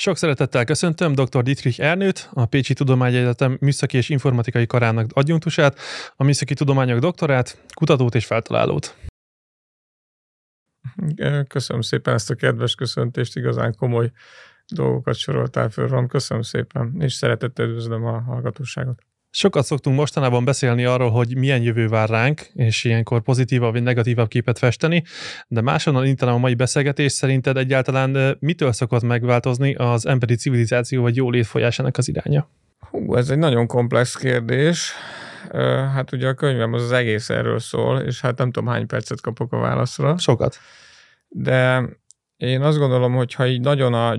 Sok szeretettel köszöntöm dr. Dietrich Ernőt, a Pécsi Tudományegyetem Műszaki és Informatikai Karának adjunktusát, a Műszaki Tudományok doktorát, kutatót és feltalálót. Köszönöm szépen ezt a kedves köszöntést, igazán komoly dolgokat soroltál föl, Ron. Köszönöm szépen, és szeretettel üdvözlöm a hallgatóságot. Sokat szoktunk mostanában beszélni arról, hogy milyen jövő vár ránk, és ilyenkor pozitívabb vagy negatívabb képet festeni, de máshonnan indítanám a mai beszélgetés. Szerinted egyáltalán mitől szokott megváltozni az emberi civilizáció vagy jólét folyásának az iránya? Ez egy nagyon komplex kérdés. Hát ugye a könyvem az egész erről szól, és hát nem tudom hány percet kapok a válaszra. Sokat. De én azt gondolom, hogy ha így nagyon a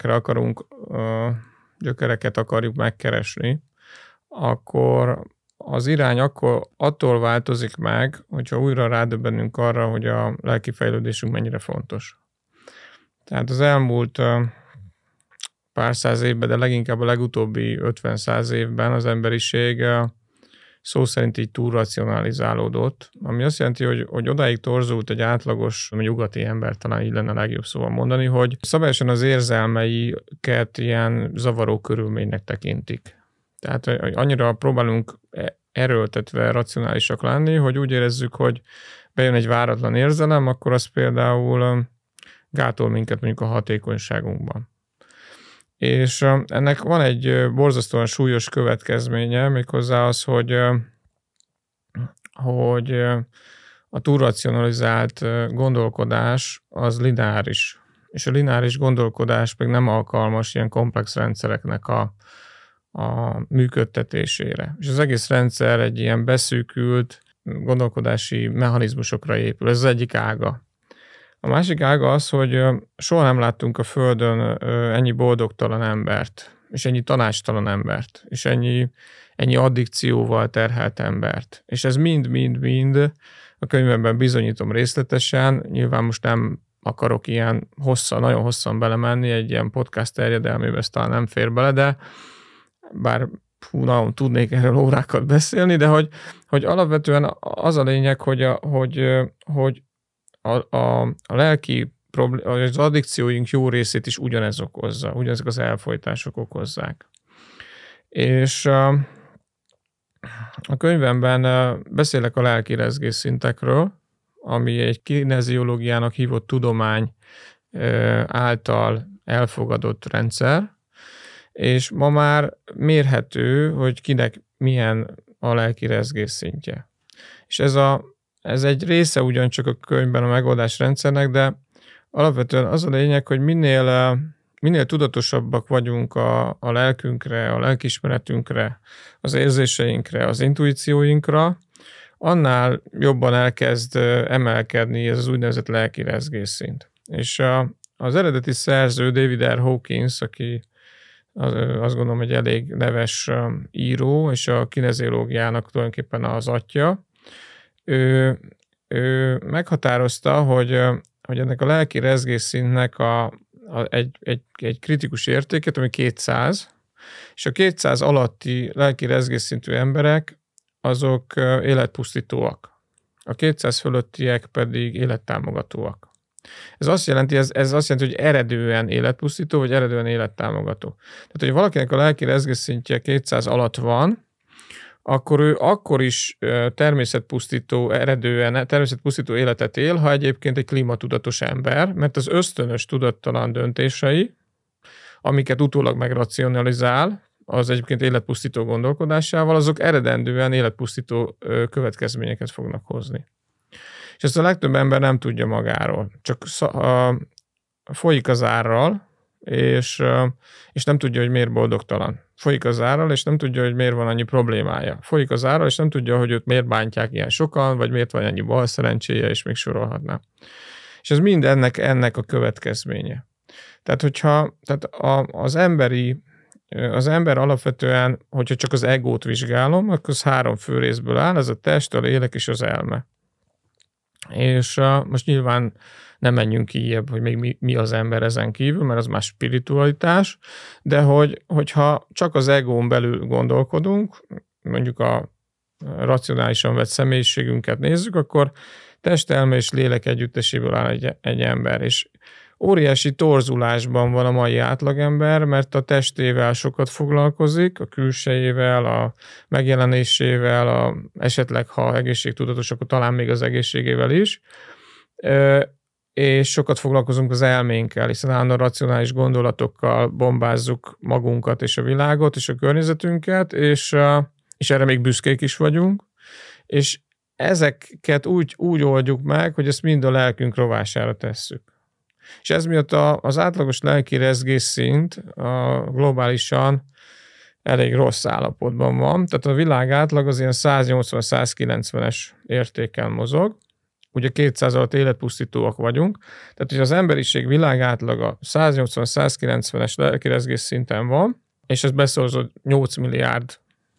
gyökereket akarjuk megkeresni, akkor az irány akkor attól változik meg, hogyha újra rádöbbenünk arra, hogy a lelki fejlődésünk mennyire fontos. Tehát az elmúlt pár száz évben, de leginkább a legutóbbi 50-100 évben az emberiség szó szerint így túlracionalizálódott, ami azt jelenti, hogy odáig torzult egy átlagos nyugati ember, talán így lenne legjobb szóval mondani, hogy szabályosan az érzelmeiket ilyen zavaró körülménynek tekintik. Tehát annyira próbálunk erőltetve racionálisak lenni, hogy úgy érezzük, hogy bejön egy váratlan érzelem, akkor az például gátol minket mondjuk a hatékonyságunkban. És ennek van egy borzasztóan súlyos következménye, méghozzá az, hogy a túlracionalizált gondolkodás az lineáris, és a lineáris gondolkodás pedig nem alkalmas ilyen komplex rendszereknek a működtetésére. És az egész rendszer egy ilyen beszűkült gondolkodási mechanizmusokra épül. Ez az egyik ága. A másik ága az, hogy soha nem láttunk a Földön ennyi boldogtalan embert, és ennyi tanácstalan embert, és ennyi addikcióval terhelt embert. És ez mind a könyvemben bizonyítom részletesen, nyilván most nem akarok ilyen nagyon hosszan belemenni, egy ilyen podcast terjedelmébe ez talán nem fér bele, de bár nagyon tudnék erről órákat beszélni, de hogy alapvetően az a lényeg, hogy a lelki az addikcióink jó részét is ugyanez okozza, ugyanezek az elfojtások okozzák. És a könyvemben beszélek a lelki rezgésszintekről, ami egy kineziológiának hívott tudomány által elfogadott rendszer, és ma már mérhető, hogy kinek milyen a lelki rezgésszintje. És ez egy része ugyancsak a könyvben a megoldásrendszernek, de alapvetően az a lényeg, hogy minél tudatosabbak vagyunk a lelkünkre, a lelkiismeretünkre, az érzéseinkre, az intuícióinkra, annál jobban elkezd emelkedni ez az úgynevezett lelki rezgésszint. És az eredeti szerző David R. Hawkins, aki azt gondolom, hogy elég neves író, és a kineziológiának tulajdonképpen az atya, ő meghatározta, hogy ennek a lelki rezgésszintnek egy kritikus értéket, ami 200, és a 200 alatti lelki rezgésszintű emberek azok életpusztítóak. A 200 fölöttiek pedig élettámogatóak. Ez azt jelenti, hogy eredően életpusztító, vagy eredően élettámogató. Tehát, hogy valakinek a lelki rezgésszintje 200 alatt van, akkor ő akkor is természetpusztító életet él, ha egyébként egy klímatudatos ember, mert az ösztönös tudattalan döntései, amiket utólag megracionalizál, az egyébként életpusztító gondolkodásával, azok eredendően életpusztító következményeket fognak hozni. És ezt a legtöbb ember nem tudja magáról. Csak folyik az árral, és nem tudja, hogy miért boldogtalan. Folyik az árral, és nem tudja, hogy miért van annyi problémája. Folyik az árral, és nem tudja, hogy őt miért bántják ilyen sokan, vagy miért van ennyi balszerencséje, és még sorolhatná. És ez mind ennek a következménye. Tehát, az ember alapvetően, hogyha csak az egót vizsgálom, akkor az 3 fő részből áll, ez a test, a lélek és az elme. És most nyilván nem menjünk kijebb, hogy még mi az ember ezen kívül, mert az már spiritualitás, de hogyha csak az egón belül gondolkodunk, mondjuk a racionálisan vett személyiségünket nézzük, akkor test, elme és lélek együtteséből áll egy ember. És óriási torzulásban van a mai átlagember, mert a testével sokat foglalkozik, a külsejével, a megjelenésével, esetleg ha egészségtudatos, akkor talán még az egészségével is, és sokat foglalkozunk az elménkkel, hiszen állandóan racionális gondolatokkal bombázzuk magunkat és a világot és a környezetünket, és erre még büszkék is vagyunk, és ezeket úgy oldjuk meg, hogy ezt mind a lelkünk rovására tesszük. És ez miatt az átlagos lelki rezgésszint globálisan elég rossz állapotban van. Tehát a világ átlag az ilyen 180-190-es értéken mozog. Ugye 200 alatt életpusztítóak vagyunk. Tehát, hogy az emberiség világ átlaga 180-190-es lelki rezgésszinten van, és ez beszorzott 8 milliárd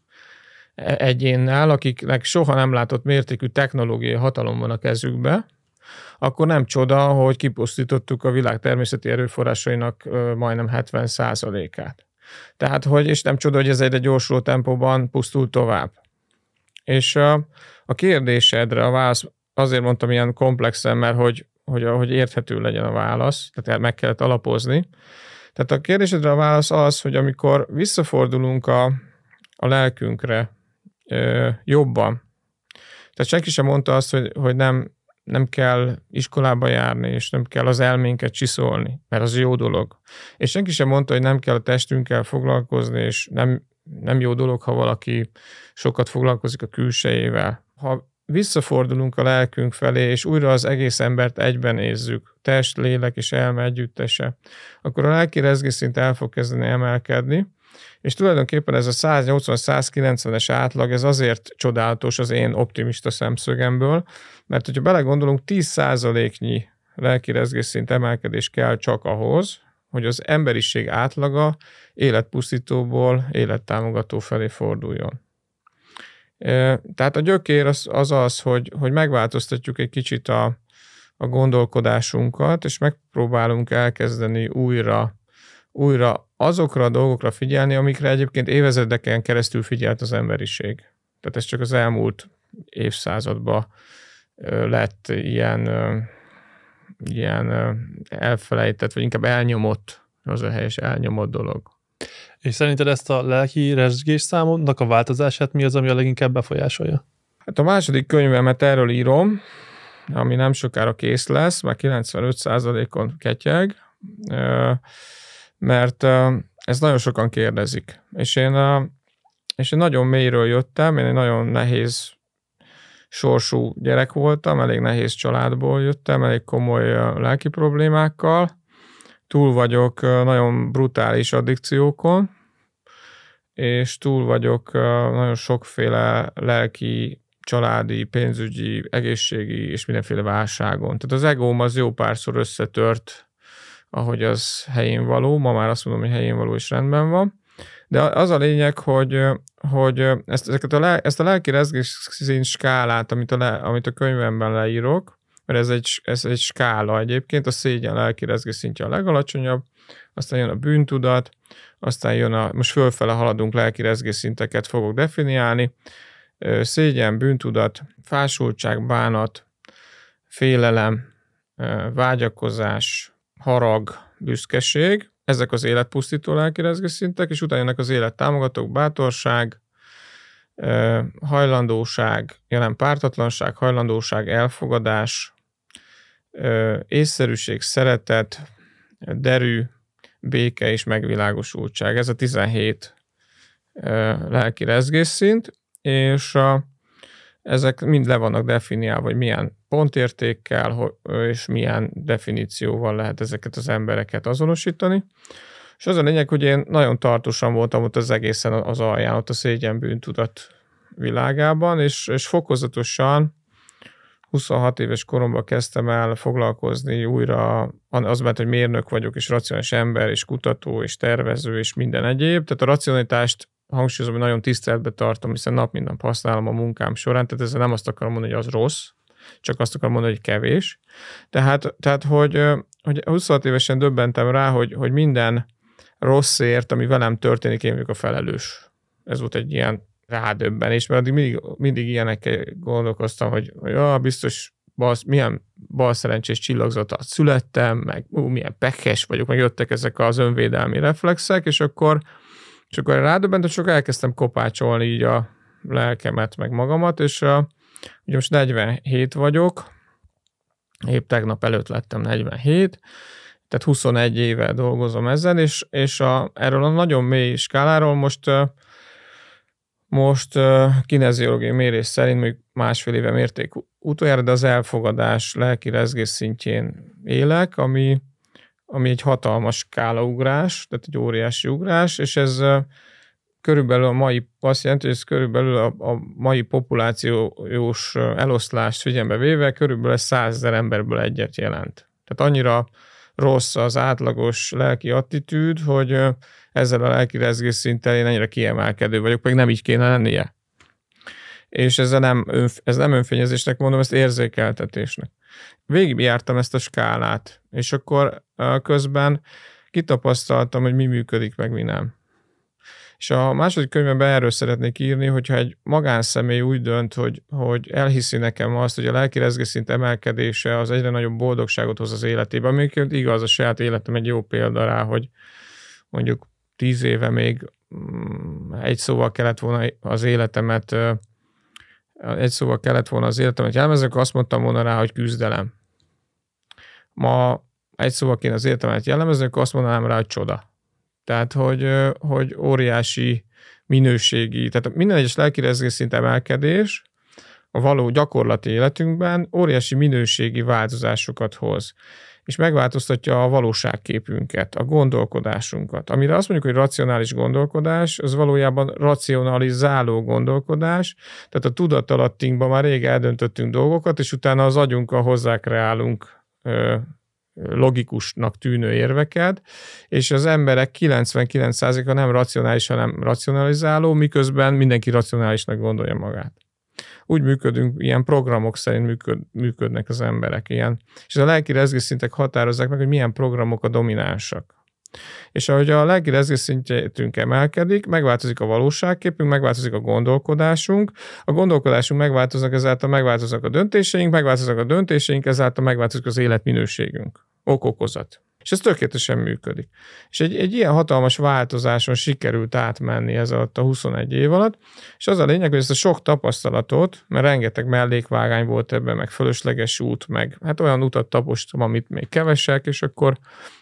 egyénnel, akiknek soha nem látott mértékű technológiai hatalom van a kezükbe, akkor nem csoda, hogy kipusztítottuk a világ természeti erőforrásainak majdnem 70%-át. Tehát, és nem csoda, hogy ez egyre gyorsuló tempóban pusztul tovább. És a kérdésedre a válasz, azért mondtam ilyen komplexen, mert hogy érthető legyen a válasz, tehát meg kellett alapozni. Tehát a kérdésedre a válasz az, hogy amikor visszafordulunk a lelkünkre jobban, tehát senki sem mondta azt, hogy nem kell iskolába járni, és nem kell az elménket csiszolni, mert az jó dolog. És senki sem mondta, hogy nem kell a testünkkel foglalkozni, és nem jó dolog, ha valaki sokat foglalkozik a külsejével. Ha visszafordulunk a lelkünk felé, és újra az egész embert egyben nézzük, test, lélek és elme együttese, akkor a lelki rezgésszint el fog kezdeni emelkedni, és tulajdonképpen ez a 180-190-es átlag, ez azért csodálatos az én optimista szemszögemből, mert hogyha belegondolunk, 10%-nyi lelki rezgésszint emelkedés kell csak ahhoz, hogy az emberiség átlaga életpusztítóból élettámogató felé forduljon. Tehát a gyökér az, hogy megváltoztatjuk egy kicsit a gondolkodásunkat, és megpróbálunk elkezdeni újra azokra a dolgokra figyelni, amikre egyébként évezredeken keresztül figyelt az emberiség. Tehát ez csak az elmúlt évszázadban lett ilyen elfelejtett, vagy inkább elnyomott, az a helyes elnyomott dolog. És szerinted ezt a lelki rezgésszámnak a változását mi az, ami a leginkább befolyásolja? Hát a második könyvemet erről írom, ami nem sokára kész lesz, már 95%-on ketyeg, mert ezt nagyon sokan kérdezik. És én nagyon mélyről jöttem, én egy nagyon nehéz sorsú gyerek voltam, elég nehéz családból jöttem, elég komoly lelki problémákkal, túl vagyok nagyon brutális addikciókon, és túl vagyok nagyon sokféle lelki, családi, pénzügyi, egészségi és mindenféle válságon. Tehát az egóm az jó párszor összetört, ahogy az helyén való, ma már azt mondom, hogy helyén való és rendben van. De az a lényeg, hogy ezt a lelki rezgésszint skálát, amit a könyvemben leírok, mert ez egy skála egyébként, a szégyen lelki rezgésszintje a legalacsonyabb, aztán jön a bűntudat, aztán jön most fölfele haladunk, lelki rezgésszinteket fogok definiálni, szégyen, bűntudat, fásultság, bánat, félelem, vágyakozás, harag, büszkeség, ezek az életpusztító lelki rezgésszintek, és utána jönnek az élettámogatók, bátorság, hajlandóság, jelen pártatlanság, hajlandóság, elfogadás, észszerűség, szeretet, derű, béke és megvilágosultság. Ez a 17 lelki rezgésszint, és ezek mind le vannak definiálva, hogy milyen pontértékkel és milyen definícióval lehet ezeket az embereket azonosítani. És az a lényeg, hogy én nagyon tartósan voltam ott az egészen az alján, ott a szégyen bűntudat világában, és fokozatosan 26 éves koromban kezdtem el foglalkozni újra, az mert, hogy mérnök vagyok, és racionális ember, és kutató, és tervező, és minden egyéb. Tehát a racionalitást hangsúlyozom, hogy nagyon tiszteletbe tartom, hiszen nap mint nap használom a munkám során, tehát ezzel nem azt akarom mondani, hogy az rossz, csak azt akarom mondani, hogy kevés. Tehát hogy 26 évesen döbbentem rá, hogy minden rosszért, ami velem történik, én vagyok a felelős. Ez volt egy ilyen rádöbbenés, mert addig mindig ilyenekkel gondolkoztam, hogy biztos milyen balszerencsés csillagzatot születtem, meg milyen pekhes vagyok, meg jöttek ezek az önvédelmi reflexek, és akkor rádöbbentem, csak elkezdtem kopácsolni így a lelkemet, meg magamat, és ugye most 47 vagyok, épp tegnap előtt lettem 47, tehát 21 éve dolgozom ezen, és erről a nagyon mély skáláról most kineziológiai mérés szerint még másfél éve mérték utoljára, de az elfogadás lelki rezgés szintjén élek, ami egy hatalmas skálaugrás, tehát egy óriási ugrás, és ez körülbelül azt jelenti, hogy ez körülbelül a mai populációs eloszlást figyelembe véve körülbelül 100 000 emberből egyet jelent. Tehát annyira rossz az átlagos lelki attitűd, hogy ezzel a lelki rezgés szinttel én ennyire kiemelkedő vagyok, pedig nem így kéne lennie. És ez nem önfényezésnek mondom, ezt érzékeltetésnek. Végigjártam ezt a skálát, és akkor közben kitapasztaltam, hogy mi működik, meg mi nem. És a második könyvemben erről szeretnék írni, hogyha egy magánszemély úgy dönt, hogy elhiszi nekem azt, hogy a lelki rezgésszint emelkedése az egyre nagyobb boldogságot hoz az életében. Még igaz, a saját életem egy jó példa rá, hogy mondjuk 10 éve még egy szóval kellett volna az életemet jellemezni, akkor azt mondtam volna rá, hogy küzdelem. Ma egy szóval kéne az életemet jellemezni, akkor azt mondanám rá, hogy csoda. Tehát, hogy óriási minőségi, tehát minden egyes lelki rezgésszint emelkedés a való gyakorlati életünkben óriási minőségi változásokat hoz. És megváltoztatja a valóságképünket, a gondolkodásunkat. Amire azt mondjuk, hogy racionális gondolkodás, az valójában racionalizáló gondolkodás, tehát a tudatalattinkban már rég eldöntöttünk dolgokat, és utána az agyunkkal hozzákreálunk logikusnak tűnő érveket, és az emberek 99%-a nem racionális, hanem racionalizáló, miközben mindenki racionálisnak gondolja magát. Úgy működünk, ilyen programok szerint működnek az emberek, ilyen. És a lelki rezgésszintek határozzák meg, hogy milyen programok a dominánsak. És ahogy a lelki rezgésszintjünk emelkedik, megváltozik a valóságképünk, megváltozik a gondolkodásunk megváltoznak, ezáltal megváltoznak a döntéseink, ezáltal megváltozik az életminőségünk. Ok-okozat. És ez tökéletesen működik. És egy ilyen hatalmas változáson sikerült átmenni ez alatt a 21 év alatt, és az a lényeg, hogy ezt a sok tapasztalatot, mert rengeteg mellékvágány volt ebben, meg fölösleges út, meg hát olyan utat tapostam, amit még kevesek, és akkor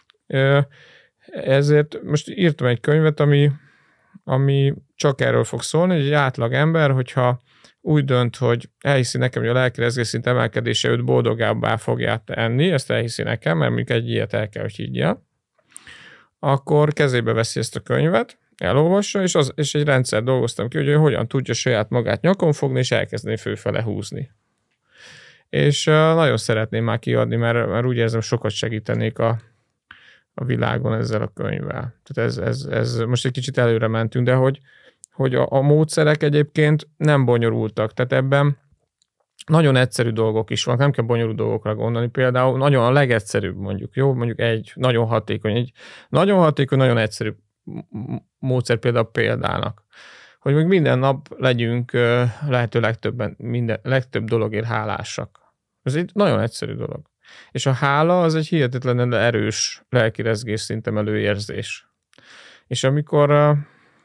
ezért most írtam egy könyvet, ami csak erről fog szólni, hogy egy átlag ember, hogyha úgy dönt, hogy elhiszi nekem, hogy a lelki rezgésszint emelkedése őt boldogábbá fogja tenni, ezt elhiszi nekem, mert mondjuk egy ilyet el kell, hogy higgye, akkor kezébe veszi ezt a könyvet, elolvassa, és egy rendszer dolgoztam ki, hogy hogyan tudja saját magát nyakon fogni, és elkezdeni fölfele húzni. És nagyon szeretném már kiadni, mert úgy érzem, sokat segítenék a világon ezzel a könyvvel. Tehát ez most egy kicsit előre mentünk, de hogy a módszerek egyébként nem bonyolultak. Tehát ebben nagyon egyszerű dolgok is vannak, nem kell bonyolult dolgokra gondolni. Például nagyon a legegyszerűbb mondjuk egy nagyon hatékony, nagyon egyszerű módszer például példának. Hogy még minden nap legyünk lehető legtöbb dologért hálásak. Ez egy nagyon egyszerű dolog. És a hála az egy hihetetlenül erős lelki rezgésszintemelő érzés. És amikor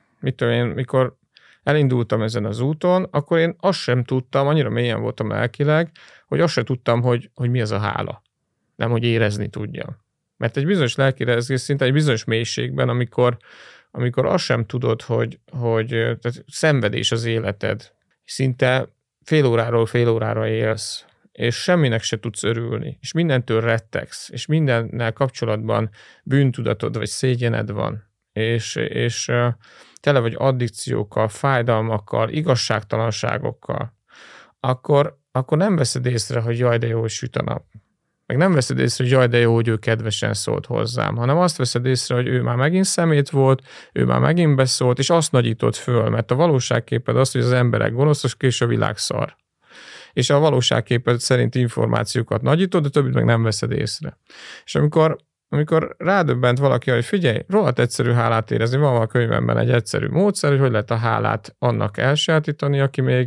elindultam ezen az úton, akkor én azt sem tudtam, annyira mélyen voltam lelkileg, hogy azt sem tudtam, hogy mi az a hála. Nem, hogy érezni tudjam. Mert egy bizonyos lelki rezgésszinten, egy bizonyos mélységben, amikor azt sem tudod, hogy tehát szenvedés az életed, szinte fél órára élsz, és semminek se tudsz örülni, és mindentől rettegsz, és mindennel kapcsolatban bűntudatod vagy szégyened van, és tele vagy addikciókkal, fájdalmakkal, igazságtalanságokkal, akkor nem veszed észre, hogy jaj, de jó, hogy süt a nap. Meg nem veszed észre, hogy jaj, de jó, hogy ő kedvesen szólt hozzám, hanem azt veszed észre, hogy ő már megint szemét volt, ő már megint beszólt, és azt nagyított föl, mert a valóságképed az, hogy az emberek gonoszok, és a világ szar. És a valóságképed szerint információkat nagyítod, de többit meg nem veszed észre. És amikor rádöbbent valaki, hogy figyelj, rohadt egyszerű hálát érezni, van a könyvemben egy egyszerű módszer, hogy lehet a hálát annak elsajátítani, aki még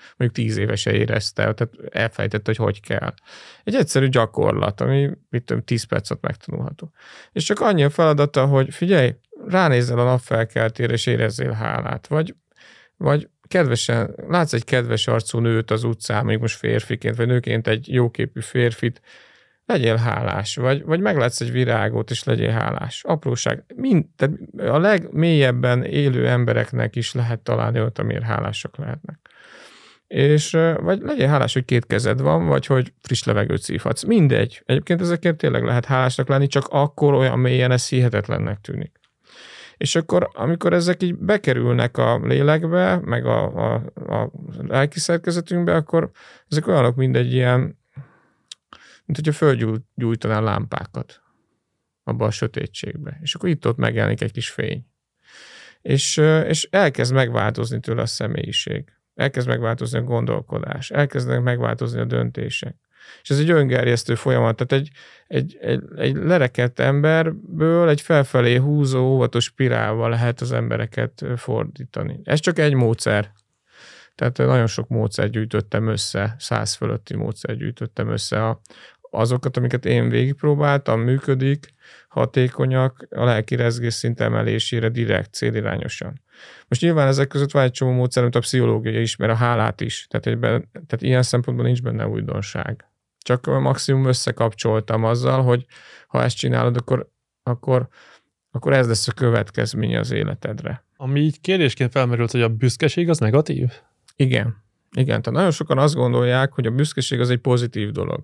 mondjuk 10 évese érezte, tehát elfejtette, hogy kell. Egy egyszerű gyakorlat, ami 10 percet megtanulható. És csak annyi a feladata, hogy figyelj, ránézzel a napfelkeltére, és érezzél hálát, vagy kedvesen, látsz egy kedves arcú nőt az utcán, mondjuk most férfiként, vagy nőként egy jóképű férfit, legyél hálás, vagy meglátsz egy virágot, és legyél hálás. Apróság. Tehát a legmélyebben élő embereknek is lehet találni olyat, amiért hálásak lehetnek. És vagy legyél hálás, hogy 2 kezed van, vagy hogy friss levegőt szívhatsz. Mindegy. Egyébként ezekért tényleg lehet hálásnak lenni, csak akkor olyan mélyen ez hihetetlennek tűnik. És akkor, amikor ezek így bekerülnek a lélekbe, meg a lelki szerkezetünkbe, akkor ezek olyanok, mint egy ilyen, mint hogyha fölgyújtanál lámpákat abba a sötétségbe. És akkor itt-ott megjelenik egy kis fény. És elkezd megváltozni tőle a személyiség. Elkezd megváltozni a gondolkodás. Elkezdenek megváltozni a döntések. És ez egy öngerjesztő folyamat. Tehát egy lerekedt emberből egy felfelé húzó, óvatos spirálval lehet az embereket fordítani. Ez csak egy módszer. Tehát nagyon sok módszert gyűjtöttem össze, 100 fölötti módszert gyűjtöttem össze. Azokat, amiket én végigpróbáltam, működik, hatékonyak, a lelki rezgésszint emelésére direkt, célirányosan. Most nyilván ezek között van egy csomó módszer, amit a pszichológia ismer, a hálát is. Tehát ilyen szempontból nincs benne újdonság. Csak maximum összekapcsoltam azzal, hogy ha ezt csinálod, akkor ez lesz a következménye az életedre. Ami így kérdésként felmerült, hogy a büszkeség az negatív? Igen. Tehát nagyon sokan azt gondolják, hogy a büszkeség az egy pozitív dolog.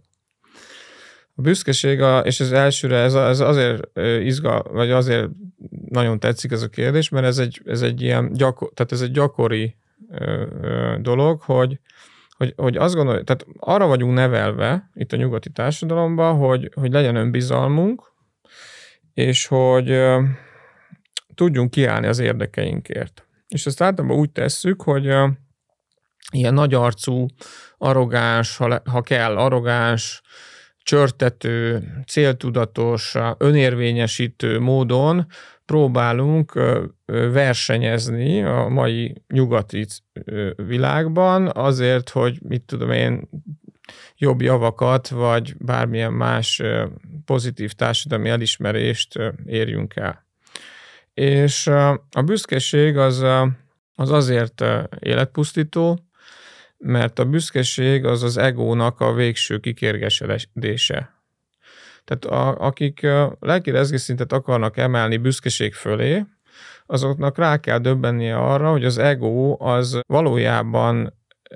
A büszkeség, és ez elsőre, ez azért vagy azért nagyon tetszik ez a kérdés, mert ez egy ilyen tehát ez egy gyakori dolog, hogy azt gondoljuk, tehát arra vagyunk nevelve itt a nyugati társadalomban, hogy legyen önbizalmunk, és hogy tudjunk kiállni az érdekeinkért. És ezt általában úgy tesszük, hogy ilyen nagyarcú, arrogáns, ha kell, arrogáns, csörtető, céltudatos, önérvényesítő módon próbálunk versenyezni a mai nyugati világban azért, hogy mit tudom én, jobb javakat, vagy bármilyen más pozitív társadalmi elismerést érjünk el. És a büszkeség az azért életpusztító, mert a büszkeség az egónak a végső kikérgesedése. Tehát akik lelki rezgésszintet akarnak emelni büszkeség fölé, azoknak rá kell döbbennie arra, hogy az ego az valójában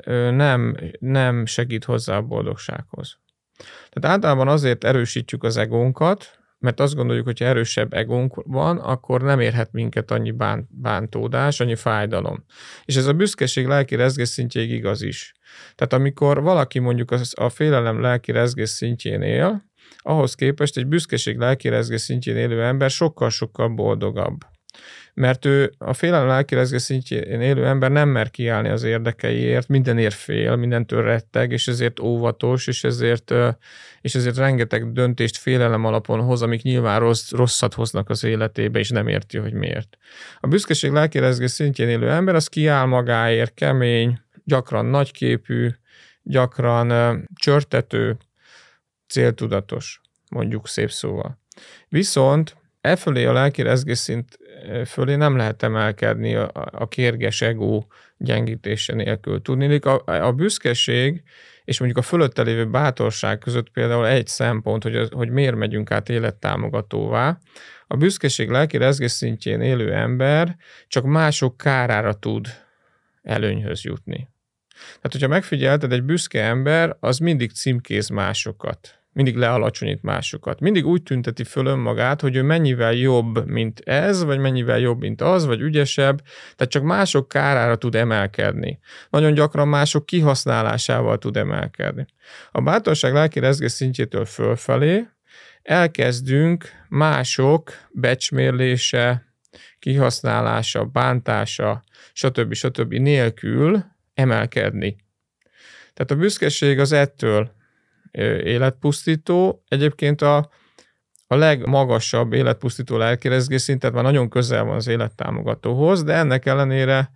nem segít hozzá a boldogsághoz. Tehát általában azért erősítjük az egónkat, mert azt gondoljuk, hogy ha erősebb egónk van, akkor nem érhet minket annyi bántódás, annyi fájdalom. És ez a büszkeség lelki rezgésszintjéig igaz is. Tehát amikor valaki mondjuk a félelem lelki rezgésszintjén él, ahhoz képest egy büszkeség lelki rezgésszintjén élő ember sokkal-sokkal boldogabb. Mert ő a félelem lelki rezgésszintjén élő ember nem mer kiállni az érdekeiért, mindenért fél, mindentől retteg, és ezért óvatos, és ezért rengeteg döntést félelem alapon hoz, amik nyilván rosszat hoznak az életébe, és nem érti, hogy miért. A büszkeség lelki rezgésszintjén élő ember az kiáll magáért, kemény, gyakran nagyképű, gyakran csörtető, céltudatos, mondjuk szép szóval. Viszont fölé a lelki rezgésszint fölé nem lehet emelkedni a kérges ego gyengítése nélkül. Tudniillik, a büszkeség és mondjuk a fölötte lévő bátorság között például egy szempont, hogy miért megyünk át élettámogatóvá. A büszkeség lelki rezgésszintjén élő ember csak mások kárára tud előnyhöz jutni. Tehát, hogyha megfigyelted, egy büszke ember, az mindig címkéz másokat. Mindig lealacsonyít másokat. Mindig úgy tünteti föl önmagát, hogy ő mennyivel jobb, mint ez, vagy mennyivel jobb, mint az, vagy ügyesebb, tehát csak mások kárára tud emelkedni. Nagyon gyakran mások kihasználásával tud emelkedni. A bátorság lelki rezgésszintjétől fölfelé elkezdünk mások becsmérlése, kihasználása, bántása, stb. Nélkül emelkedni. Tehát a büszkeség az ettől életpusztító. Egyébként a legmagasabb életpusztító lelki rezgésszint, tehát már nagyon közel van az élettámogatóhoz, de ennek ellenére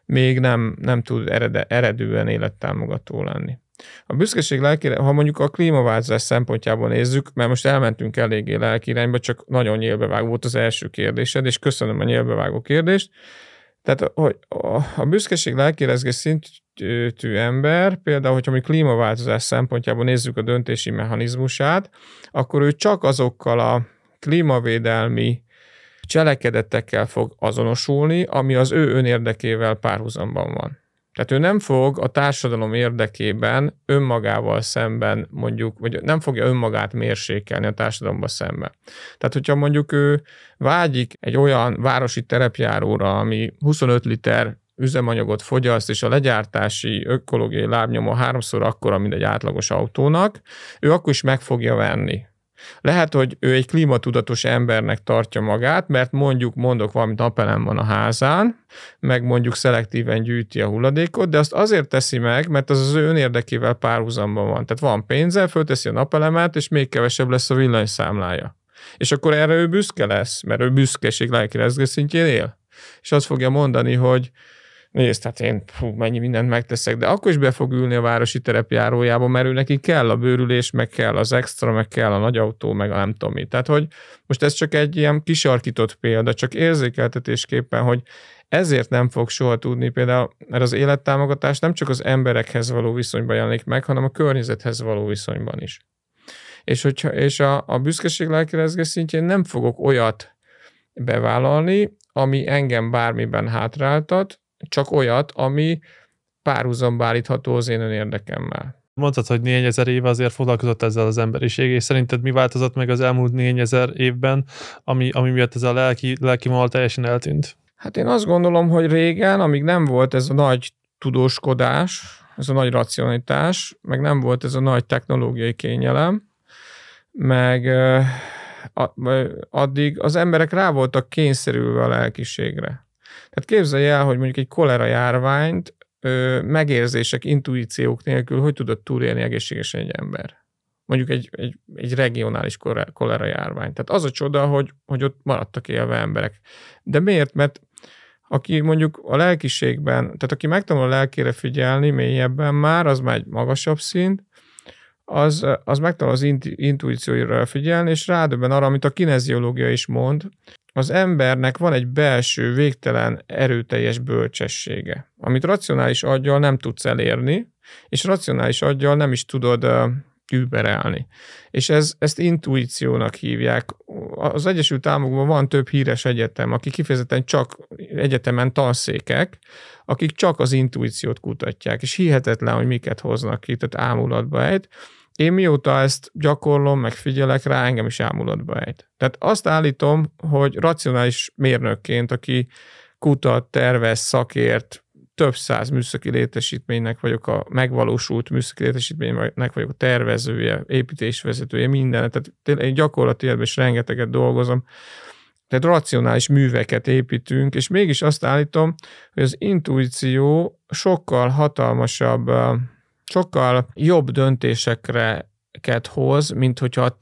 még nem tud eredően élettámogató lenni. A büszkeség lelkire, ha mondjuk a klímaváltozás szempontjából nézzük, mert most elmentünk eléggé lelki irányba, csak nagyon nyílbevágó volt az első kérdésed, és köszönöm a nyílbevágó kérdést. Tehát hogy a büszkeség lelkirezgés szintű ember, például, hogyha mi klímaváltozás szempontjából nézzük a döntési mechanizmusát, akkor ő csak azokkal a klímavédelmi cselekedetekkel fog azonosulni, ami az ő önérdekével párhuzamban van. Tehát ő nem fog a társadalom érdekében önmagával szemben mondjuk, vagy nem fogja önmagát mérsékelni a társadalomba szemben. Tehát, hogyha mondjuk ő vágyik egy olyan városi terepjáróra, ami 25 liter üzemanyagot fogyaszt, és a legyártási ökológiai lábnyoma 3-szor akkora, mint egy átlagos autónak, ő akkor is meg fogja venni. Lehet, hogy ő egy klímatudatos embernek tartja magát, mert mondok valamit, napelem van a házán, meg mondjuk szelektíven gyűjti a hulladékot, de azt azért teszi meg, mert az ő önérdekével párhuzamban van. Tehát van pénze, fölteszi a napelemet, és még kevesebb lesz a villanyszámlája. És akkor erre ő büszke lesz, mert ő büszkeség lelkirezgés szintjén él. És azt fogja mondani, hogy nézd, hát én mennyi mindent megteszek, de akkor is be fog ülni a városi terepjárójába, mert ő neki kell a bőrülés, meg kell az extra, meg kell a nagy autó, meg a nem tudom mi. Tehát, hogy most ez csak egy ilyen kisarkított példa, csak érzékeltetésképpen, hogy ezért nem fog soha tudni például, mert az élettámogatás nem csak az emberekhez való viszonyban jelenik meg, hanem a környezethez való viszonyban is. És a büszkeség lelkirezgés szintjén nem fogok olyat bevállalni, ami engem bármiben hátráltat, csak olyat, ami párhuzamba állítható az én önérdekemmel. Mondtad, hogy 4000 éve azért foglalkozott ezzel az emberiség, és szerinted mi változott meg az elmúlt 4000 évben, ami miatt ez a lelki vonal teljesen eltűnt? Hát én azt gondolom, hogy régen, amíg nem volt ez a nagy tudóskodás, ez a nagy racionalitás, meg nem volt ez a nagy technológiai kényelem, meg addig az emberek rá voltak kényszerülve a lelkiségre. Tehát képzelj el, hogy mondjuk egy kolera járványt megérzések, intuíciók nélkül hogy tudott túlélni egészségesen egy ember. Mondjuk egy regionális kolera járvány. Tehát az a csoda, hogy ott maradtak élve emberek. De miért? Mert aki mondjuk a lelkiségben, tehát aki megtanul a lelkére figyelni mélyebben már, az már egy magasabb szint, az megtanul az intuícióira figyelni, és rádöbben arra, amit a kineziológia is mond, az embernek van egy belső, végtelen, erőteljes bölcsessége, amit racionális aggyal nem tudsz elérni, és racionális aggyal nem is tudod überelni. És ezt intuíciónak hívják. Az Egyesült Államokban van több híres egyetem, akik kifejezetten csak egyetemen tanszékek, akik csak az intuíciót kutatják, és hihetetlen, hogy miket hoznak ki, tehát ámulatba ejt. Én mióta ezt gyakorlom, meg figyelek rá, engem is ámulatba ejt. Tehát azt állítom, hogy racionális mérnökként, aki kutat, tervez, szakért, több száz műszaki létesítménynek vagyok a megvalósult műszaki létesítménynek vagyok a tervezője, építésvezetője, minden. Tehát tényleg gyakorlati életben is rengeteget dolgozom. Tehát racionális műveket építünk, és mégis azt állítom, hogy az intuíció sokkal hatalmasabb, sokkal jobb döntéseket hoz, mint hogyha a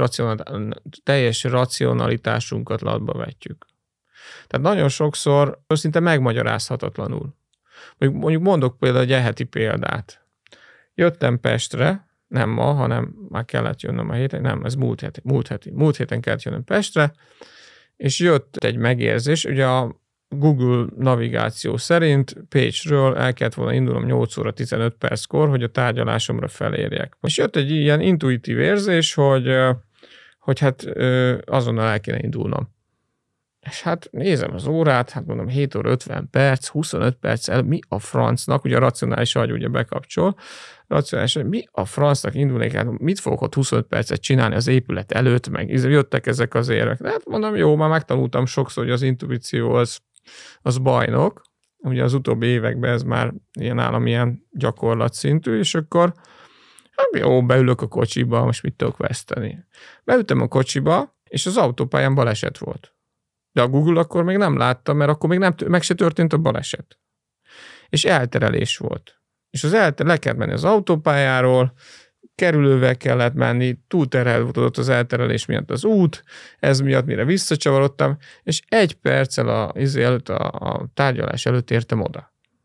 teljes racionalitásunkat latba vetjük. Tehát nagyon sokszor szinte megmagyarázhatatlanul. Mondjuk mondok például egy heti példát. Jöttem Pestre, nem ma, hanem már kellett jönnöm a héten, nem, ez múlt héten kellett jönnöm Pestre, és jött egy megérzés, ugye a Google navigáció szerint Pécsről el kellett volna indulnom 8 óra 15 perckor, hogy a tárgyalásomra felérjek. És jött egy ilyen intuitív érzés, hogy hát azonnal el kéne indulnom. És hát nézem az órát, hát mondom 7 óra 50 perc, 25 perc el, mi a francnak, ugye a racionális agy ugye bekapcsol, racionális agy, mi a francnak indulnék, hát mit fogok ott 25 percet csinálni az épület előtt, meg jöttek ezek az érvek. De hát mondom, jó, már megtanultam sokszor, hogy az intuíció az bajnok, ugye az utóbbi években ez már ilyen gyakorlatszintű, és akkor hát jó, beülök a kocsiba, most mit tudok veszteni. Beültem a kocsiba, és az autópályán baleset volt. De a Google akkor még nem látta, mert akkor még meg se történt a baleset. És elterelés volt. És le kellett menni az autópályáról, kerülővel kellett menni, túlterhelődött az elterelés miatt az út, ez miatt mire visszacsavarodtam, és 1 perccel a tárgyalás előtt értem oda.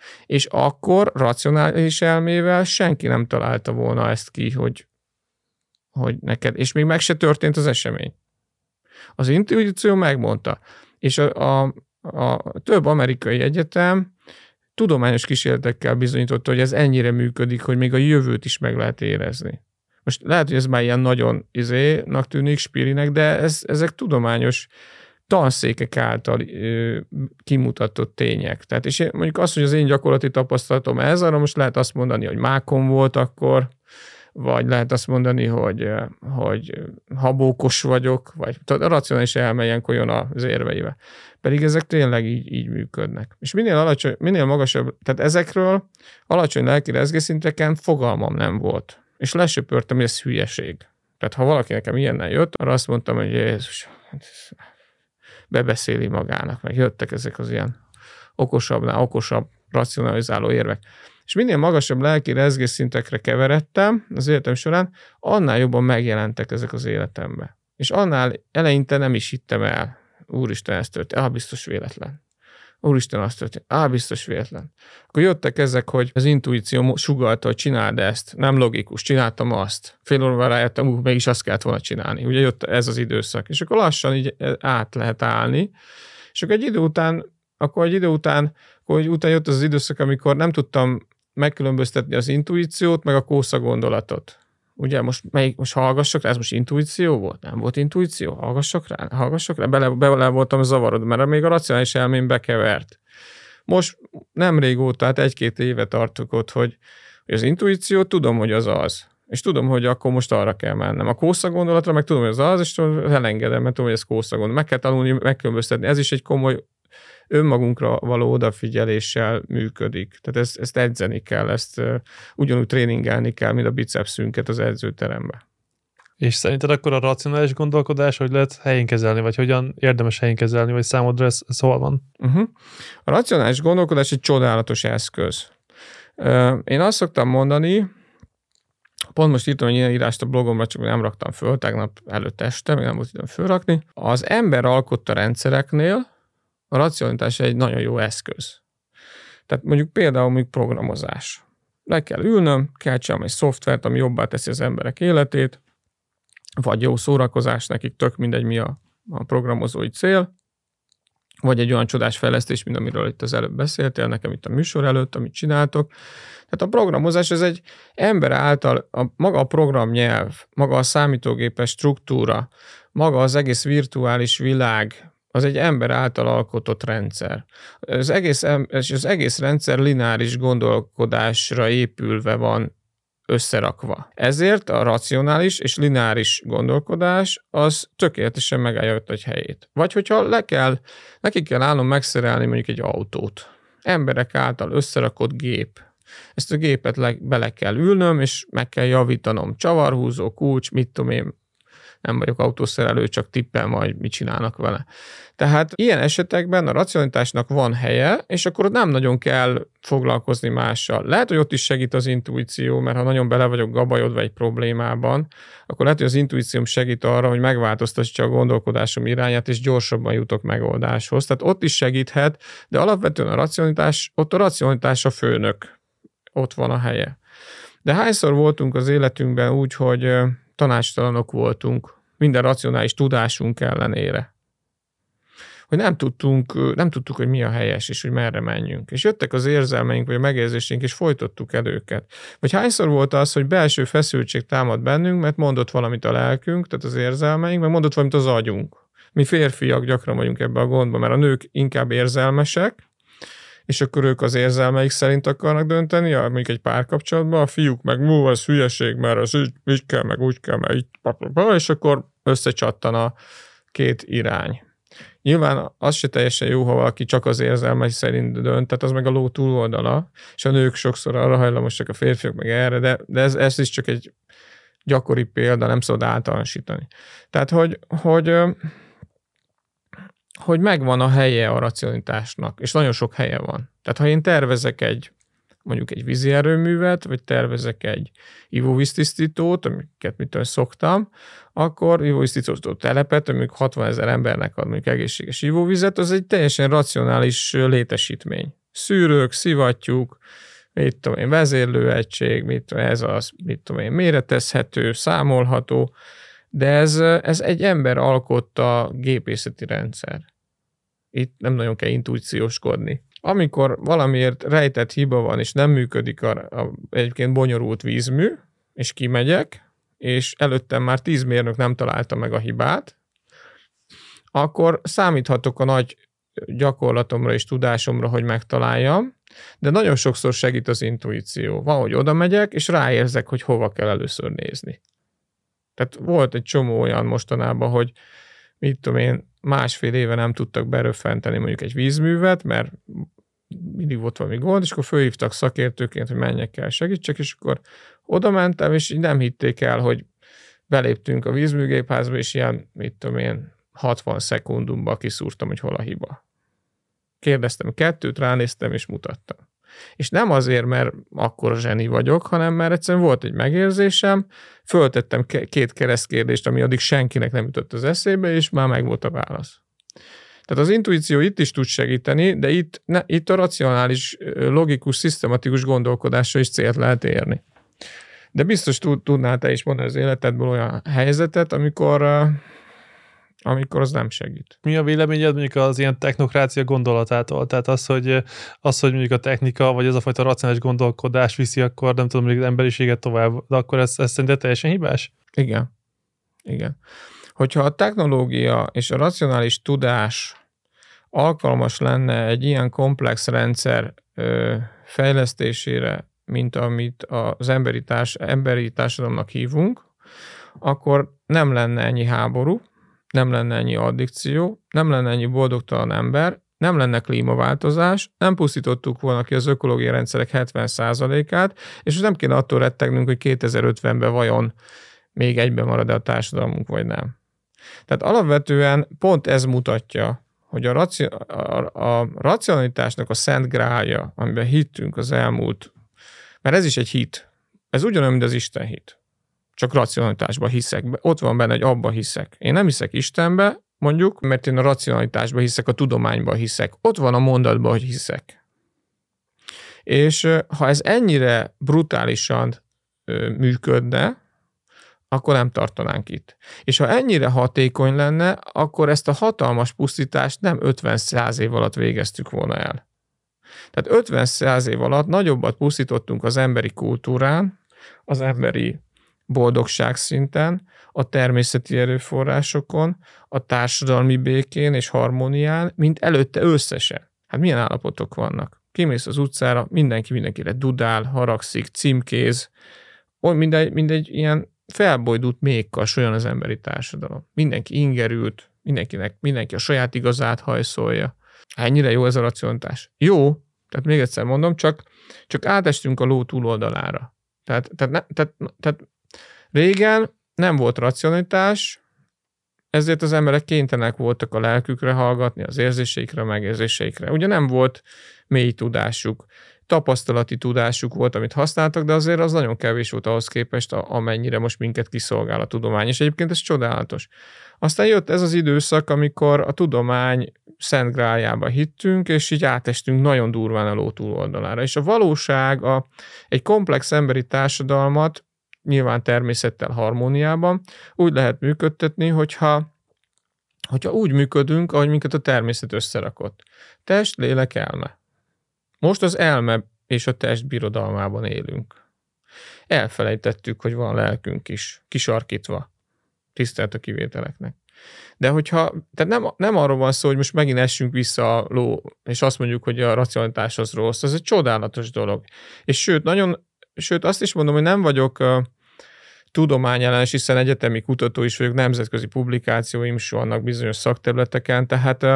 És akkor racionális elmével senki nem találta volna ezt ki, hogy neked, és még meg se történt az esemény. Az intuíció megmondta. És a több amerikai egyetem tudományos kísérletekkel bizonyította, hogy ez ennyire működik, hogy még a jövőt is meg lehet érezni. Most lehet, hogy ez már ilyen nagyon izénak tűnik, spirinek, de ezek tudományos tanszékek által kimutatott tények. Tehát, és mondjuk azt, hogy az én gyakorlati tapasztalatom ez, arra most lehet azt mondani, hogy mákon volt akkor, vagy lehet azt mondani, hogy habókos vagyok, vagy a racionális elme ilyenkor jön az érveivel. Pedig ezek tényleg így működnek. És minél magasabb, tehát ezekről alacsony lelki rezgésszinteken fogalmam nem volt. És lesöpörtem, hogy ez hülyeség. Tehát ha valaki nekem ilyennel jött, arra azt mondtam, hogy Jézus, bebeszéli magának, meg jöttek ezek az ilyen okosabbnál okosabb, racionalizáló érvek. És minél magasabb lelki rezgésszintekre keveredtem az életem során, annál jobban megjelentek ezek az életembe. És annál eleinte nem is hittem el. Úristen, ez történt. Biztos véletlen. Úristen, azt történt. Biztos véletlen. Akkor jöttek ezek, hogy az intuíció sugallta, hogy csináld ezt. Nem logikus, csináltam azt. Fél óra rájöttem, mégis azt kellett volna csinálni. Ugye jött ez az időszak. És akkor lassan így át lehet állni. És akkor egy idő után jött az időszak, amikor nem tudtam megkülönböztetni az intuíciót, meg a kósza gondolatot. Ugye most hallgassak rá, ez most intuíció volt? Nem volt intuíció? Hallgassak rá? Bele voltam zavarod, mert még a racionális elmém bekevert. Most nem régóta, hát 1-2 éve tartok ott, hogy az intuíció, tudom, hogy az. És tudom, hogy akkor most arra kell mennem. A kósza gondolatra meg tudom, hogy az, és elengedem, mert tudom, hogy ez kósza gondolat. Meg kell tanulni, megkülönböztetni. Ez is egy komoly önmagunkra való odafigyeléssel működik. Tehát ezt edzeni kell, ezt ugyanúgy tréningelni kell, mint a bicepsünket az edzőterembe. És szerinted akkor a racionális gondolkodás, hogy lehet helyén kezelni, vagy hogyan érdemes helyén kezelni, vagy számodra ez hol van? A racionális gondolkodás egy csodálatos eszköz. Én azt szoktam mondani, pont most írtam egy ilyen írást a blogomra, csak nem raktam föl, tegnap előtt este, még nem volt időm fölrakni. Az ember alkotta rendszereknél a racionalitás egy nagyon jó eszköz. Tehát mondjuk például programozás. Le kell ülnöm, kell csinálni egy szoftvert, ami jobbá teszi az emberek életét, vagy jó szórakozás nekik, tök mindegy, mi a programozói cél, vagy egy olyan csodás fejlesztés, mint amiről itt az előbb beszéltél, nekem itt a műsor előtt, amit csináltok. Tehát a programozás ez egy ember által, maga a programnyelv, maga a számítógépes struktúra, maga az egész virtuális világ, az egy ember által alkotott rendszer. Az egész rendszer lineáris gondolkodásra épülve van összerakva. Ezért a racionális és lineáris gondolkodás az tökéletesen megállja ott egy helyét. Vagy hogyha neki kell állnom megszerelni mondjuk egy autót. Emberek által összerakott gép. Ezt a gépet bele kell ülnöm, és meg kell javítanom. Csavarhúzó, kulcs, mit tudom én, nem vagyok autószerelő, csak tippel majd mit csinálnak vele. Tehát ilyen esetekben a racionalitásnak van helye, és akkor nem nagyon kell foglalkozni mással. Lehet, hogy ott is segít az intuíció, mert ha nagyon bele vagyok gabajodva egy problémában, akkor lehet, hogy az intuícióm segít arra, hogy megváltoztassa a gondolkodásom irányát, és gyorsabban jutok megoldáshoz. Tehát ott is segíthet, de alapvetően a racionalitás a főnök. Ott van a helye. De hányszor voltunk az életünkben úgy, hogy tanácstalanok voltunk, minden racionális tudásunk ellenére. Hogy nem tudtuk, hogy mi a helyes, és hogy merre menjünk. És jöttek az érzelmeink, vagy a megérzéseink, és folytottuk el őket. Vagy hányszor volt az, hogy belső feszültség támad bennünk, mert mondott valamit a lelkünk, tehát az érzelmeink, meg mondott valamit az agyunk. Mi férfiak gyakran vagyunk ebbe a gondba, mert a nők inkább érzelmesek, és akkor ők az érzelmeik szerint akarnak dönteni, mondjuk egy párkapcsolatban, a fiúk meg az hülyeség, mert az így kell, meg úgy kell, mert így, és akkor összecsattan a két irány. Nyilván az se teljesen jó, ha valaki csak az érzelmei szerint dönt, tehát az meg a ló túloldala, és a nők sokszor arra hajlamosak, a férfiak meg erre, de ez is csak egy gyakori példa, nem szabad általánosítani. Tehát, hogy megvan a helye a racionalitásnak, és nagyon sok helye van. Tehát, ha én tervezek mondjuk egy vízi erőművet, vagy tervezek egy ivóvíztisztítót, amiket szoktam, akkor ivóvíztisztító telepet, amik 60 000 embernek ad mondjuk egészséges ivóvizet, az egy teljesen racionális létesítmény. szűrők, szivattyúk, mit tudom én, vezérlőegység, ez az, mit tudom én, méretezhető, számolható, de ez egy ember alkotta gépészeti rendszer. Itt nem nagyon kell intuícióskodni. Amikor valamiért rejtett hiba van, és nem működik a egyébként bonyolult vízmű, és kimegyek, és előttem már 10 mérnök nem találta meg a hibát, akkor számíthatok a nagy gyakorlatomra és tudásomra, hogy megtaláljam, de nagyon sokszor segít az intuíció. Van, hogy oda megyek, és ráérzek, hogy hova kell először nézni. Tehát volt egy csomó olyan mostanában, hogy mit tudom én, 1,5 éve nem tudtak beröffenteni mondjuk egy vízművet, mert mindig volt valami gond, és akkor fölhívtak szakértőként, hogy menjek el, segítsek, és akkor oda mentem, és így nem hitték el, hogy beléptünk a vízműgépházba, és ilyen, mit tudom én, 60 szekundumban kiszúrtam, hogy hol a hiba. Kérdeztem 2, ránéztem, és mutattam. És nem azért, mert akkora zseni vagyok, hanem mert egyszerűen volt egy megérzésem, föltettem 2 keresztkérdést, ami addig senkinek nem jutott az eszébe, és már megvolt a válasz. Tehát az intuíció itt is tud segíteni, de itt a racionális, logikus, szisztematikus gondolkodással is célt lehet érni. De biztos tudnál te is mondani az életedből olyan helyzetet, amikor az nem segít. Mi a véleményed mondjuk az ilyen technokrácia gondolatától? Tehát az, hogy mondjuk a technika, vagy ez a fajta racionális gondolkodás viszi, akkor nem tudom, mondjuk az emberiséget tovább, de akkor ez szerinted teljesen hibás? Igen. Hogyha a technológia és a racionális tudás alkalmas lenne egy ilyen komplex rendszer fejlesztésére, mint amit az emberi társadalomnak hívunk, akkor nem lenne ennyi háború, nem lenne ennyi addikció, nem lenne ennyi boldogtalan ember, nem lenne klímaváltozás, nem pusztítottuk volna ki az ökológiai rendszerek 70%-át, és most nem kéne attól rettegnünk, hogy 2050-ben vajon még egyben marad-e a társadalmunk, vagy nem. Tehát alapvetően pont ez mutatja, hogy a racionalitásnak a szent grálja, amiben hittünk az elmúlt, mert ez is egy hit, ez ugyanolyan, mint az Isten hit. Csak racionalitásban hiszek. Ott van benne, hogy abba hiszek. Én nem hiszek Istenbe, mondjuk, mert én a racionalitásban hiszek, a tudományban hiszek. Ott van a mondatban, hogy hiszek. És ha ez ennyire brutálisan működne, akkor nem tartanánk itt. És ha ennyire hatékony lenne, akkor ezt a hatalmas pusztítást nem 50-100 év alatt végeztük volna el. Tehát 50-100 év alatt nagyobbat pusztítottunk az emberi kultúrán, az emberi boldogság szinten, a természeti erőforrásokon, a társadalmi békén és harmónián, mint előtte összesen. Hát milyen állapotok vannak? Kimész az utcára, mindenkire dudál, haragszik, címkéz, mindegy ilyen felbojdult méhkas olyan az emberi társadalom. Mindenki ingerült, mindenki a saját igazát hajszolja. Ennyire jó ez a racionalitás? Jó, tehát még egyszer mondom, csak átestünk a ló túloldalára. Tehát régen nem volt racionalitás, ezért az emberek kénytelenek voltak a lelkükre hallgatni, az érzéseikre, a megérzéseikre. Ugye nem volt mély tudásuk, tapasztalati tudásuk volt, amit használtak, de azért az nagyon kevés volt ahhoz képest, amennyire most minket kiszolgál a tudomány, és egyébként ez csodálatos. Aztán jött ez az időszak, amikor a tudomány szent gráljába hittünk, és így átestünk nagyon durván a ló túloldalára. És a valóság egy komplex emberi társadalmat, nyilván természettel harmóniában, úgy lehet működtetni, hogyha úgy működünk, ahogy minket a természet összerakott. Test, lélek, elme. Most az elme és a test birodalmában élünk. Elfelejtettük, hogy van lelkünk is, kisarkítva. Tisztelt a kivételeknek. De tehát nem arról van szó, hogy most megint essünk vissza a ló, és azt mondjuk, hogy a racionalitás az rossz, az egy csodálatos dolog. És sőt azt is mondom, hogy nem vagyok tudományellenes, hiszen egyetemi kutató is vagyok, nemzetközi publikációim is vannak bizonyos szakterületeken, tehát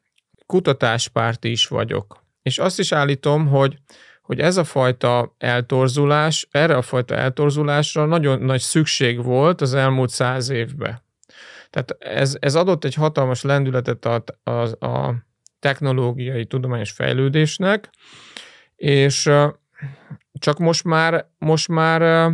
kutatáspárti is vagyok. És azt is állítom, hogy ez a fajta eltorzulás, erre a fajta eltorzulásra nagyon nagy szükség volt az elmúlt 100 évben. Tehát ez adott egy hatalmas lendületet a technológiai tudományos fejlődésnek, és csak most már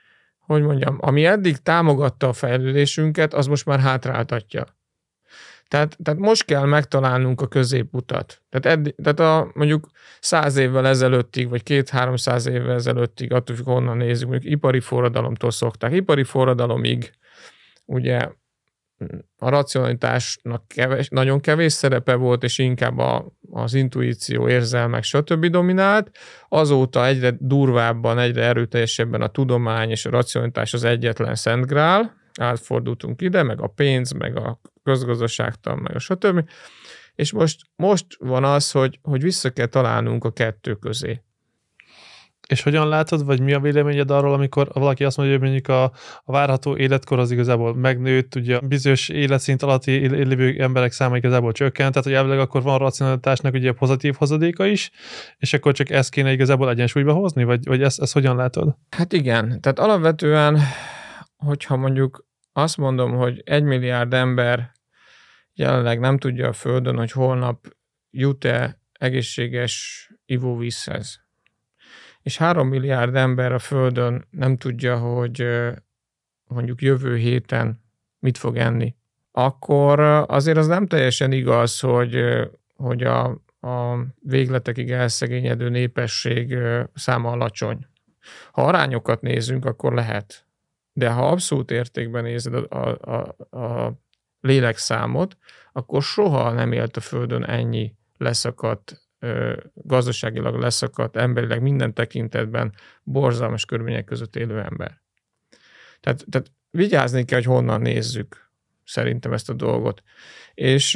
hogy mondjam, ami eddig támogatta a fejlődésünket, az most már hátráltatja. Tehát most kell megtalálnunk a középutat. Tehát mondjuk 100 évvel ezelőttig, vagy 200-300 évvel ezelőttig, attól függ, honnan nézzük, mondjuk ipari forradalomtól szokták. Ipari forradalomig ugye a racionalitásnak nagyon kevés szerepe volt, és inkább az intuíció, érzelmek, stb. Dominált. Azóta egyre durvábban, egyre erőteljesebben a tudomány és a racionalitás az egyetlen szent grál. Átfordultunk ide, meg a pénz, meg a közgazdaságtan, meg a stb. És most van az, hogy vissza kell találnunk a kettő közé. És hogyan látod, vagy mi a véleményed arról, amikor valaki azt mondja, hogy mondjuk a várható életkor az igazából megnőtt, ugye a bizonyos életszint alatti lévő emberek száma igazából csökkent, tehát hogy elvileg akkor van a racionalitásnak ugye a pozitív hozadéka is, és akkor csak ezt kéne igazából egyensúlyba hozni, vagy ezt hogyan látod? Hát igen, tehát alapvetően, hogyha mondjuk azt mondom, hogy 1 milliárd ember jelenleg nem tudja a Földön, hogy holnap jut-e egészséges ivóvízhez, és 3 milliárd ember a Földön nem tudja, hogy mondjuk jövő héten mit fog enni, akkor azért az nem teljesen igaz, hogy a végletekig elszegényedő népesség száma alacsony. Ha arányokat nézünk, akkor lehet. De ha abszolút értékben nézed a lélekszámot, akkor soha nem élt a Földön ennyi leszakadt, gazdaságilag leszakadt, emberileg minden tekintetben borzalmas körülmények között élő ember. Tehát vigyázni kell, hogy honnan nézzük szerintem ezt a dolgot. És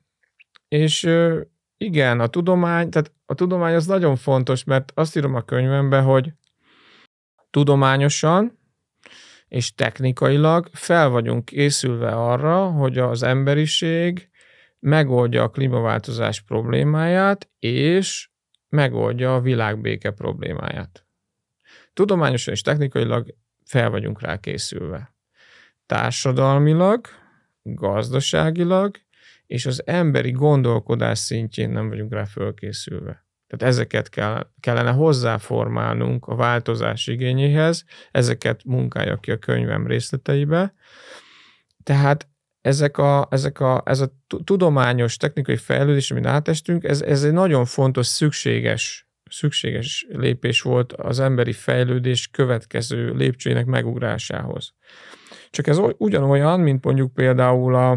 igen, a tudomány az nagyon fontos, mert azt írom a könyvemben, hogy tudományosan és technikailag fel vagyunk készülve arra, hogy az emberiség megoldja a klímaváltozás problémáját, és megoldja a világbéke problémáját. Tudományosan és technikailag fel vagyunk rá készülve. Társadalmilag, gazdaságilag, és az emberi gondolkodás szintjén nem vagyunk rá fölkészülve. Tehát ezeket kellene hozzáformálnunk a változás igényéhez, ezeket munkálja ki a könyvem részleteibe. Tehát ez a tudományos, technikai fejlődés, amit átestünk, ez egy nagyon fontos, szükséges lépés volt az emberi fejlődés következő lépcsőjének megugrásához. Csak ez ugyanolyan, mint mondjuk például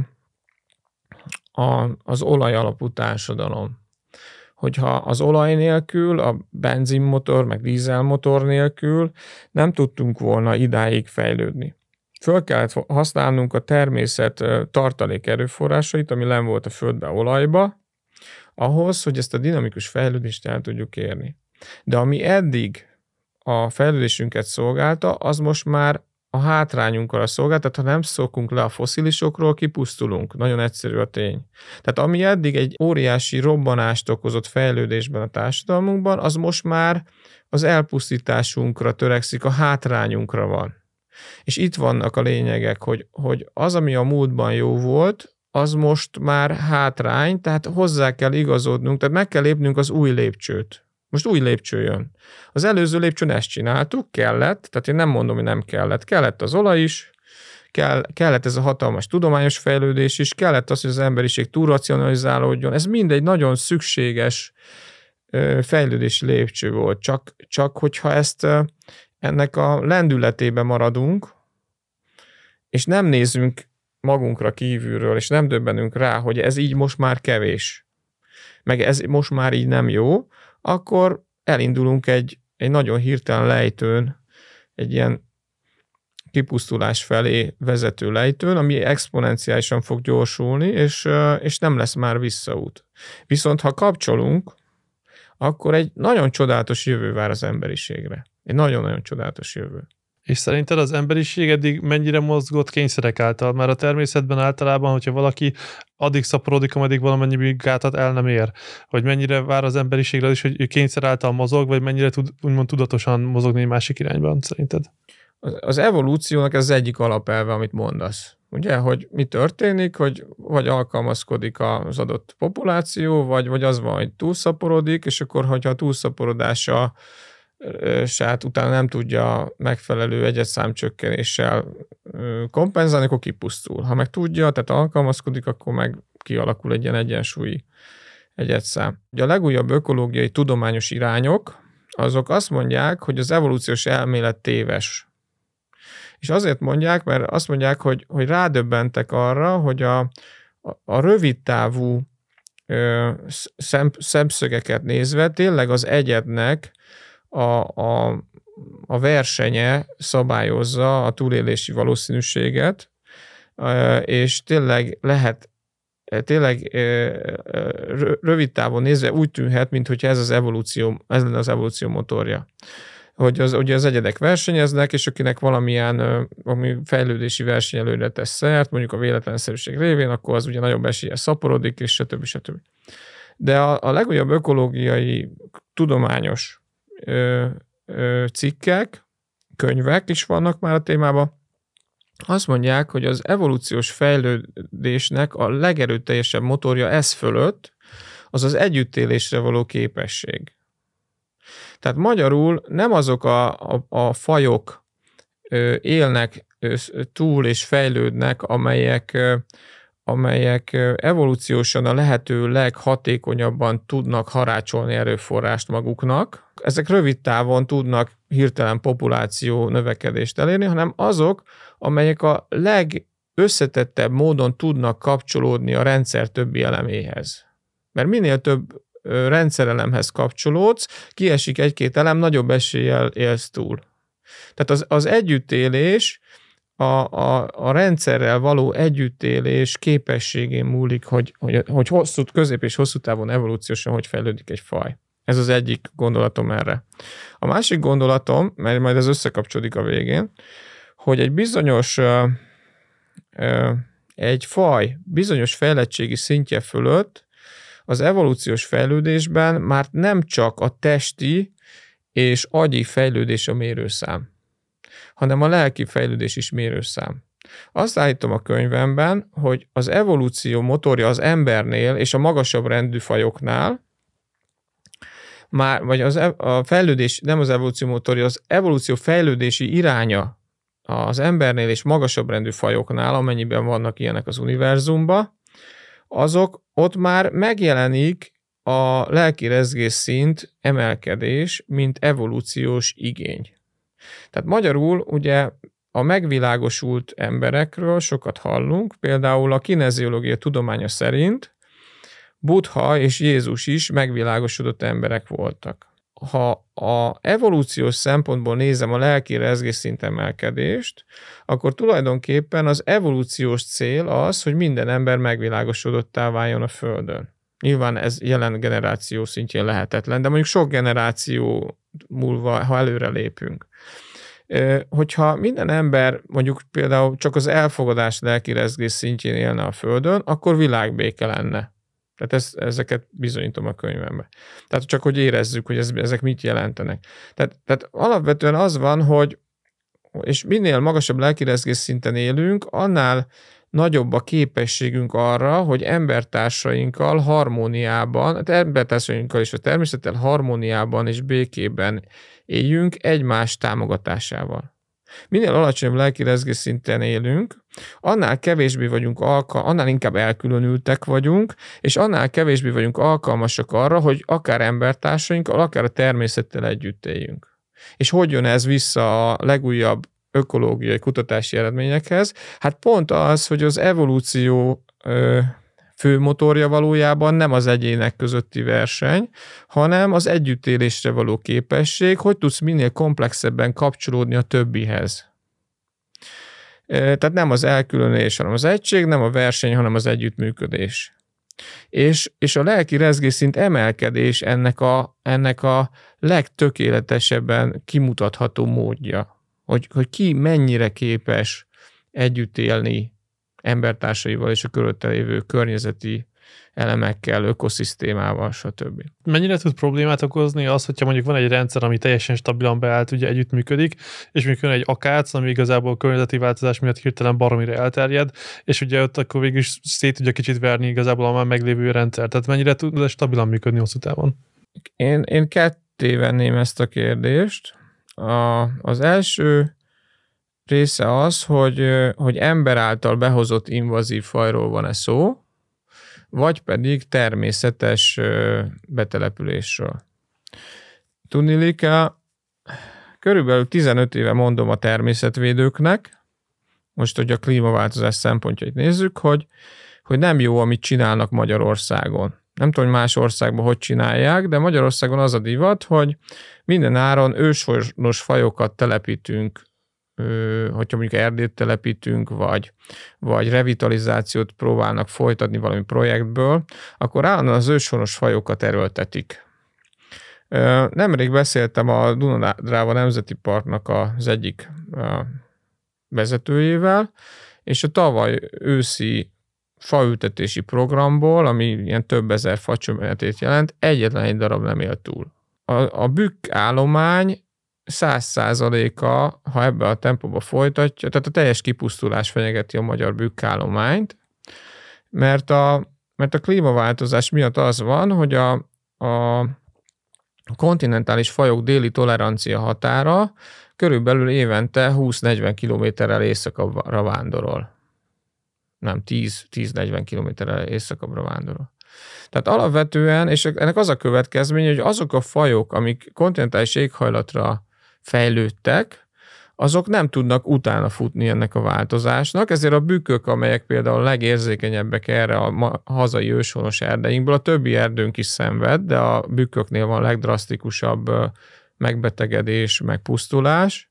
az olaj alapú társadalom. Hogyha az olaj nélkül, a benzinmotor, meg dízelmotor nélkül nem tudtunk volna idáig fejlődni. Föl kellett használnunk a természet tartalék erőforrásait, ami lenn volt a földbe, olajba, ahhoz, hogy ezt a dinamikus fejlődést el tudjuk érni. De ami eddig a fejlődésünket szolgálta, az most már a hátrányunkkal szolgál, tehát ha nem szokunk le a fosszilisokról, kipusztulunk. Nagyon egyszerű a tény. Tehát ami eddig egy óriási robbanást okozott fejlődésben a társadalmunkban, az most már az elpusztításunkra törekszik, a hátrányunkra van. És itt vannak a lényegek, hogy az, ami a múltban jó volt, az most már hátrány, tehát hozzá kell igazodnunk, tehát meg kell lépnünk az új lépcsőt. Most új lépcső jön. Az előző lépcsőn ezt csináltuk, kellett, tehát én nem mondom, hogy nem kellett. Kellett az olaj is, kellett ez a hatalmas tudományos fejlődés is, kellett az, hogy az emberiség túlracionalizálódjon. Ez mind egy nagyon szükséges fejlődési lépcső volt. Csak hogyha ennek a lendületébe maradunk, és nem nézzünk magunkra kívülről, és nem döbbenünk rá, hogy ez így most már kevés, meg ez most már így nem jó, akkor elindulunk egy nagyon hirtelen lejtőn, egy ilyen kipusztulás felé vezető lejtőn, ami exponenciálisan fog gyorsulni, és nem lesz már visszaút. Viszont ha kapcsolunk, akkor egy nagyon csodálatos jövő vár az emberiségre. Egy nagyon-nagyon csodálatos jövő. És szerinted az emberiség eddig mennyire mozgott kényszerek által? Már a természetben általában, hogyha valaki addig szaporodik, ameddig valamennyi gátat el nem ér. Vagy mennyire vár az emberiségre is, hogy ő kényszer által mozog, vagy mennyire tud úgymond tudatosan mozogni egy másik irányban, szerinted? Az evolúciónak ez az egyik alapelve, amit mondasz. Ugye, hogy mi történik, hogy vagy alkalmazkodik az adott populáció, vagy az van, hogy túlszaporodik, és akkor, hogyha a túlszaporodása utána nem tudja megfelelő egyedszámcsökkenéssel kompenzálni, akkor kipusztul. Ha meg tudja, tehát alkalmazkodik, akkor meg kialakul egy ilyen egyensúlyi egyedszám. Ugye a legújabb ökológiai tudományos irányok, azok azt mondják, hogy az evolúciós elmélet téves. És azért mondják, mert azt mondják, hogy rádöbbentek arra, hogy a rövidtávú szemszögeket nézve tényleg az egyednek a versenye szabályozza a túlélési valószínűséget, és tényleg lehet rövid távon nézve úgy tűnhet, mintha ez lenne az evolúció motorja. Hogy az egyedek versenyeznek, és akinek valamilyen fejlődési versenyelőre tesz szert, mondjuk a véletlenszerűség révén, akkor az ugye nagyobb eséllyel szaporodik, és stb. De a legújabb ökológiai tudományos cikkek, könyvek is vannak már a témában, azt mondják, hogy az evolúciós fejlődésnek a legerőteljesebb motorja ez fölött, az az együttélésre való képesség. Tehát magyarul nem azok a fajok élnek túl és fejlődnek, amelyek evolúciósan a lehető leghatékonyabban tudnak harácsolni erőforrást maguknak. Ezek rövid távon tudnak hirtelen populáció növekedést elérni, hanem azok, amelyek a legösszetettebb módon tudnak kapcsolódni a rendszer többi eleméhez. Mert minél több rendszerelemhez kapcsolódsz, kiesik egy-két elem, nagyobb eséllyel élsz túl. Tehát az együttélés, a rendszerrel való együttélés képességén múlik, hogy közép és hosszú távon evolúciósan hogy fejlődik egy faj. Ez az egyik gondolatom erre. A másik gondolatom, mert majd ez összekapcsolódik a végén, hogy egy faj bizonyos fejlettségi szintje fölött az evolúciós fejlődésben már nem csak a testi és agyi fejlődés a mérőszám, hanem a lelki fejlődés is mérőszám. Azt állítom a könyvemben, hogy az evolúció motorja az embernél és a magasabb rendű fajoknál, vagy a fejlődés, nem az evolúció motorja, az evolúció fejlődési iránya az embernél és magasabb rendű fajoknál, amennyiben vannak ilyenek az univerzumban, azok ott már megjelenik a lelki rezgésszint emelkedés, mint evolúciós igény. Tehát magyarul ugye a megvilágosult emberekről sokat hallunk, például a kineziológia tudománya szerint Buddha és Jézus is megvilágosodott emberek voltak. Ha a evolúciós szempontból nézem a lelki rezgésszint emelkedést, akkor tulajdonképpen az evolúciós cél az, hogy minden ember megvilágosodottá váljon a Földön. Nyilván ez jelen generáció szintjén lehetetlen, de mondjuk sok generáció múlva, ha előre lépünk. Hogyha minden ember mondjuk például csak az elfogadás lelki rezgés szintjén élne a Földön, akkor világbéke lenne. Tehát ezeket bizonyítom a könyvemben. Tehát csak hogy érezzük, hogy ezek mit jelentenek. Tehát alapvetően az van, hogy és minél magasabb lelkirezgés szinten élünk, annál nagyobb a képességünk arra, hogy embertársainkkal harmóniában, embertársainkkal és a természettel harmóniában és békében éljünk egymás támogatásával. Minél alacsonyabb lelkirezgés szinten élünk, annál kevésbé vagyunk annál inkább elkülönültek vagyunk, és annál kevésbé vagyunk alkalmasak arra, hogy akár embertársainkkal, akár a természettel együtt éljünk. És hogy jön ez vissza a legújabb ökológiai kutatási eredményekhez? Hát pont az, hogy az evolúció fő motorja valójában nem az egyének közötti verseny, hanem az együttélésre való képesség, hogy tudsz minél komplexebben kapcsolódni a többihez. Tehát nem az elkülönülés, hanem az egység, nem a verseny, hanem az együttműködés. És a lelki rezgésszint emelkedés ennek a legtökéletesebben kimutatható módja, hogy ki mennyire képes együtt élni embertársaival és a körülötte lévő környezeti elemekkel, ökoszisztémával, stb. Mennyire tud problémát okozni az, hogyha mondjuk van egy rendszer, ami teljesen stabilan beállt, ugye együttműködik, és mondjuk jön egy akác, ami igazából a környezeti változás miatt hirtelen baromira elterjed, és ugye ott akkor végül is szét tudja kicsit verni igazából a már meglévő rendszer. Tehát mennyire tud stabilan működni hosszú távon? Én ketté venném ezt a kérdést. Az első része az, hogy ember által behozott invazív fajról van-e szó, vagy pedig természetes betelepülésről. Tudniillik, körülbelül 15 éve mondom a természetvédőknek, most, hogy a klímaváltozás szempontjait nézzük, hogy nem jó, amit csinálnak Magyarországon. Nem tudom, hogy más országban hogy csinálják, de Magyarországon az a divat, hogy minden áron őshonos fajokat telepítünk, hogyha mondjuk erdőt telepítünk, vagy revitalizációt próbálnak folytatni valami projektből, akkor állandóan az őshonos fajokat erőltetik. Nemrég beszéltem a Duna-Dráva Nemzeti Parknak az egyik vezetőjével, és a tavaly őszi faültetési programból, ami ilyen több ezer facsömenetét jelent, egyetlen egy darab nem él túl. A bükk állomány 100%-a, ha ebbe a tempóba folytatja, tehát a teljes kipusztulás fenyegeti a magyar bükkállományt, mert a klímaváltozás miatt az van, hogy a kontinentális fajok déli tolerancia határa körülbelül évente 20-40 kilométerrel északabbra vándorol. Nem, 10-40 kilométerrel északabbra vándorol. Tehát alapvetően, és ennek az a következménye, hogy azok a fajok, amik kontinentális éghajlatra fejlődtek, azok nem tudnak utána futni ennek a változásnak, ezért a bükkök, amelyek például legérzékenyebbek erre a hazai őshonos erdeinkből, a többi erdőnk is szenved, de a bükköknél van a legdrasztikusabb megbetegedés, megpusztulás,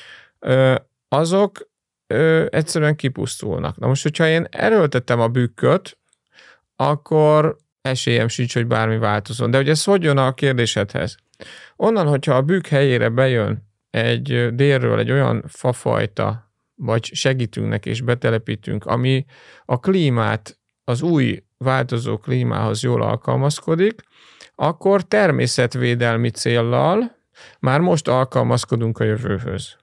azok egyszerűen kipusztulnak. Na most, hogyha én erőltetem a bükköt, akkor esélyem sincs, hogy bármi változon. De hogy ez hogy jön a kérdésedhez? Onnan, hogyha a bükk helyére bejön délről egy olyan fafajta, vagy segítünk neki és betelepítünk, ami a klímát, az új változó klímához jól alkalmazkodik, akkor természetvédelmi céllal már most alkalmazkodunk a jövőhöz.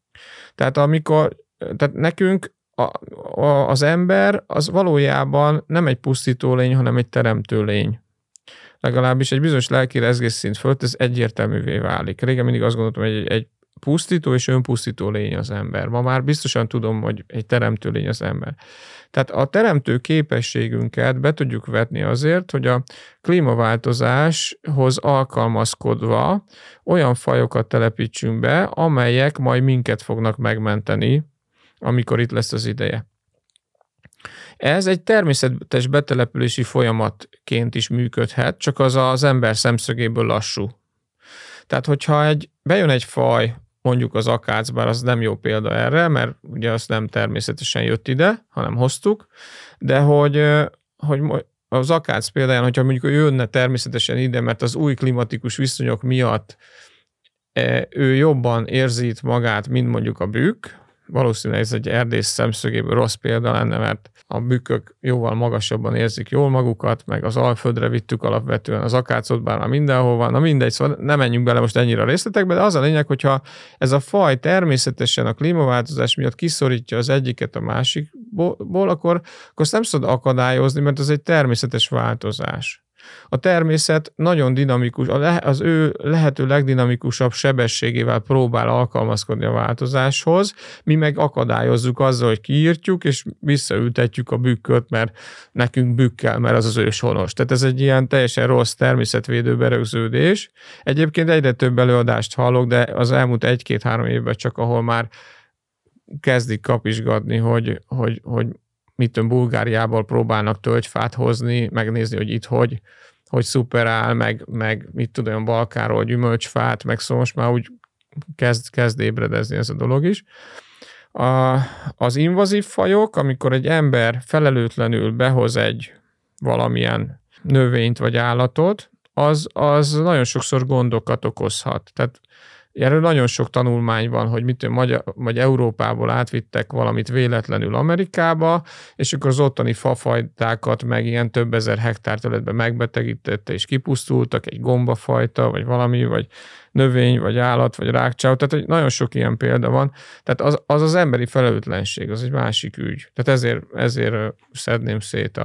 Tehát nekünk az ember az valójában nem egy pusztító lény, hanem egy teremtő lény. Legalábbis egy bizonyos lelki rezgésszint fölött ez egyértelművé válik. Régen mindig azt gondoltam, hogy egy pusztító és önpusztító lény az ember. Ma már biztosan tudom, hogy egy teremtő lény az ember. Tehát a teremtő képességünket be tudjuk vetni azért, hogy a klímaváltozáshoz alkalmazkodva olyan fajokat telepítsünk be, amelyek majd minket fognak megmenteni, amikor itt lesz az ideje. Ez egy természetes betelepülési folyamatként is működhet, csak az ember szemszögéből lassú. Tehát, hogyha bejön egy faj, mondjuk az akác, bár az nem jó példa erre, mert ugye az nem természetesen jött ide, hanem hoztuk, de hogy az akác példáján, hogyha mondjuk jönne természetesen ide, mert az új klimatikus viszonyok miatt ő jobban érzi itt magát, mint mondjuk a bükk, valószínűleg ez egy erdész szemszögéből rossz példa lenne, mert a bükkök jóval magasabban érzik jól magukat, meg az Alföldre vittük alapvetően az akácot, bár már mindenhol van, na mindegy, szóval nem menjünk bele most ennyire a részletekbe, de az a lényeg, hogyha ez a faj természetesen a klímaváltozás miatt kiszorítja az egyiket a másikból, akkor azt nem szabad akadályozni, mert ez egy természetes változás. A természet nagyon dinamikus, az ő lehető legdinamikusabb sebességével próbál alkalmazkodni a változáshoz, mi meg akadályozzuk azzal, hogy kiírtjuk, és visszaültetjük a bükköt, mert nekünk bükkel, mert az az őshonos. Tehát ez egy ilyen teljesen rossz természetvédő berögződés. Egyébként egyre több előadást hallok, de az elmúlt 1-2-3 évben csak, ahol már kezdik kapisgatni, hogy mit tudom, Bulgáriából próbálnak tölgyfát hozni, megnézni, hogy itt hogy szuperál, meg mit tudom, Balkánról gyümölcsfát, meg szóval most már úgy kezd ébredezni ez a dolog is. Az invazív fajok, amikor egy ember felelőtlenül behoz egy valamilyen növényt vagy állatot, az nagyon sokszor gondokat okozhat. Tehát erről nagyon sok tanulmány van, hogy vagy Európából átvittek valamit véletlenül Amerikába, és akkor az ottani fafajtákat meg ilyen több ezer hektár területben megbetegítette, és kipusztultak, egy gombafajta, vagy valami, vagy növény, vagy állat, vagy rákcsáó. Tehát nagyon sok ilyen példa van. Tehát az emberi felelőtlenség, az egy másik ügy. Tehát ezért szedném szét a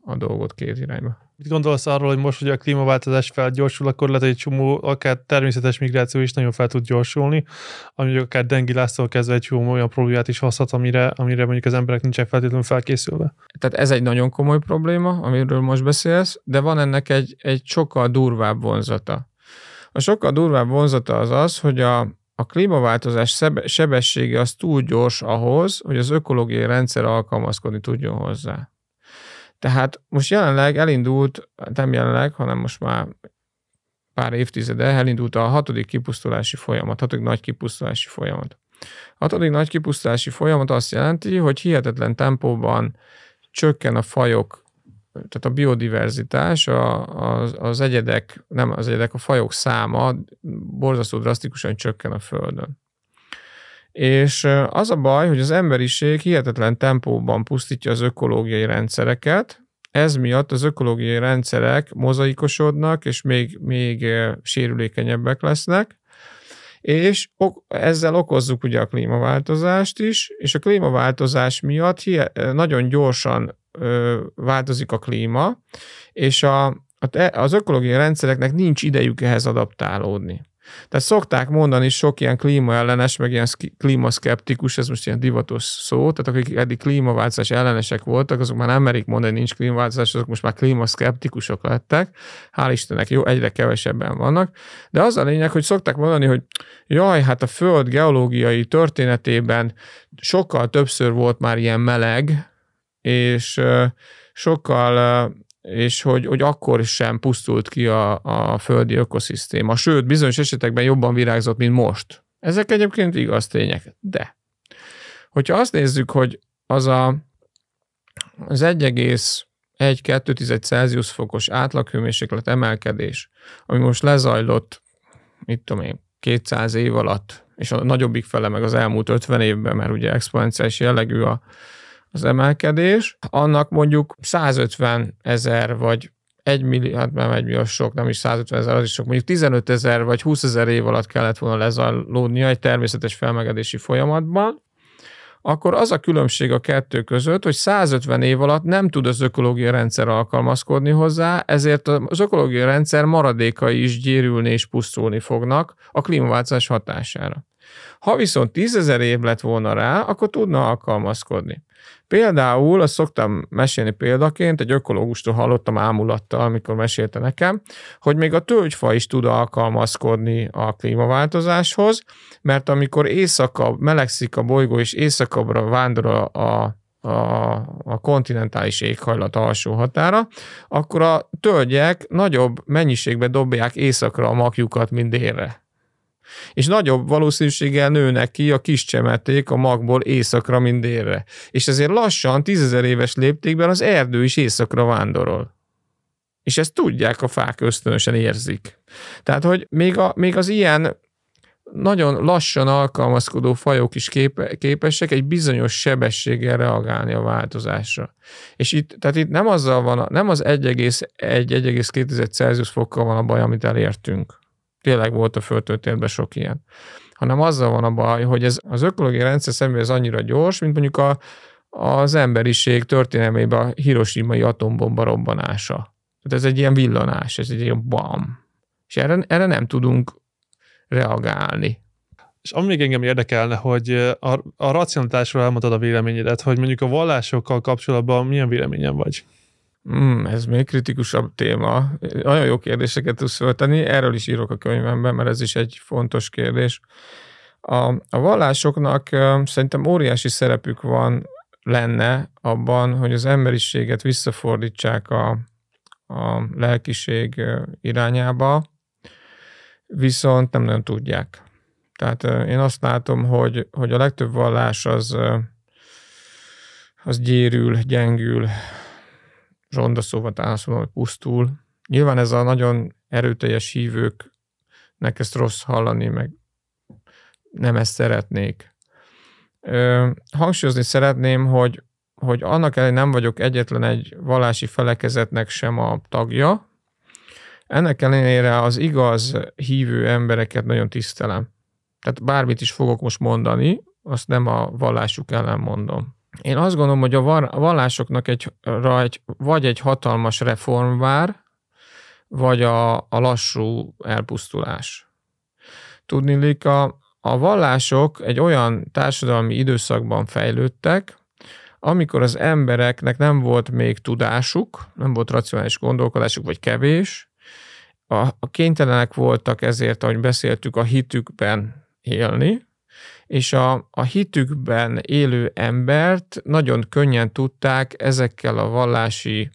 a dolgot két irányba. Mit gondolsz arról, hogy most, hogy a klímaváltozás felgyorsul, akkor lehet, hogy egy csomó, akár természetes migráció is nagyon fel tud gyorsulni, ami akár dengilásztól kezdve egy csomó olyan problémát is hozhat, amire mondjuk az emberek nincsenek feltétlenül felkészülve. Tehát ez egy nagyon komoly probléma, amiről most beszélsz, de van ennek egy sokkal durvább vonzata. A sokkal durvább vonzata az, hogy a klímaváltozás sebessége az túl gyors ahhoz, hogy az ökológiai rendszer alkalmazkodni tudjon hozzá. Tehát most jelenleg elindult, nem jelenleg, hanem most már pár évtizede elindult a 6. kipusztulási folyamat, 6. nagy kipusztulási folyamat. A 6. nagy kipusztulási folyamat azt jelenti, hogy hihetetlen tempóban csökken a fajok, tehát a biodiverzitás, az egyedek, nem az egyedek, a fajok száma borzasztó drasztikusan csökken a Földön. És az a baj, hogy az emberiség hihetetlen tempóban pusztítja az ökológiai rendszereket, ez miatt az ökológiai rendszerek mozaikosodnak, és még sérülékenyebbek lesznek, és ezzel okozzuk ugye a klímaváltozást is, és a klímaváltozás miatt nagyon gyorsan változik a klíma, és az ökológiai rendszereknek nincs idejük ehhez adaptálódni. Tehát szokták mondani sok ilyen klímaellenes, meg ilyen klímaszkeptikus, ez most ilyen divatos szó, tehát akik eddig klímaváltozás ellenesek voltak, azok már nem merik mondani, hogy nincs klímaváltozás, azok most már klímaszkeptikusok lettek. Hál' Istennek, jó, egyre kevesebben vannak. De az a lényeg, hogy szokták mondani, hogy jaj, hát a Föld geológiai történetében sokkal többször volt már ilyen meleg, és és hogy akkor sem pusztult ki a földi ökoszisztéma. Sőt, bizonyos esetekben jobban virágzott, mint most. Ezek egyébként igaz tények. De, hogyha azt nézzük, hogy az 1,1-2 Celsius fokos átlaghőmérséklet emelkedés, ami most lezajlott, 200 év alatt, és a nagyobbik fele meg az elmúlt 50 évben, mert ugye exponenciális jellegű az emelkedés, annak mondjuk 150 000 vagy 1 millió, hát nem 1 millió sok, nem is 150 000, az is sok, mondjuk 15 000 vagy 20 000 év alatt kellett volna lezajlódnia egy természetes felmelegedési folyamatban, akkor az a különbség a kettő között, hogy 150 év alatt nem tud az ökológiai rendszer alkalmazkodni hozzá, ezért az ökológiai rendszer maradékai is gyérülni és pusztulni fognak a klímaváltozás hatására. Ha viszont 10 000 év lett volna rá, akkor tudna alkalmazkodni. Például, azt szoktam mesélni példaként, egy ökológustól hallottam ámulattal, amikor mesélte nekem, hogy még a tölgyfa is tud alkalmazkodni a klímaváltozáshoz, mert amikor melegszik a bolygó és északabbra vándorol a kontinentális éghajlat alsó határa, akkor a tölgyek nagyobb mennyiségbe dobják északra a magjukat, mint délre. És nagyobb valószínűséggel nőnek ki a kis csemeték a magból északra, mint délre. És ezért lassan 10 000 éves léptékben az erdő is északra vándorol. És ezt tudják, a fák ösztönösen érzik. Tehát, hogy még az ilyen nagyon lassan alkalmazkodó fajok is képesek egy bizonyos sebességgel reagálni a változásra. És itt nem azzal van, nem az 1,2 Celsius fokkal van a baj, amit elértünk. Tényleg volt a földtörténetben sok ilyen. Hanem azzal van a baj, hogy ez az ökológiai rendszer szemben ez annyira gyors, mint mondjuk az emberiség történelmében a hiroshimai atombomba robbanása. Tehát ez egy ilyen villanás, ez egy ilyen bam. És erre nem tudunk reagálni. És ami még engem érdekelne, hogy a racionalitásról elmondod a véleményedet, hogy mondjuk a vallásokkal kapcsolatban milyen véleményen vagy? Ez még kritikusabb téma. Nagyon jó kérdéseket tudsz föltenni, erről is írok a könyvemben, mert ez is egy fontos kérdés. A vallásoknak szerintem óriási szerepük lenne abban, hogy az emberiséget visszafordítsák a lelkiség irányába, viszont nem nagyon tudják. Tehát én azt látom, hogy a legtöbb vallás az gyérül, gyengül, ronda szóval talán azt mondom, hogy pusztul. Nyilván ez a nagyon erőteljes hívőknek ezt rossz hallani, meg nem ezt szeretnék. Hangsúlyozni szeretném, hogy annak ellenére nem vagyok egyetlen egy vallási felekezetnek sem a tagja, ennek ellenére az igaz hívő embereket nagyon tisztelem. Tehát bármit is fogok most mondani, azt nem a vallásuk ellen mondom. Én azt gondolom, hogy a vallásoknak vagy egy hatalmas reform vár, vagy a lassú elpusztulás. Tudniillik, a vallások egy olyan társadalmi időszakban fejlődtek, amikor az embereknek nem volt még tudásuk, nem volt racionális gondolkodásuk, vagy kevés, a kénytelenek voltak ezért, ahogy beszéltük, a hitükben élni, és a hitükben élő embert nagyon könnyen tudták ezekkel a vallási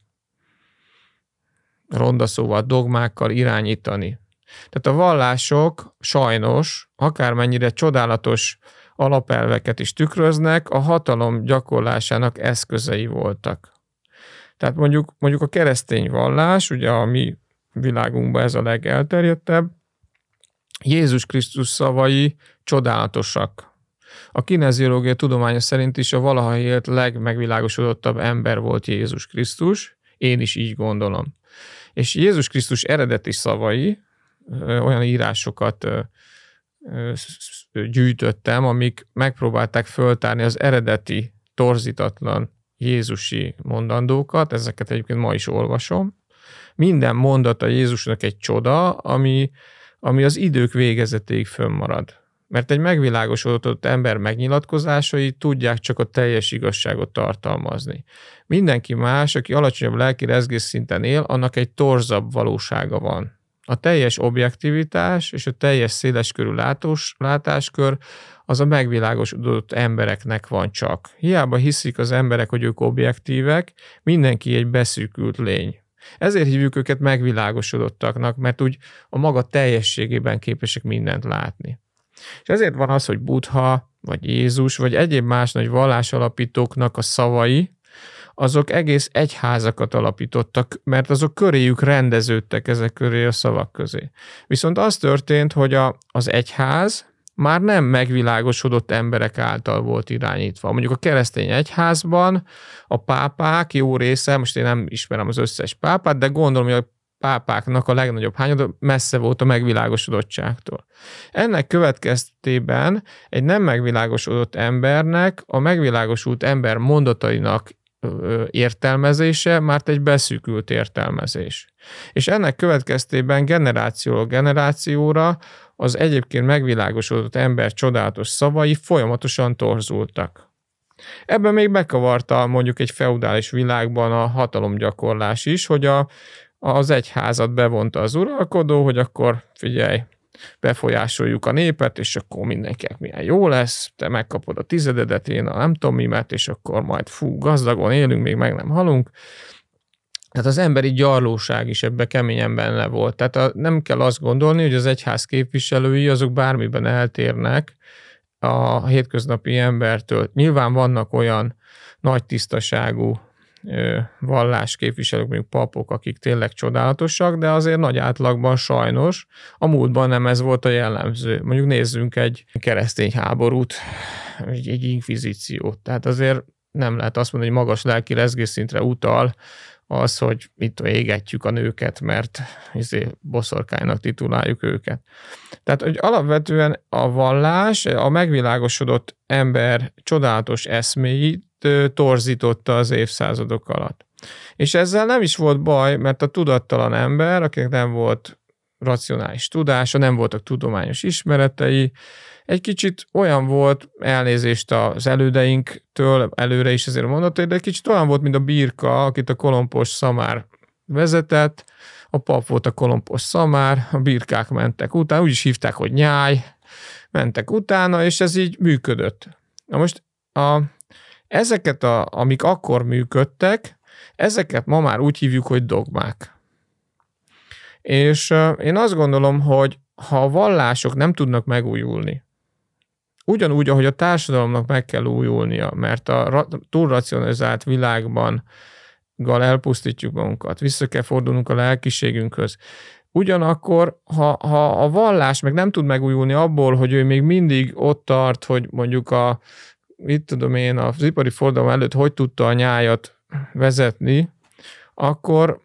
ronda szóval dogmákkal irányítani. Tehát a vallások sajnos, akármennyire csodálatos alapelveket is tükröznek, a hatalom gyakorlásának eszközei voltak. Tehát mondjuk a keresztény vallás, ugye a mi világunkban ez a legelterjedtebb, Jézus Krisztus szavai csodálatosak. A kineziológia tudománya szerint is a valaha élt legmegvilágosodottabb ember volt Jézus Krisztus, én is így gondolom. És Jézus Krisztus eredeti szavai, olyan írásokat gyűjtöttem, amik megpróbálták föltárni az eredeti, torzítatlan jézusi mondandókat, ezeket egyébként ma is olvasom. Minden mondata Jézusnak egy csoda, ami az idők végezetéig fönnmarad. Mert egy megvilágosodott ember megnyilatkozásai tudják csak a teljes igazságot tartalmazni. Mindenki más, aki alacsonyabb lelki rezgésszinten él, annak egy torzabb valósága van. A teljes objektivitás és a teljes széleskörű látáskör az a megvilágosodott embereknek van csak. Hiába hiszik az emberek, hogy ők objektívek, mindenki egy beszűkült lény. Ezért hívjuk őket megvilágosodottaknak, mert úgy a maga teljességében képesek mindent látni. És ezért van az, hogy Buddha, vagy Jézus, vagy egyéb más nagy vallásalapítóknak a szavai, azok egész egyházakat alapítottak, mert azok köréjük rendeződtek ezek köré a szavak közé. Viszont az történt, hogy az egyház már nem megvilágosodott emberek által volt irányítva. Mondjuk a keresztény egyházban a pápák jó része, most én nem ismerem az összes pápát, de gondolom, hogy a pápáknak a legnagyobb hányada messze volt a megvilágosodottságtól. Ennek következtében egy nem megvilágosodott embernek a megvilágosult ember mondatainak értelmezése már egy beszűkült értelmezés. És ennek következtében generációról generációra az egyébként megvilágosodott ember csodálatos szavai folyamatosan torzultak. Ebben még bekavarta mondjuk egy feudális világban a hatalomgyakorlás is, hogy az egyházat bevonta az uralkodó, hogy akkor figyelj, befolyásoljuk a népet, és akkor mindenkinek milyen jó lesz, te megkapod a tizededet, én a nem tudom mimet, és akkor majd gazdagon élünk, még meg nem halunk. Tehát az emberi gyarlóság is ebbe keményen benne volt. Tehát nem kell azt gondolni, hogy az egyház képviselői azok bármiben eltérnek a hétköznapi embertől. Nyilván vannak olyan nagy tisztaságú vallásképviselők, mondjuk papok, akik tényleg csodálatosak, de azért nagy átlagban sajnos a múltban nem ez volt a jellemző. Mondjuk nézzünk egy keresztény háborút, egy inkvizíciót. Tehát azért nem lehet azt mondani, hogy magas lelki rezgésszintre utal az, hogy mit égetjük a nőket, mert boszorkánynak tituláljuk őket. Tehát, hogy alapvetően a vallás, a megvilágosodott ember csodálatos eszméit torzította az évszázadok alatt. És ezzel nem is volt baj, mert a tudattalan ember, akinek nem volt racionális tudása, nem voltak tudományos ismeretei, egy kicsit olyan volt, elnézést az elődeinktől, előre is ezért mondott, de egy kicsit olyan volt, mint a birka, akit a kolompos szamár vezetett, a pap volt a kolompos szamár, a birkák mentek utána, úgy is hívták, hogy nyáj, mentek utána, és ez így működött. Na most ezeket, amik akkor működtek, ezeket ma már úgy hívjuk, hogy dogmák. És én azt gondolom, hogy ha a vallások nem tudnak megújulni, ugyanúgy, ahogy a társadalomnak meg kell újulnia, mert a túlracionalizált világban elpusztítjuk magunkat, vissza kell fordulnunk a lelkiségünkhöz. Ugyanakkor, ha a vallás meg nem tud megújulni abból, hogy ő még mindig ott tart, hogy mondjuk az ipari forradalom előtt hogy tudta a nyájat vezetni, akkor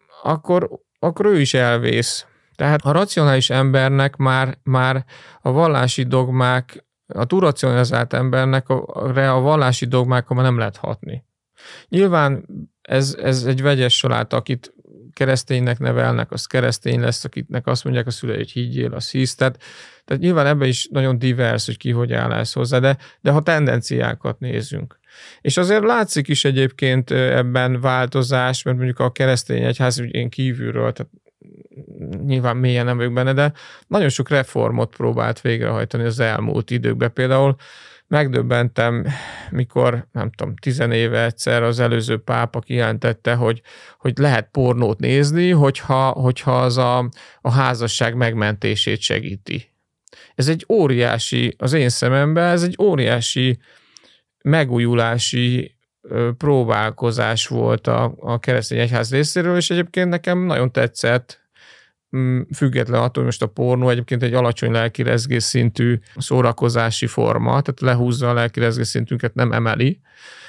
ő is elvész. Tehát a racionális embernek már a vallási dogmák a túlracionalizált embernek a vallási dogmákkal nem lehet hatni. Nyilván ez egy vegyes saláta, akit kereszténynek nevelnek, az keresztény lesz, akitnek azt mondják a szülei, hogy higgyél, az hisz. Tehát nyilván ebben is nagyon divers, hogy ki hogy áll ez hozzá, de ha tendenciákat nézzünk. És azért látszik is egyébként ebben változás, mert mondjuk a keresztény egyház én kívülről, tehát nyilván mélyen nem vagyok benne, de nagyon sok reformot próbált végrehajtani az elmúlt időkben. Például megdöbbentem, mikor, nem tudom, 10 éve egyszer az előző pápa kijelentette, hogy lehet pornót nézni, hogyha az a házasság megmentését segíti. Ez egy óriási, az én szememben, ez egy óriási megújulási próbálkozás volt a keresztény egyház részéről, és egyébként nekem nagyon tetszett, független attól, hogy most a pornó egyébként egy alacsony lelkirezgés szintű szórakozási forma, tehát lehúzza a lelkirezgés szintünket, nem emeli,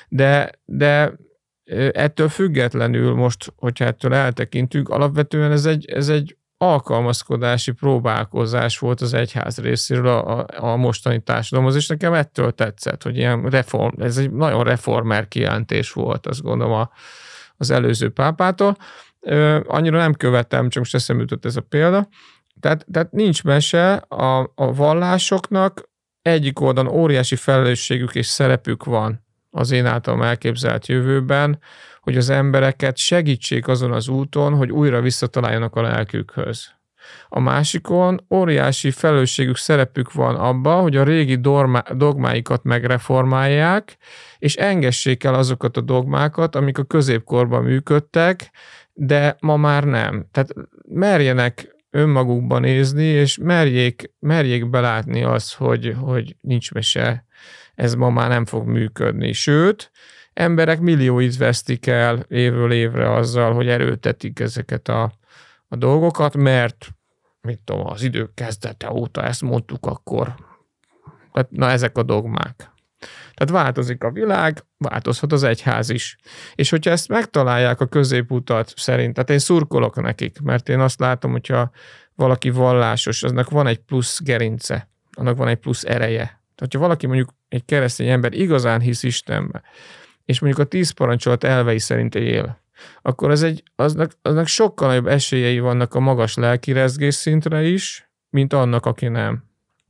de ettől függetlenül most, hogyha ettől eltekintünk, alapvetően ez egy alkalmazkodási próbálkozás volt az egyház részéről a mostani társadalomhoz, és nekem ettől tetszett, hogy ilyen ez egy nagyon reformer kijelentés volt, azt gondolom az előző pápától. Annyira nem követem, csak most eszembe jutott ez a példa. Tehát nincs mese, a vallásoknak egyik oldalon óriási felelősségük és szerepük van az én általam elképzelt jövőben, hogy az embereket segítsék azon az úton, hogy újra visszataláljanak a lelkükhöz. A másikon óriási felelősségük, szerepük van abba, hogy a régi dogmáikat megreformálják, és engessék el azokat a dogmákat, amik a középkorban működtek, de ma már nem. Tehát merjenek önmagukban nézni, és merjék belátni azt, hogy nincs mese, ez ma már nem fog működni. Sőt, emberek millióit vesztik el évről évre azzal, hogy erőltetik ezeket a dolgokat, mert mit tudom, az idők kezdete óta ezt mondtuk akkor. Tehát, na ezek a dogmák. Tehát változik a világ, változhat az egyház is. És hogyha ezt megtalálják a középutat szerint, tehát én szurkolok nekik, mert én azt látom, hogyha valaki vallásos, aznak van egy plusz gerince, annak van egy plusz ereje. Tehát, hogyha valaki mondjuk egy keresztény ember igazán hisz Istenbe, és mondjuk a 10 parancsolat elvei szerint él, akkor aznak sokkal nagyobb esélyei vannak a magas lelkirezgés szintre is, mint annak, aki nem.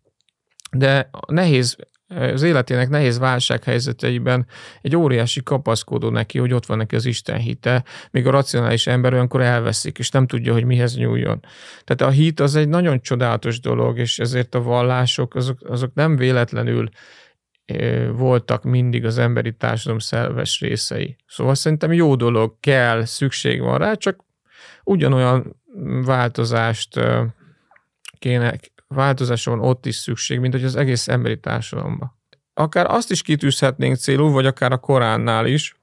De az életének nehéz válsághelyzeteiben egy óriási kapaszkodó neki, hogy ott van neki az Isten hite, míg a racionális ember olyankor elveszik, és nem tudja, hogy mihez nyúljon. Tehát a hit az egy nagyon csodálatos dolog, és ezért a vallások azok nem véletlenül voltak mindig az emberi társadalom szerves részei. Szóval szerintem jó dolog, kell, szükség van rá, csak ugyanolyan változáson van ott is szükség, mint hogy az egész emberi társadalomban. Akár azt is kitűzhetnénk célul, vagy akár a Koránnál is,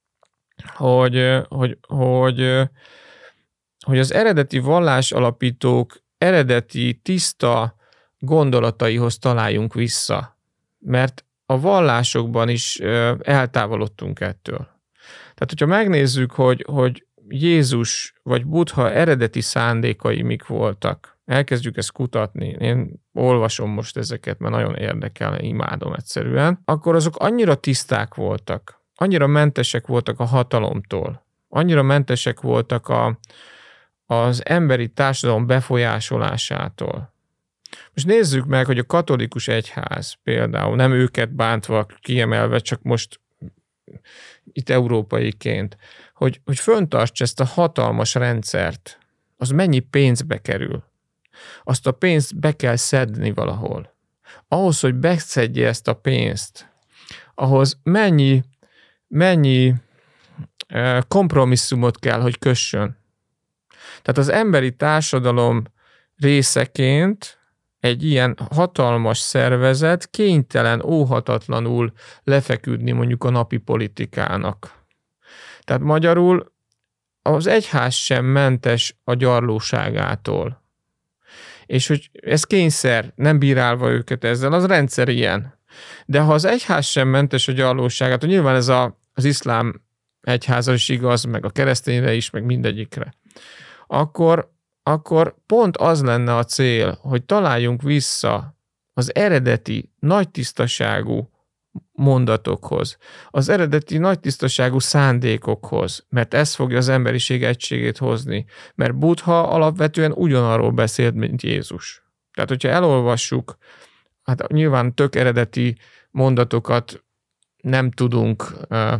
hogy az eredeti vallásalapítók eredeti, tiszta gondolataihoz találjunk vissza. Mert a vallásokban is eltávolodtunk ettől. Tehát, hogyha megnézzük, hogy Jézus vagy Buddha eredeti szándékai mik voltak, elkezdjük ezt kutatni, én olvasom most ezeket, mert nagyon érdekel, imádom egyszerűen, akkor azok annyira tiszták voltak, annyira mentesek voltak a hatalomtól, annyira mentesek voltak az emberi társadalom befolyásolásától. Most nézzük meg, hogy a katolikus egyház például, nem őket bántva, kiemelve, csak most itt európaiként, hogy föntartsa ezt a hatalmas rendszert, az mennyi pénzbe kerül. Azt a pénzt be kell szedni valahol. Ahhoz, hogy beszedje ezt a pénzt, ahhoz mennyi kompromisszumot kell, hogy kössön. Tehát az emberi társadalom részeként egy ilyen hatalmas szervezet kénytelen óhatatlanul lefeküdni mondjuk a napi politikának. Tehát magyarul az egyház sem mentes a gyarlóságától. És hogy ez kényszer, nem bírálva őket ezzel, az rendszer ilyen. De ha az egyház sem mentes a gyarlóságától, nyilván ez az iszlám egyháza is igaz, meg a keresztényre is, meg mindegyikre, akkor pont az lenne a cél, hogy találjunk vissza az eredeti nagy tisztaságú mondatokhoz, az eredeti nagy tisztaságú szándékokhoz, mert ez fogja az emberiség egységét hozni, mert Buddha alapvetően ugyanarról beszélt, mint Jézus. Tehát, hogyha elolvassuk, hát nyilván tök eredeti mondatokat nem tudunk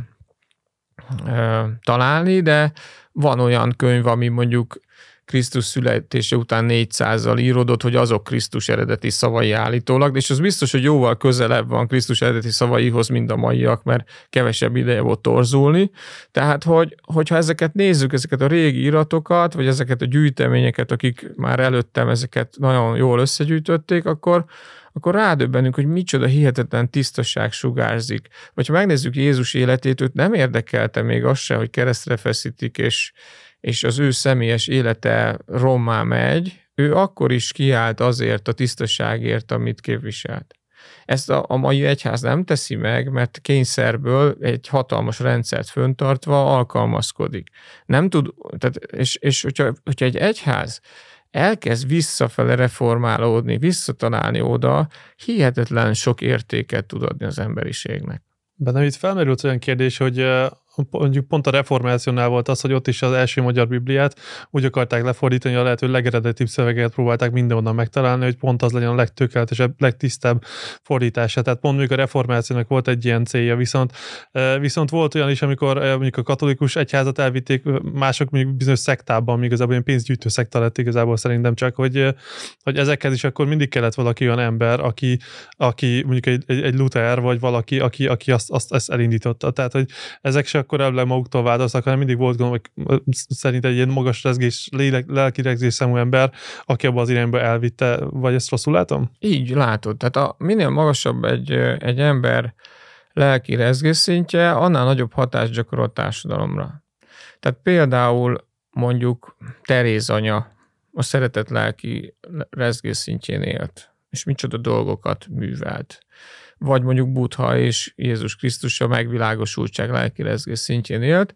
találni, de van olyan könyv, ami mondjuk Krisztus születése után 400-zal íródott, hogy azok Krisztus eredeti szavai állítólag, és az biztos, hogy jóval közelebb van Krisztus eredeti szavaihoz, mint a maiak, mert kevesebb ideje volt torzulni. Tehát, hogyha ezeket nézzük, ezeket a régi iratokat, vagy ezeket a gyűjteményeket, akik már előttem ezeket nagyon jól összegyűjtötték, akkor rádöbbenünk, hogy micsoda hihetetlen tisztaság sugárzik. Vagy ha megnézzük Jézus életét, őt nem érdekelte még az se, hogy keresztre feszítik, és az ő személyes élete rommá megy, ő akkor is kiállt azért a tisztaságért, amit képviselt. Ezt a mai egyház nem teszi meg, mert kényszerből egy hatalmas rendszert föntartva alkalmazkodik. Nem tud, tehát, és hogyha egy egyház elkezd visszafele reformálódni, visszatalálni oda, hihetetlen sok értéket tud adni az emberiségnek. Bennem itt felmerült olyan kérdés, hogy mondjuk pont a reformációnál volt az, hogy ott is az első magyar Bibliát úgy akarták lefordítani, a lehető legeredetibb szövegeket próbálták mindenonnan megtalálni, hogy pont az legyen a legtökéletesebb, legtisztább fordítása. Tehát pont mondjuk a reformációnak volt egy ilyen célja, viszont volt olyan is, amikor mondjuk a katolikus egyházat elvitték, mások mondjuk bizonyos szektában, még igazából ilyen pénzgyűjtő szekta lett igazából szerintem csak, hogy ezekhez is akkor mindig kellett valaki olyan ember, aki mondjuk egy Luther, vagy valaki, aki azt elindította. Tehát, hogy ezek se akkor ebből maguktól változtak, hanem mindig volt gondolom, hogy szerint egy ilyen magas rezgés, lelki rezgés szemű ember, aki abban az irányba elvitte, vagy ezt rosszul látom? Így látod. Tehát minél magasabb egy ember lelki rezgés szintje, annál nagyobb hatást gyakorol a társadalomra. Tehát például mondjuk Teréz anya a szeretet lelki rezgés szintjén élt, és micsoda dolgokat művelt. Vagy mondjuk Buddha és Jézus Krisztus a megvilágosultság lelki rezgés szintjén élt.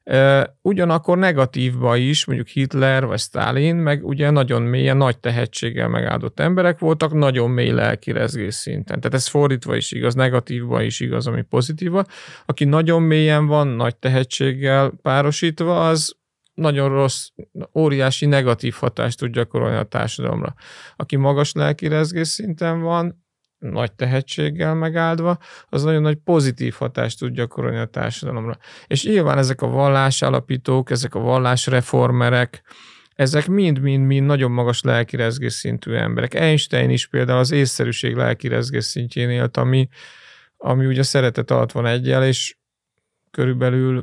Ugyanakkor negatívban is, mondjuk Hitler vagy Sztálin, meg ugye nagyon mélyen, nagy tehetséggel megáldott emberek voltak, nagyon mély lelki rezgés szinten. Tehát ez fordítva is igaz, negatívban is igaz, ami pozitívban. Aki nagyon mélyen van, nagy tehetséggel párosítva, az nagyon rossz, óriási negatív hatást tud gyakorolni a társadalomra. Aki magas lelki rezgés szinten van, nagy tehetséggel megáldva, az nagyon nagy pozitív hatást tud gyakorolni a társadalomra. És nyilván ezek a vallásalapítók, ezek a vallásreformerek, ezek mind-mind nagyon magas lelki rezgés szintű emberek. Einstein is például az észszerűség lelki rezgés szintjén élt, ami ugye szeretet alatt van egyel, és körülbelül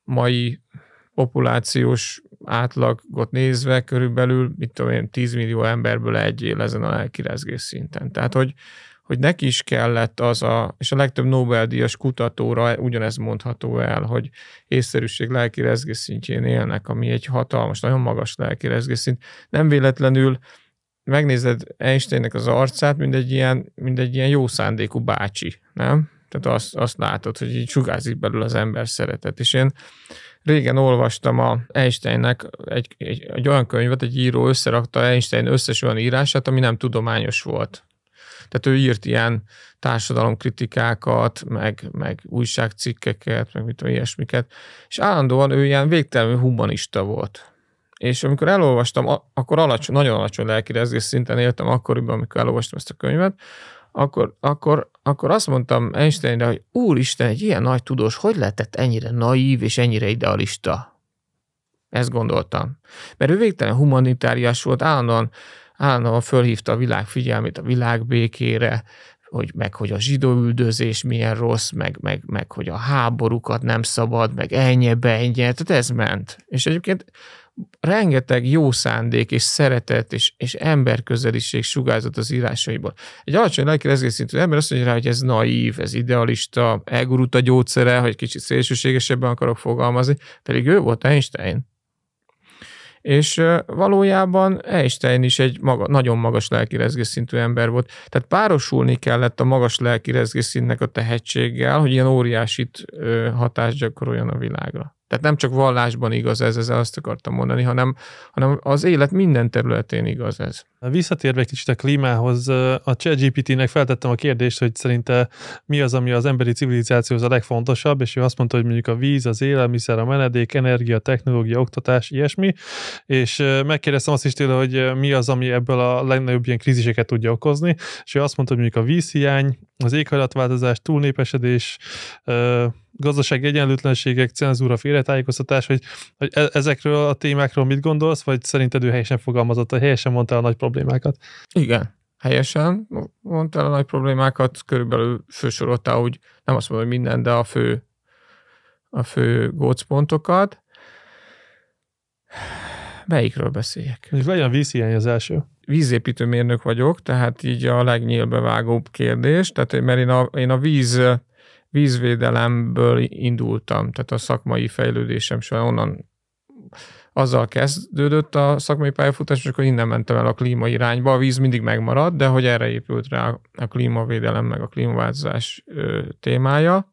mai populációs átlagot nézve körülbelül, 10 millió emberből egy él ezen a lelki rezgés szinten. Tehát, hogy neki is kellett és a legtöbb Nobel-díjas kutatóra ugyanez mondható el, hogy észszerűség lelki rezgés szintjén élnek, ami egy hatalmas, nagyon magas lelki rezgés szint. Nem véletlenül megnézed Einsteinnek az arcát, mint egy ilyen jó szándékú bácsi, nem? Tehát azt látod, hogy így sugárzik belül az ember szeretet. És én régen olvastam a Einsteinnek egy olyan könyvet, egy író összerakta Einstein összes olyan írását, ami nem tudományos volt. Tehát ő írt ilyen társadalomkritikákat, meg újságcikkeket, meg ilyesmiket, és állandóan ő ilyen végtelenül humanista volt. És amikor elolvastam, akkor nagyon alacsony lelki rezgés szinten éltem akkoriban, amikor elolvastam ezt a könyvet, akkor azt mondtam Einsteinre, hogy úristen, egy ilyen nagy tudós, hogy lehetett ennyire naív és ennyire idealista? Ezt gondoltam. Mert ő végtelen humanitárius volt, állandóan fölhívta a világ figyelmét a világbékére, hogy a zsidóüldözés milyen rossz, meg hogy a háborúkat nem szabad, meg ennyi, tehát ez ment. És egyébként rengeteg jó szándék és szeretet és emberközeliség sugárzott az írásaiból. Egy alacsony lelki rezgés szintű ember azt mondja rá, hogy ez naív, ez idealista, elgurult gyógyszere, hogy kicsit szélsőségesebben akarok fogalmazni, pedig ő volt Einstein. És valójában Einstein is egy nagyon magas lelki rezgés szintű ember volt. Tehát párosulni kellett a magas lelki rezgés szintnek a tehetséggel, hogy ilyen óriásit hatást gyakoroljon a világra. Tehát nem csak vallásban igaz ez, ezzel azt akartam mondani, hanem az élet minden területén igaz ez. Visszatérve egy kicsit a klímához, a ChatGPT-nek feltettem a kérdést, hogy szerinte mi az, ami az emberi civilizációhoz a legfontosabb, és ő azt mondta, hogy mondjuk a víz, az élelmiszer, a menedék, energia, technológia, oktatás, ilyesmi, és megkérdeztem azt is tőle, hogy mi az, ami ebből a legnagyobb ilyen kríziseket tudja okozni, és ő azt mondta, hogy mondjuk a vízhiány, az éghajlatváltozás, túlnépesedés, gazdasági egyenlőtlenségek, cenzúra, félretájékoztatás, hogy ezekről a témákról mit gondolsz, vagy szerinted ő helyesen fogalmazott, helyesen mondta a nagy problémákat? Igen, helyesen mondta a nagy problémákat, körülbelül fősorolta, úgy nem azt mondom, hogy minden, de a fő gócpontokat. Melyikről beszéljek? Mondjuk legyen a vízhiány az első. Vízépítőmérnök vagyok, tehát így a legnyílbevágóbb kérdés, tehát mert én a vízvédelemből indultam, tehát a szakmai fejlődésem során onnan azzal kezdődött a szakmai pályafutás, és akkor innen mentem el a klíma irányba. A víz mindig megmaradt, de hogy erre épült rá a klímavédelem meg a klímaváltozás témája.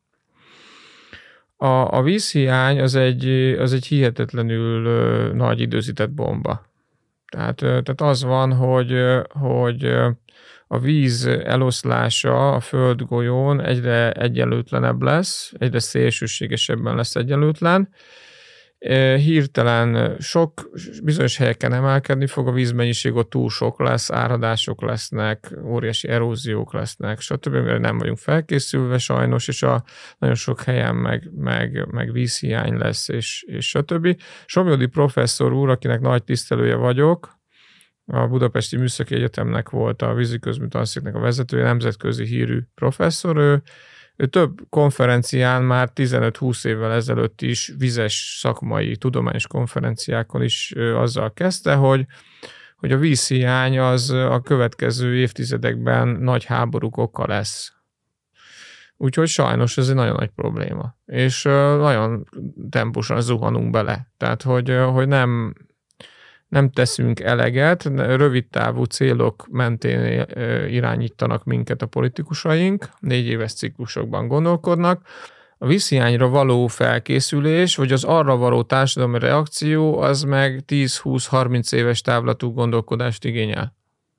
A vízhiány az egy hihetetlenül nagy időzített bomba. Tehát az van, hogy a víz eloszlása a földgolyón egyre egyenlőtlenebb lesz, egyre szélsőségesebben lesz egyenlőtlen. Hirtelen bizonyos helyeken emelkedni fog, a vízmennyiség ott túl sok lesz, áradások lesznek, óriási eróziók lesznek, stb. Mert nem vagyunk felkészülve sajnos, és nagyon sok helyen meg vízhiány lesz, és stb. Somlyódi professzor úr, akinek nagy tisztelője vagyok, a Budapesti Műszaki Egyetemnek volt a vízügyközmű tanszéknek a vezetője, nemzetközi hírű professzor, ő több konferencián már 15-20 évvel ezelőtt is vizes szakmai tudományos konferenciákon is azzal kezdte, hogy a vízhiány az a következő évtizedekben nagy háborúk oka lesz. Úgyhogy sajnos ez egy nagyon nagy probléma. És nagyon temposan zuhanunk bele. Tehát, hogy nem teszünk eleget, rövid távú célok mentén irányítanak minket a politikusaink, 4 éves ciklusokban gondolkodnak. A vízhiányra való felkészülés, vagy az arra való társadalmi reakció, az meg 10-20-30 éves távlatú gondolkodást igényel.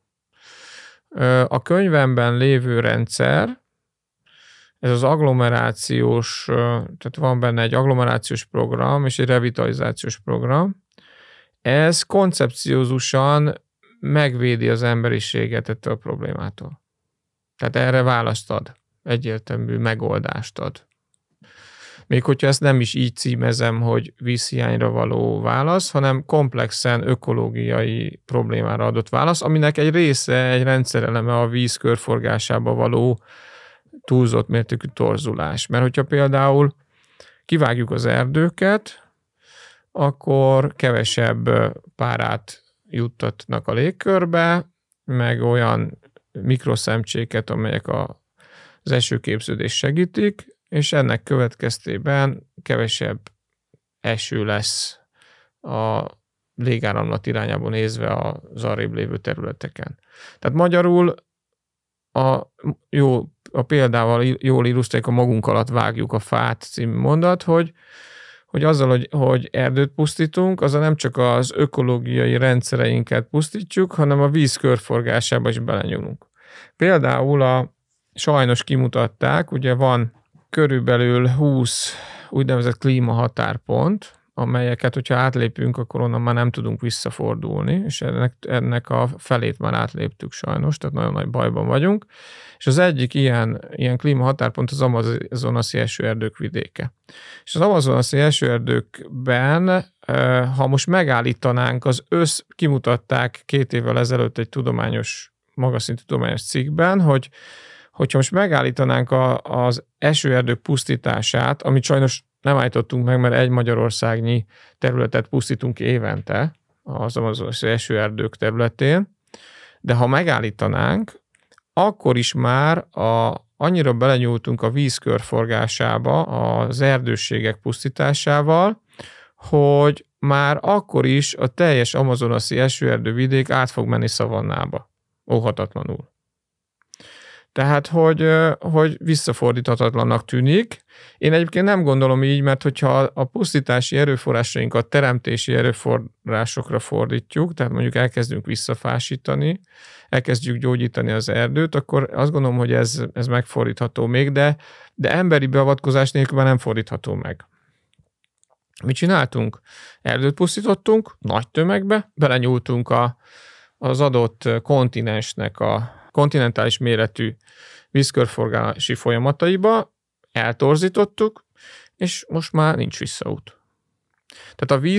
A könyvemben lévő rendszer, ez az agglomerációs, tehát van benne egy agglomerációs program és egy revitalizációs program, ez koncepciózusan megvédi az emberiséget ettől a problémától. Tehát erre választ ad, egyértelmű megoldást ad. Még hogyha ezt nem is így címezem, hogy vízhiányra való válasz, hanem komplexen ökológiai problémára adott válasz, aminek egy része, egy rendszereleme a víz körforgásába való túlzott mértékű torzulás. Mert hogyha például kivágjuk az erdőket, akkor kevesebb párát juttatnak a légkörbe, meg olyan mikroszemcséket, amelyek az esőképződést segítik, és ennek következtében kevesebb eső lesz a légáramlat irányába nézve az arrébb lévő területeken. Tehát magyarul a példával jól illusztráljuk, a magunk alatt vágjuk a fát című mondat, hogy azzal, hogy erdőt pusztítunk, azzal nem csak az ökológiai rendszereinket pusztítjuk, hanem a víz körforgásába is belenyúlunk. Például sajnos kimutatták, ugye van körülbelül 20 úgynevezett klímahatárpont, amelyeket, hogyha átlépünk, akkor onnan már nem tudunk visszafordulni, és ennek a felét már átléptük sajnos, tehát nagyon nagy bajban vagyunk. És az egyik ilyen klímahatárpont az amazonasi esőerdők vidéke. És az amazonasi esőerdőkben, ha most megállítanánk kimutatták 2 évvel ezelőtt egy magas szintű tudományos cikkben, hogyha most megállítanánk az esőerdők pusztítását, amit sajnos nem állítottunk meg, mert egy magyarországnyi területet pusztítunk évente az amazonasi esőerdők területén, de ha megállítanánk, akkor is már annyira belenyúltunk a víz körforgásába, az erdősségek pusztításával, hogy már akkor is a teljes amazonasi esőerdő vidék át fog menni szavannába. Óhatatlanul. Tehát, hogy visszafordíthatatlannak tűnik. Én egyébként nem gondolom így, mert hogyha a pusztítási erőforrásainkat teremtési erőforrásokra fordítjuk, tehát mondjuk elkezdünk visszafásítani, elkezdjük gyógyítani az erdőt, akkor azt gondolom, hogy ez megfordítható még, de emberi beavatkozás nélkül már nem fordítható meg. Mit csináltunk? Erdőt pusztítottunk nagy tömegbe, belenyúltunk az adott kontinensnek a kontinentális méretű vízkörforgási folyamataiba, eltorzítottuk, és most már nincs visszaút. Tehát a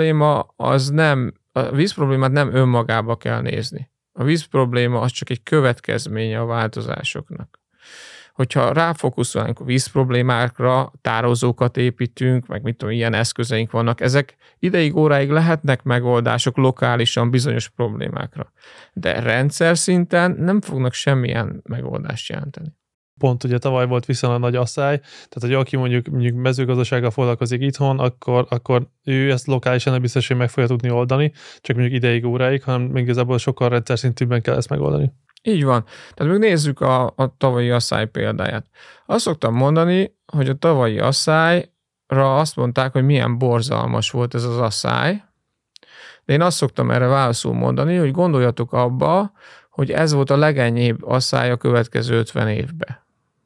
vízproblémát nem önmagába kell nézni. A vízprobléma az csak egy következménye a változásoknak. Hogyha ráfókuszálunk a vízproblémákra, tározókat építünk, meg mit tudom, ilyen eszközeink vannak, ezek ideig, óráig lehetnek megoldások lokálisan bizonyos problémákra. De rendszer szinten nem fognak semmilyen megoldást jelenteni. Pont ugye tavaly volt viszonylag nagy asszály, tehát hogy aki mondjuk mezőgazdasággal foglalkozik itthon, akkor ő ezt lokálisan nem biztos, hogy meg fogja tudni oldani, csak mondjuk ideig, óráig, hanem igazából sokkal rendszer szintűbben kell ezt megoldani. Így van. Tehát még nézzük a tavalyi asszály példáját. Azt szoktam mondani, hogy a tavalyi asszályra azt mondták, hogy milyen borzalmas volt ez az asszály, de én azt szoktam erre válaszul mondani, hogy gondoljatok abba, hogy ez volt a legenyhébb asszály a következő 50 évben.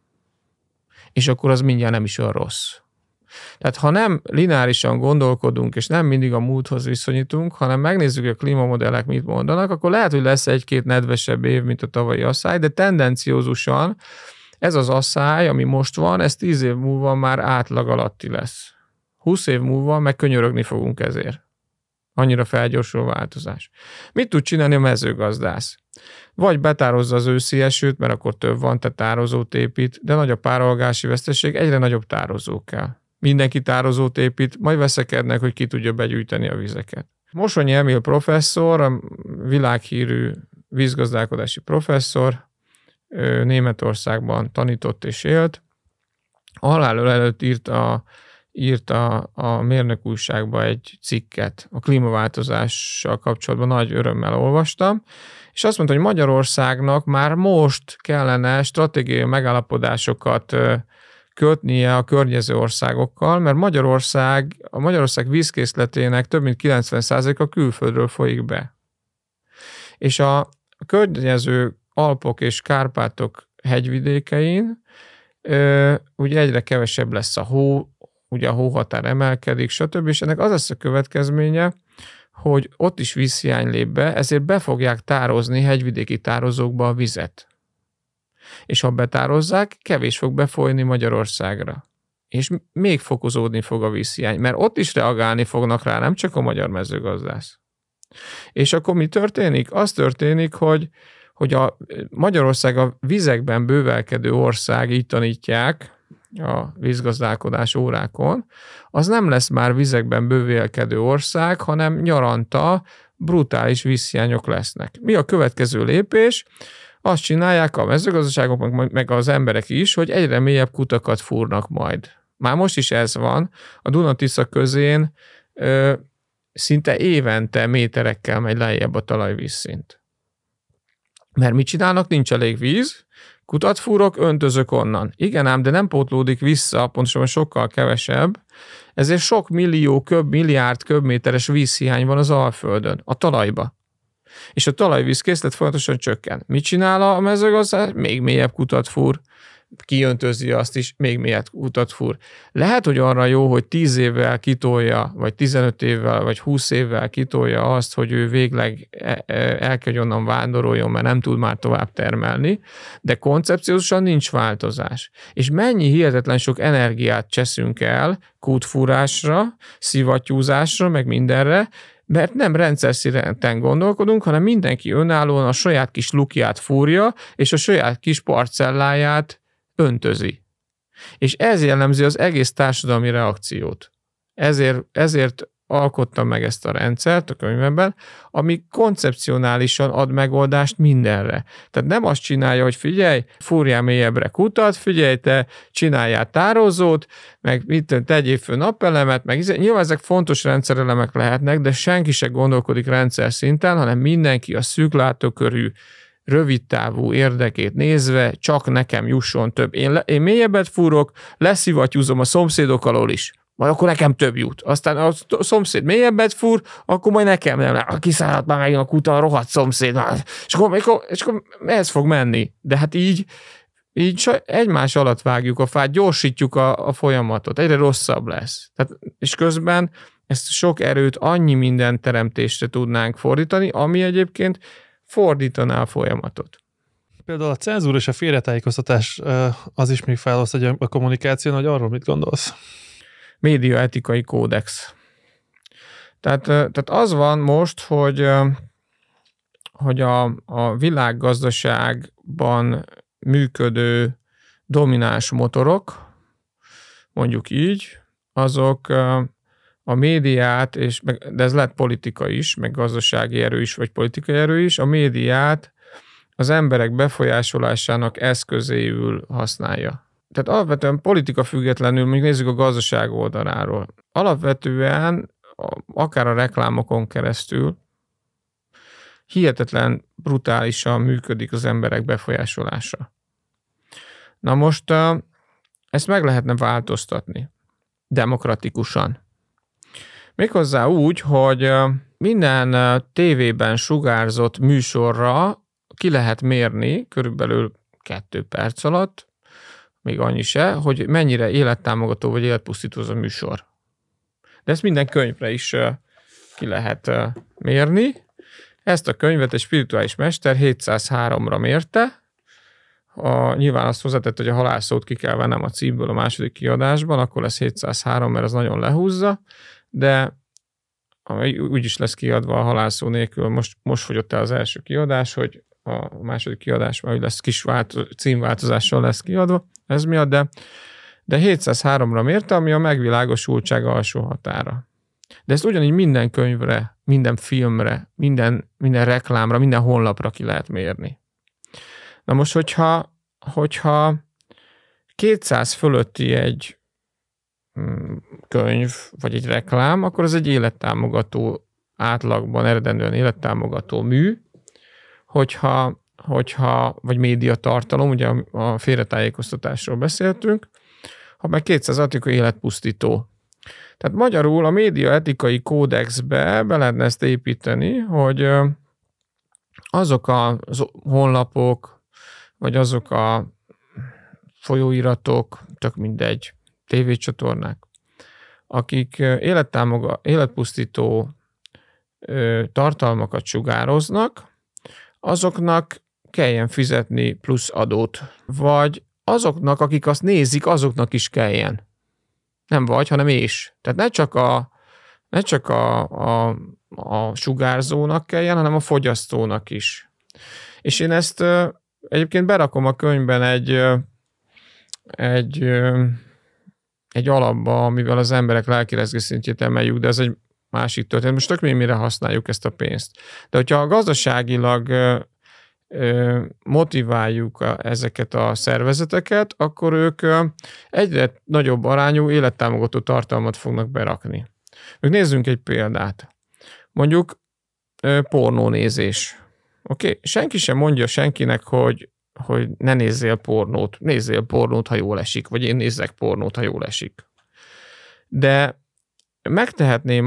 És akkor az mindjárt nem is olyan rossz. Tehát ha nem lineárisan gondolkodunk, és nem mindig a múlthoz viszonyítunk, hanem megnézzük, a klímamodellek mit mondanak, akkor lehet, hogy lesz egy-két nedvesebb év, mint a tavalyi asszály, de tendenciózusan ez az asszály, ami most van, ez 10 év múlva már átlag alatti lesz. 20 év múlva meg könyörögni fogunk ezért. Annyira felgyorsul a változás. Mit tud csinálni a mezőgazdász? Vagy betározza az őszi esőt, mert akkor több van, tehát tározót épít, de nagy a párolgási veszteség, egyre nagyobb tározó kell. Mindenki tározót épít, majd veszekednek, hogy ki tudja begyűjteni a vizeket. Mosonyi Emil professzor, a világhírű vízgazdálkodási professzor, Németországban tanított és élt. A halála előtt írt a Mérnök újságba egy cikket a klímaváltozással kapcsolatban, nagy örömmel olvastam, és azt mondta, hogy Magyarországnak már most kellene stratégiai megállapodásokat kötnie a környező országokkal, mert a Magyarország vízkészletének több mint 90%-a külföldről folyik be. És a környező Alpok és Kárpátok hegyvidékein ugye egyre kevesebb lesz a hó, ugye a hóhatár emelkedik, stb. És ennek az lesz a következménye, hogy ott is vízhiány lép be, ezért be fogják tározni hegyvidéki tározókba a vizet. És ha betározzák, kevés fog befolyni Magyarországra. És még fokozódni fog a vízhiány, mert ott is reagálni fognak rá, nem csak a magyar mezőgazdász. És akkor mi történik? Az történik, hogy a Magyarország a vizekben bővelkedő ország, így tanítják a vízgazdálkodás órákon, az nem lesz már vizekben bővelkedő ország, hanem nyaranta brutális vízhiányok lesznek. Mi a következő lépés? Azt csinálják a mezőgazdaságok, meg az emberek is, hogy egyre mélyebb kutakat fúrnak majd. Már most is ez van. A Duna-Tisza közén szinte évente méterekkel megy lejjebb a talajvízszint. Mert mit csinálnak? Nincs elég víz, kutat fúrok, öntözök onnan. Igen ám, de nem pótlódik vissza, pontosan sokkal kevesebb, ezért sok millió milliárd köbméteres vízhiány van az Alföldön, a talajba. És a talajvízkészlet folyamatosan csökken. Mit csinál a mezőgazdaság? Még mélyebb kutat fúr, kiöntözi azt is, még mélyebb kutat fúr. Lehet, hogy arra jó, hogy 10 évvel kitolja, vagy 15 évvel, vagy 20 évvel kitolja azt, hogy ő végleg el kell, hogy onnan vándoroljon, mert nem tud már tovább termelni, de koncepciósan nincs változás. És mennyi hihetetlen sok energiát cseszünk el kútfúrásra, szivattyúzásra, meg mindenre, mert nem rendszer szinten gondolkodunk, hanem mindenki önállóan a saját kis lukját fúrja, és a saját kis parcelláját öntözi. És ez jellemzi az egész társadalmi reakciót. Ezért alkottam meg ezt a rendszert a könyvemben, ami koncepcionálisan ad megoldást mindenre. Tehát nem azt csinálja, hogy figyelj, fúrjál mélyebbre kutat, figyelj, te csináljál tározót, meg tegyél föl napelemet, meg nyilván ezek fontos rendszerelemek lehetnek, de senki se gondolkodik rendszer szinten, hanem mindenki a szűk látókörű rövidtávú érdekét nézve csak nekem jusson több. Én mélyebbet fúrok, leszivattyúzom a szomszédok alól is. Majd akkor nekem több jut. Aztán a szomszéd mélyebbet fúr, akkor majd nekem nem. Kiszállhat már megint a kuta, a rohadt szomszéd. És akkor ez fog menni. De hát így egymás alatt vágjuk a fát, gyorsítjuk a folyamatot. Egyre rosszabb lesz. Tehát, és közben ezt sok erőt, annyi minden teremtésre tudnánk fordítani, ami egyébként fordítaná a folyamatot. Például a cenzúra és a félretájékoztatás az is még felhozta a kommunikáción, hogy arról mit gondolsz? Médiaetikai kódex. Tehát az van most, hogy a világgazdaságban működő domináns motorok, mondjuk így, azok a médiát, de ez lehet politika is, meg gazdasági erő is, vagy politikai erő is, a médiát az emberek befolyásolásának eszközéül használja. Tehát alapvetően politika függetlenül, mondjuk nézzük a gazdaság oldaláról. Alapvetően akár a reklámokon keresztül hihetetlen brutálisan működik az emberek befolyásolása. Na most ezt meg lehetne változtatni demokratikusan. Méghozzá úgy, hogy minden tévében sugárzott műsorra ki lehet mérni körülbelül 2 perc alatt, még annyi se, hogy mennyire élettámogató vagy életpusztító az a műsor. De ezt minden könyvre is ki lehet mérni. Ezt a könyvet egy spirituális mester 703-ra mérte. Nyilván azt hozzátett, hogy a halálszót ki kell vennem a címből a második kiadásban, akkor lesz 703, mert az nagyon lehúzza, de úgy is lesz kiadva a halálszó nélkül. Most fogyott el az első kiadás, hogy a második kiadásban lesz kis címváltozással lesz kiadva, ez miatt, de 703-ra mérte, ami a megvilágosultság alsó határa. De ezt ugyanígy minden könyvre, minden filmre, minden reklámra, minden honlapra ki lehet mérni. Na most, hogyha 200 fölötti egy könyv, vagy egy reklám, akkor az egy élettámogató, átlagban eredendően élettámogató mű, vagy médiatartalom, ugye a félretájékoztatásról beszéltünk, ha meg 200 akkor életpusztító. Tehát magyarul a médiaetikai kódexbe be lehetne ezt építeni, hogy azok a honlapok, vagy azok a folyóiratok, tök mindegy, tévécsatornák, akik életpusztító tartalmakat sugároznak, azoknak kelljen fizetni plusz adót. Vagy azoknak, akik azt nézik, azoknak is kelljen. Nem vagy, hanem és. Tehát ne csak a sugárzónak kelljen, hanem a fogyasztónak is. És én ezt egyébként berakom a könyvben egy alapba, amivel az emberek lelki szintjét emeljük, de ez egy másik történet. Most tök mire használjuk ezt a pénzt. De hogyha gazdaságilag motiváljuk ezeket a szervezeteket, akkor ők egyre nagyobb arányú élettámogató tartalmat fognak berakni. Nézzünk egy példát. Mondjuk pornónézés. Oké? Senki sem mondja senkinek, hogy ne nézzél pornót. Nézzél pornót, ha jól esik, vagy én nézzek pornót, ha jól esik. De megtehetnénk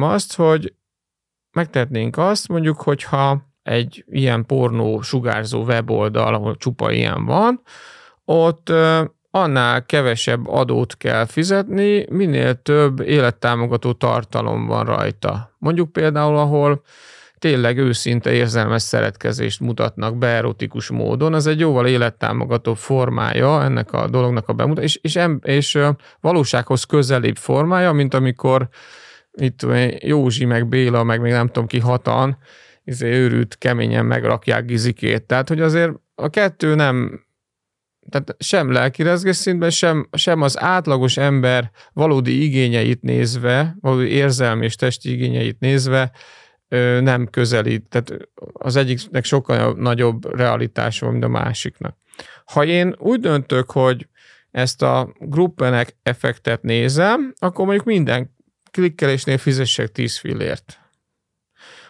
azt, mondjuk, hogyha egy ilyen pornó sugárzó weboldal, ahol csupa ilyen van, ott annál kevesebb adót kell fizetni, minél több élettámogató tartalom van rajta. Mondjuk például, ahol tényleg őszinte érzelmes szeretkezést mutatnak be erotikus módon, az egy jóval élettámogató formája ennek a dolognak a bemutatása, és valósághoz közelibb formája, mint amikor itt Józsi, meg Béla, meg még nem tudom ki hatan, őrült keményen megrakják Gizikét. Tehát, hogy azért a kettő nem, tehát sem lelkirezgés szintben, sem az átlagos ember valódi igényeit nézve, valódi érzelmi és testi igényeit nézve nem közelít. Tehát az egyiknek sokkal nagyobb realitás van, mint a másiknak. Ha én úgy döntök, hogy ezt a Gruppenek effektet nézem, akkor mondjuk minden klikkelésnél fizessek 10 fillért.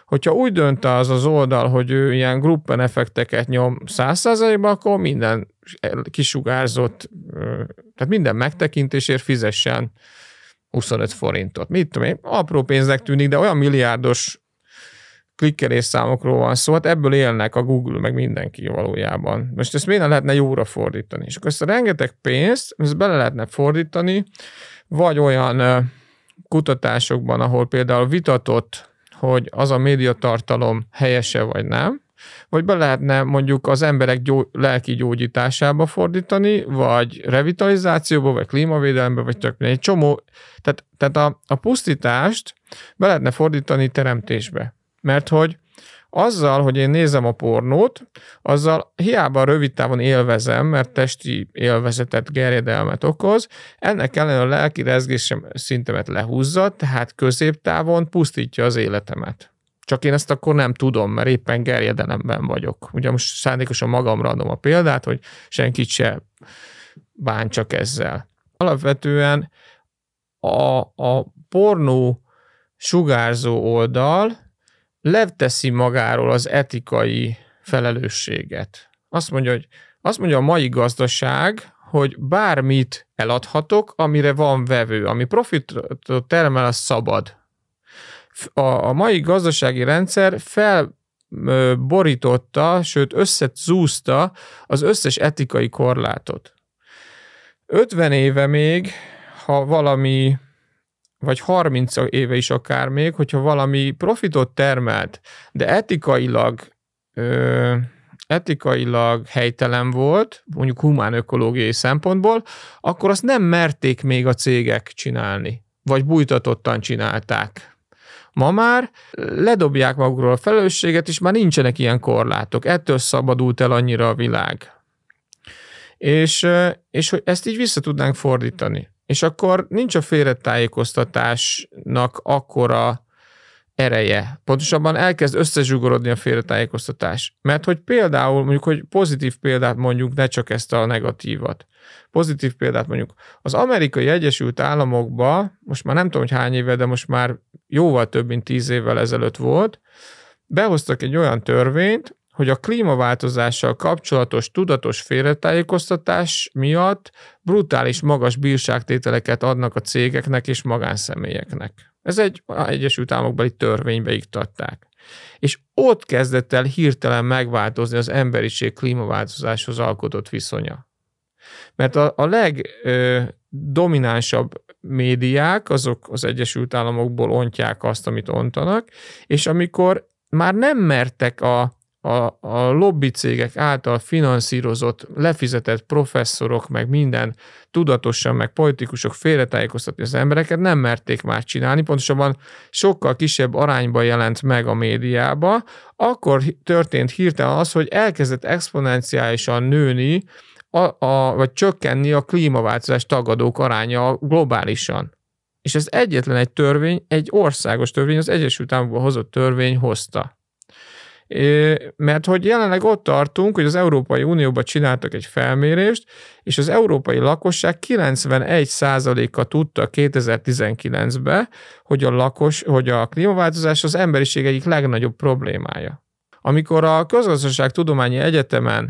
Hogyha úgy dönt az oldal, hogy ő ilyen gruppen effekteket nyom 100%-ban, akkor minden kisugárzott, tehát minden megtekintésért fizessen 25 forintot. Mit tudom én, apró pénznek tűnik, de olyan milliárdos klikkelés számokról van szó, hát ebből élnek a Google, meg mindenki valójában. Most ezt miért lehetne jóra fordítani? És akkor ezt a rengeteg pénzt, ezt bele lehetne fordítani, vagy olyan kutatásokban, ahol például vitatott, hogy az a médiatartalom helyese vagy nem, vagy be lehetne mondjuk az emberek lelki gyógyításába fordítani, vagy revitalizációba, vagy klímavédelembe, vagy csak egy csomó. Tehát a pusztítást be lehetne fordítani teremtésbe. Mert hogy azzal, hogy én nézem a pornót, azzal hiába rövid távon élvezem, mert testi élvezetet, gerjedelmet okoz, ennek ellenére a lelki rezgésem szintemet lehúzza, tehát középtávon pusztítja az életemet. Csak én ezt akkor nem tudom, mert éppen gerjedelemben vagyok. Ugye most szándékosan magamra adom a példát, hogy senkit se bántsak ezzel. Alapvetően a pornó sugárzó oldal leveszi magáról az etikai felelősséget. Azt mondja a mai gazdaság, hogy bármit eladhatok, amire van vevő, ami profitot termel, az szabad. A mai gazdasági rendszer felborította, sőt összezúzta az összes etikai korlátot. 50 éve még, ha valami, vagy 30 éve is akár még, hogyha valami profitot termelt, de etikailag helytelen volt, mondjuk humán-ökológiai szempontból, akkor azt nem merték még a cégek csinálni, vagy bújtatottan csinálták. Ma már ledobják magukról a felelősséget, és már nincsenek ilyen korlátok. Ettől szabadult el annyira a világ. És hogy ezt így vissza tudnánk fordítani. És akkor nincs a félretájékoztatásnak akkora ereje. Pontosabban elkezd összezsugorodni a félretájékoztatás. Mert hogy például, mondjuk, hogy pozitív példát mondjuk, ne csak ezt a negatívat. Pozitív példát mondjuk. Az Amerikai Egyesült Államokban, most már nem tudom, hogy hány éve, de most már jóval több mint 10 évvel ezelőtt volt, behoztak egy olyan törvényt, hogy a klímaváltozással kapcsolatos tudatos félretájékoztatás miatt brutális magas bírságtételeket adnak a cégeknek és magánszemélyeknek. Ez egy Egyesült Államokbeli törvénybe iktatták. És ott kezdett el hirtelen megváltozni az emberiség klímaváltozáshoz alkotott viszonya. Mert a legdominánsabb médiák, azok az Egyesült Államokból ontják azt, amit ontanak, és amikor már nem mertek a lobby cégek által finanszírozott, lefizetett professzorok, meg minden tudatosan, meg politikusok félretájékoztatni az embereket, nem merték már csinálni, pontosabban sokkal kisebb arányban jelent meg a médiába, akkor történt hirtelen az, hogy elkezdett exponenciálisan nőni, vagy csökkenni a klímaváltozás tagadók aránya globálisan. És ez egyetlen egy törvény, egy országos törvény, az Egyesült Államokban hozott törvény hozta. Mert hogy jelenleg ott tartunk, hogy az Európai Unióban csináltak egy felmérést, és az európai lakosság 91%-a tudta 2019-ben, hogy a klímaváltozás az emberiség egyik legnagyobb problémája. Amikor a Közgazdaságtudományi Egyetemen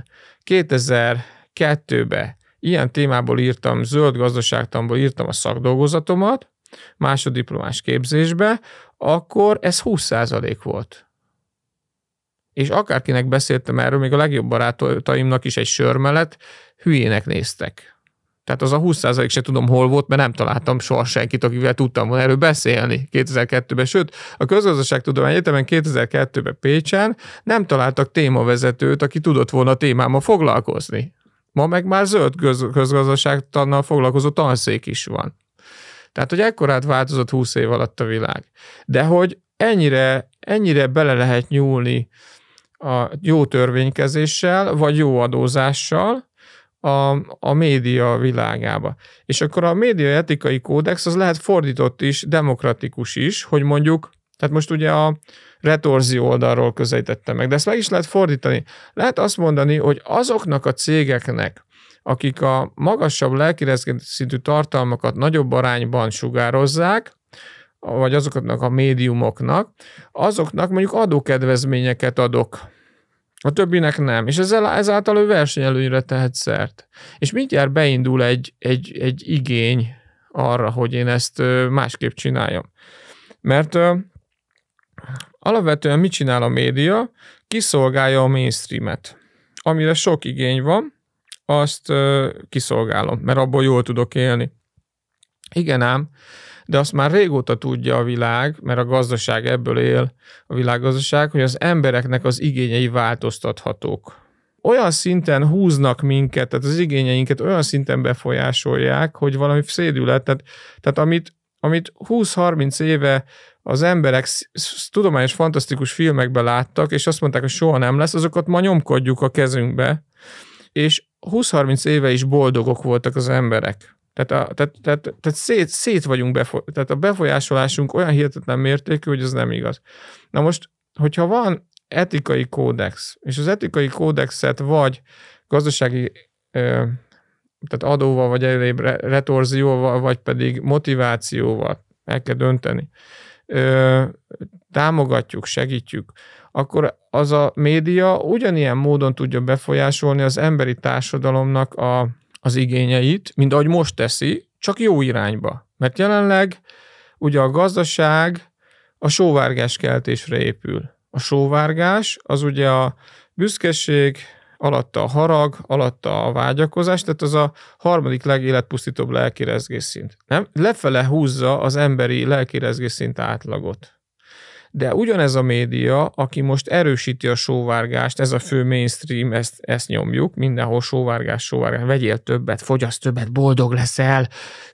2002-ben ilyen témából írtam, zöld gazdaságtanból írtam a szakdolgozatomat, másoddiplomás képzésbe, akkor ez 20% volt. És akárkinek beszéltem erről, még a legjobb barátaimnak is egy sör mellett hülyének néztek. Tehát az a 20% se tudom hol volt, mert nem találtam soha senkit, akivel tudtam volna erről beszélni 2002-ben. Sőt, a Közgazdaságtudományi Egyetemen 2002-ben Pécsen nem találtak témavezetőt, aki tudott volna a témámmal foglalkozni. Ma meg már zöld közgazdaságtannal foglalkozó tanszék is van. Tehát, hogy ekkorát változott 20 év alatt a világ. De hogy ennyire bele lehet nyúlni a jó törvénykezéssel, vagy jó adózással a média világába. És akkor a média etikai kódex az lehet fordított is, demokratikus is, hogy mondjuk, tehát most ugye a retorzió oldalról közelítettem meg, de ezt meg is lehet fordítani. Lehet azt mondani, hogy azoknak a cégeknek, akik a magasabb lelkirezgés szintű tartalmakat nagyobb arányban sugározzák, vagy azoknak a médiumoknak, azoknak mondjuk adókedvezményeket adok. A többinek nem. És ezáltal ő versenyelőnyre tehet szert. És mindjárt beindul egy igény arra, hogy én ezt másképp csináljam. Mert alapvetően mit csinál a média? Kiszolgálja a mainstreamet. Amire sok igény van, azt kiszolgálom, mert abból jól tudok élni. Igen ám, de azt már régóta tudja a világ, mert a gazdaság ebből él, a világgazdaság, hogy az embereknek az igényei változtathatók. Olyan szinten húznak minket, tehát az igényeinket olyan szinten befolyásolják, hogy valami szédület, tehát amit 20-30 éve az emberek tudományos, fantasztikus filmekben láttak, és azt mondták, hogy soha nem lesz, azokat ma nyomkodjuk a kezünkbe, és 20-30 éve is boldogok voltak az emberek. Tehát szét vagyunk, tehát a befolyásolásunk olyan hihetetlen mértékű, hogy ez nem igaz. Na most, hogyha van etikai kódex, és az etikai kódexet vagy gazdasági tehát adóval, vagy előbb retorzióval, vagy pedig motivációval el kell dönteni, támogatjuk, segítjük, akkor az a média ugyanilyen módon tudja befolyásolni az emberi társadalomnak az igényeit, mint ahogy most teszi, csak jó irányba. Mert jelenleg ugye a gazdaság a sóvárgáskeltésre épül. A sóvárgás az ugye a büszkeség, alatta a harag, alatta a vágyakozás, tehát az a harmadik legéletpusztítóbb lelkirezgésszint. Nem? Lefele húzza az emberi lelkirezgésszint átlagot. De ugyanez a média, aki most erősíti a sóvárgást, ez a fő mainstream, ezt nyomjuk, mindenhol sóvárgás, vegyél többet, fogyaszt többet, boldog leszel,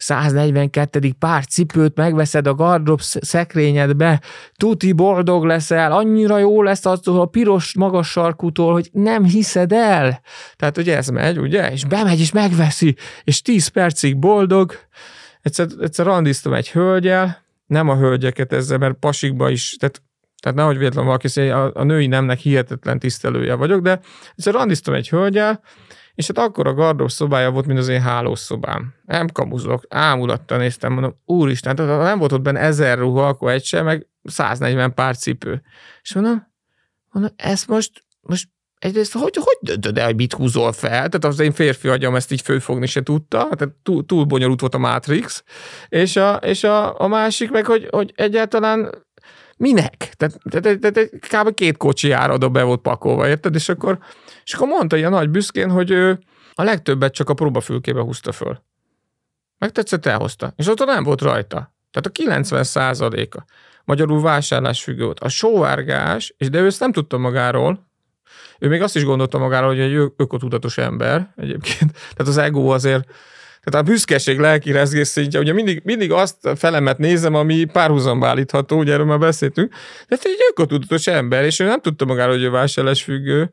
142. pár cipőt megveszed a gardrób szekrényedbe, tuti boldog leszel, annyira jó lesz attól a piros magas sarkútól, hogy nem hiszed el. Tehát, hogy ez megy, ugye? És bemegy, és megveszi, és 10 percig boldog. Egyszer randiztam egy hölgyel, nem a hölgyeket ezzel, mert pasikba is, tehát nehogy véletlen valaki, a női nemnek hihetetlen tisztelője vagyok, de egyszer randiztam egy hölgyel, és hát akkor a gardrób szobája volt, mint az én hálószobám. Nem kamuzok, ámulattan néztem, mondom, úristen, tehát nem volt ott benne 1000 ruha, akkor egy sem, meg 140 pár cipő. És mondom, ezt most egyrészt, hogy döntöd el, hogy mit húzol fel? Tehát az én férfi agyam ezt így fölfogni se tudta, tehát túl bonyolult volt a Matrix, és a másik meg, hogy egyáltalán minek? Tehát kb. 2 kocsijára oda be volt pakolva, érted? És akkor mondta ilyen nagy büszkén, hogy ő a legtöbbet csak a próbafülkébe húzta föl. Megtetszett, elhozta. És ott nem volt rajta. Tehát a 90%-a magyarul vásárlásfüggő volt. A sóvárgás, de ő ezt nem tudta magáról, ő még azt is gondolta magáról, hogy egy ökotudatos ember egyébként. Tehát az ego azért, tehát a büszkeség lelki rezgésszintje, ugye mindig azt felemet nézem, ami párhuzamba állítható, ugye erről már beszéltünk, de egy ökotudatos ember, és ő nem tudta magáról, hogy ő vásárlásfüggő,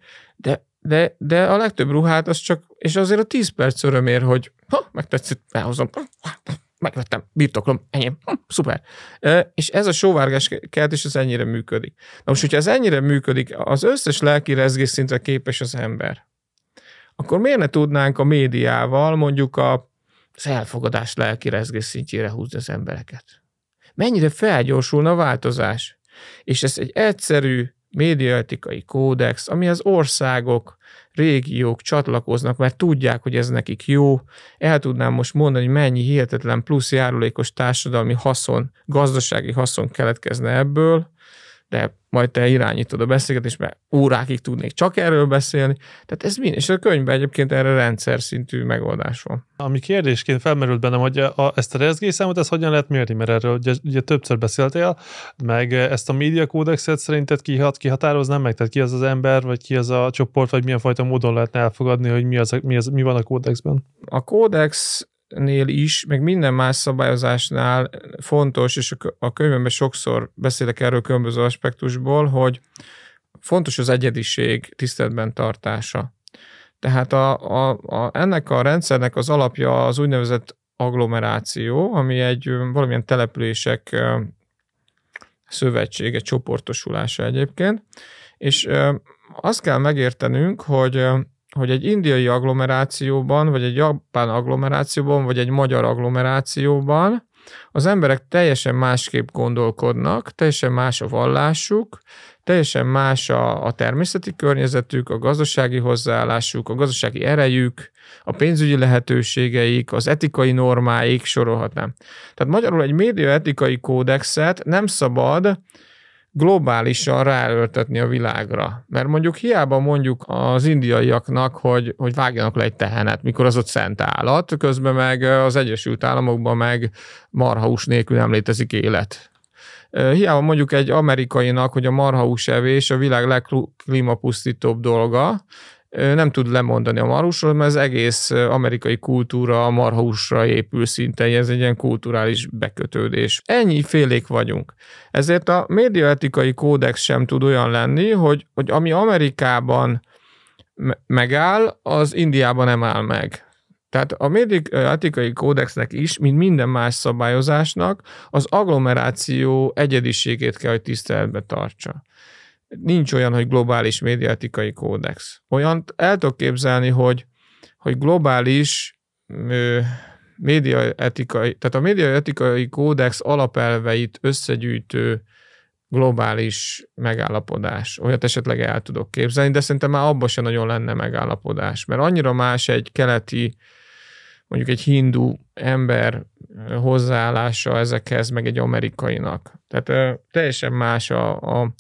de a legtöbb ruhát az csak, és azért a 10 perc örömér, hogy megtetszett, elhozom, megvettem, birtoklom, enyém, szuper. És ez a sóvárgás keltés, ez ennyire működik. Na most, hogyha ez ennyire működik, az összes lelki rezgésszintre képes az ember, akkor miért ne tudnánk a médiával mondjuk az elfogadás lelki rezgésszintjére húzni az embereket? Mennyire felgyorsulna a változás? És ez egy egyszerű médiaetikai kódex, ami az országok, régiók csatlakoznak, mert tudják, hogy ez nekik jó. El tudnám most mondani, hogy mennyi hihetetlen plusz járulékos társadalmi haszon, gazdasági haszon keletkezne ebből, de majd te irányítod a beszélgetést, mert órákig tudnék csak erről beszélni. Tehát ez mind, és a könyvben egyébként erre rendszer szintű megoldás van. Ami kérdésként felmerült bennem, hogy ezt a rezgésszámot, ezt hogyan lehet mérni, mert erről ugye többször beszéltél, meg ezt a média kódexet szerinted kihatároznám meg? Tehát ki az az ember, vagy ki az a csoport, vagy milyen fajta módon lehetne elfogadni, hogy mi van a kódexben? A kódexnél is, meg minden más szabályozásnál fontos, és a könyvemben sokszor beszélek erről különböző aspektusból, hogy fontos az egyediség tiszteletben tartása. Tehát ennek a rendszernek az alapja az úgynevezett agglomeráció, ami egy valamilyen települések szövetsége, csoportosulása egyébként, és azt kell megértenünk, hogy egy indiai agglomerációban, vagy egy japán agglomerációban, vagy egy magyar agglomerációban az emberek teljesen másképp gondolkodnak, teljesen más a vallásuk, teljesen más a természeti környezetük, a gazdasági hozzáállásuk, a gazdasági erejük, a pénzügyi lehetőségeik, az etikai normáik, sorolhatnám. Tehát magyarul egy médiaetikai kódexet nem szabad globálisan ráöltetni a világra. Mert mondjuk hiába mondjuk az indiaiaknak, hogy vágjanak le egy tehenet, mikor az ott szent állat, közben meg az Egyesült Államokban meg marhahús nélkül nem létezik élet. Hiába mondjuk egy amerikainak, hogy a marhahús evés a világ legklímapusztítóbb dolga, nem tud lemondani a marhahúsról, mert az egész amerikai kultúra a marhahúsra épül szinte, ez egy ilyen kulturális bekötődés. Ennyi félék vagyunk. Ezért a médiaetikai kódex sem tud olyan lenni, hogy ami Amerikában megáll, az Indiában nem áll meg. Tehát a médiaetikai kódexnek is, mint minden más szabályozásnak, az agglomeráció egyediségét kell, hogy tiszteletbe tartsa. Nincs olyan, hogy globális médiaetikai kódex. Olyan el tudok képzelni, hogy globális médiaetikai, tehát a médiaetikai kódex alapelveit összegyűjtő globális megállapodás. Olyat esetleg el tudok képzelni, de szerintem már abban sem nagyon lenne megállapodás, mert annyira más egy keleti, mondjuk egy hindu ember hozzáállása ezekhez, meg egy amerikainak. Tehát teljesen más a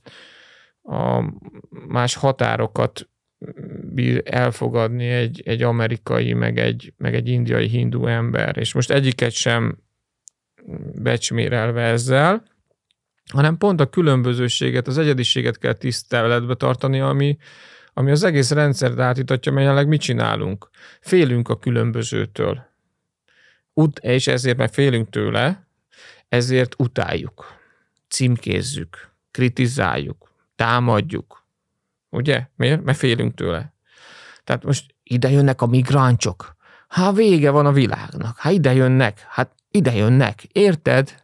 más határokat bír elfogadni egy amerikai, meg egy indiai hindu ember. És most egyiket sem becsmérelve ezzel, hanem pont a különbözőséget, az egyediséget kell tiszteletbe tartani, ami az egész rendszert átítatja, mert jelenleg mit csinálunk? Félünk a különbözőtől. És ezért, mert félünk tőle, ezért utáljuk, címkézzük, kritizáljuk, támadjuk. Ugye? Miért? Mert félünk tőle. Tehát most ide jönnek a migránsok. Vége van a világnak. Ide jönnek. Ide jönnek. Érted?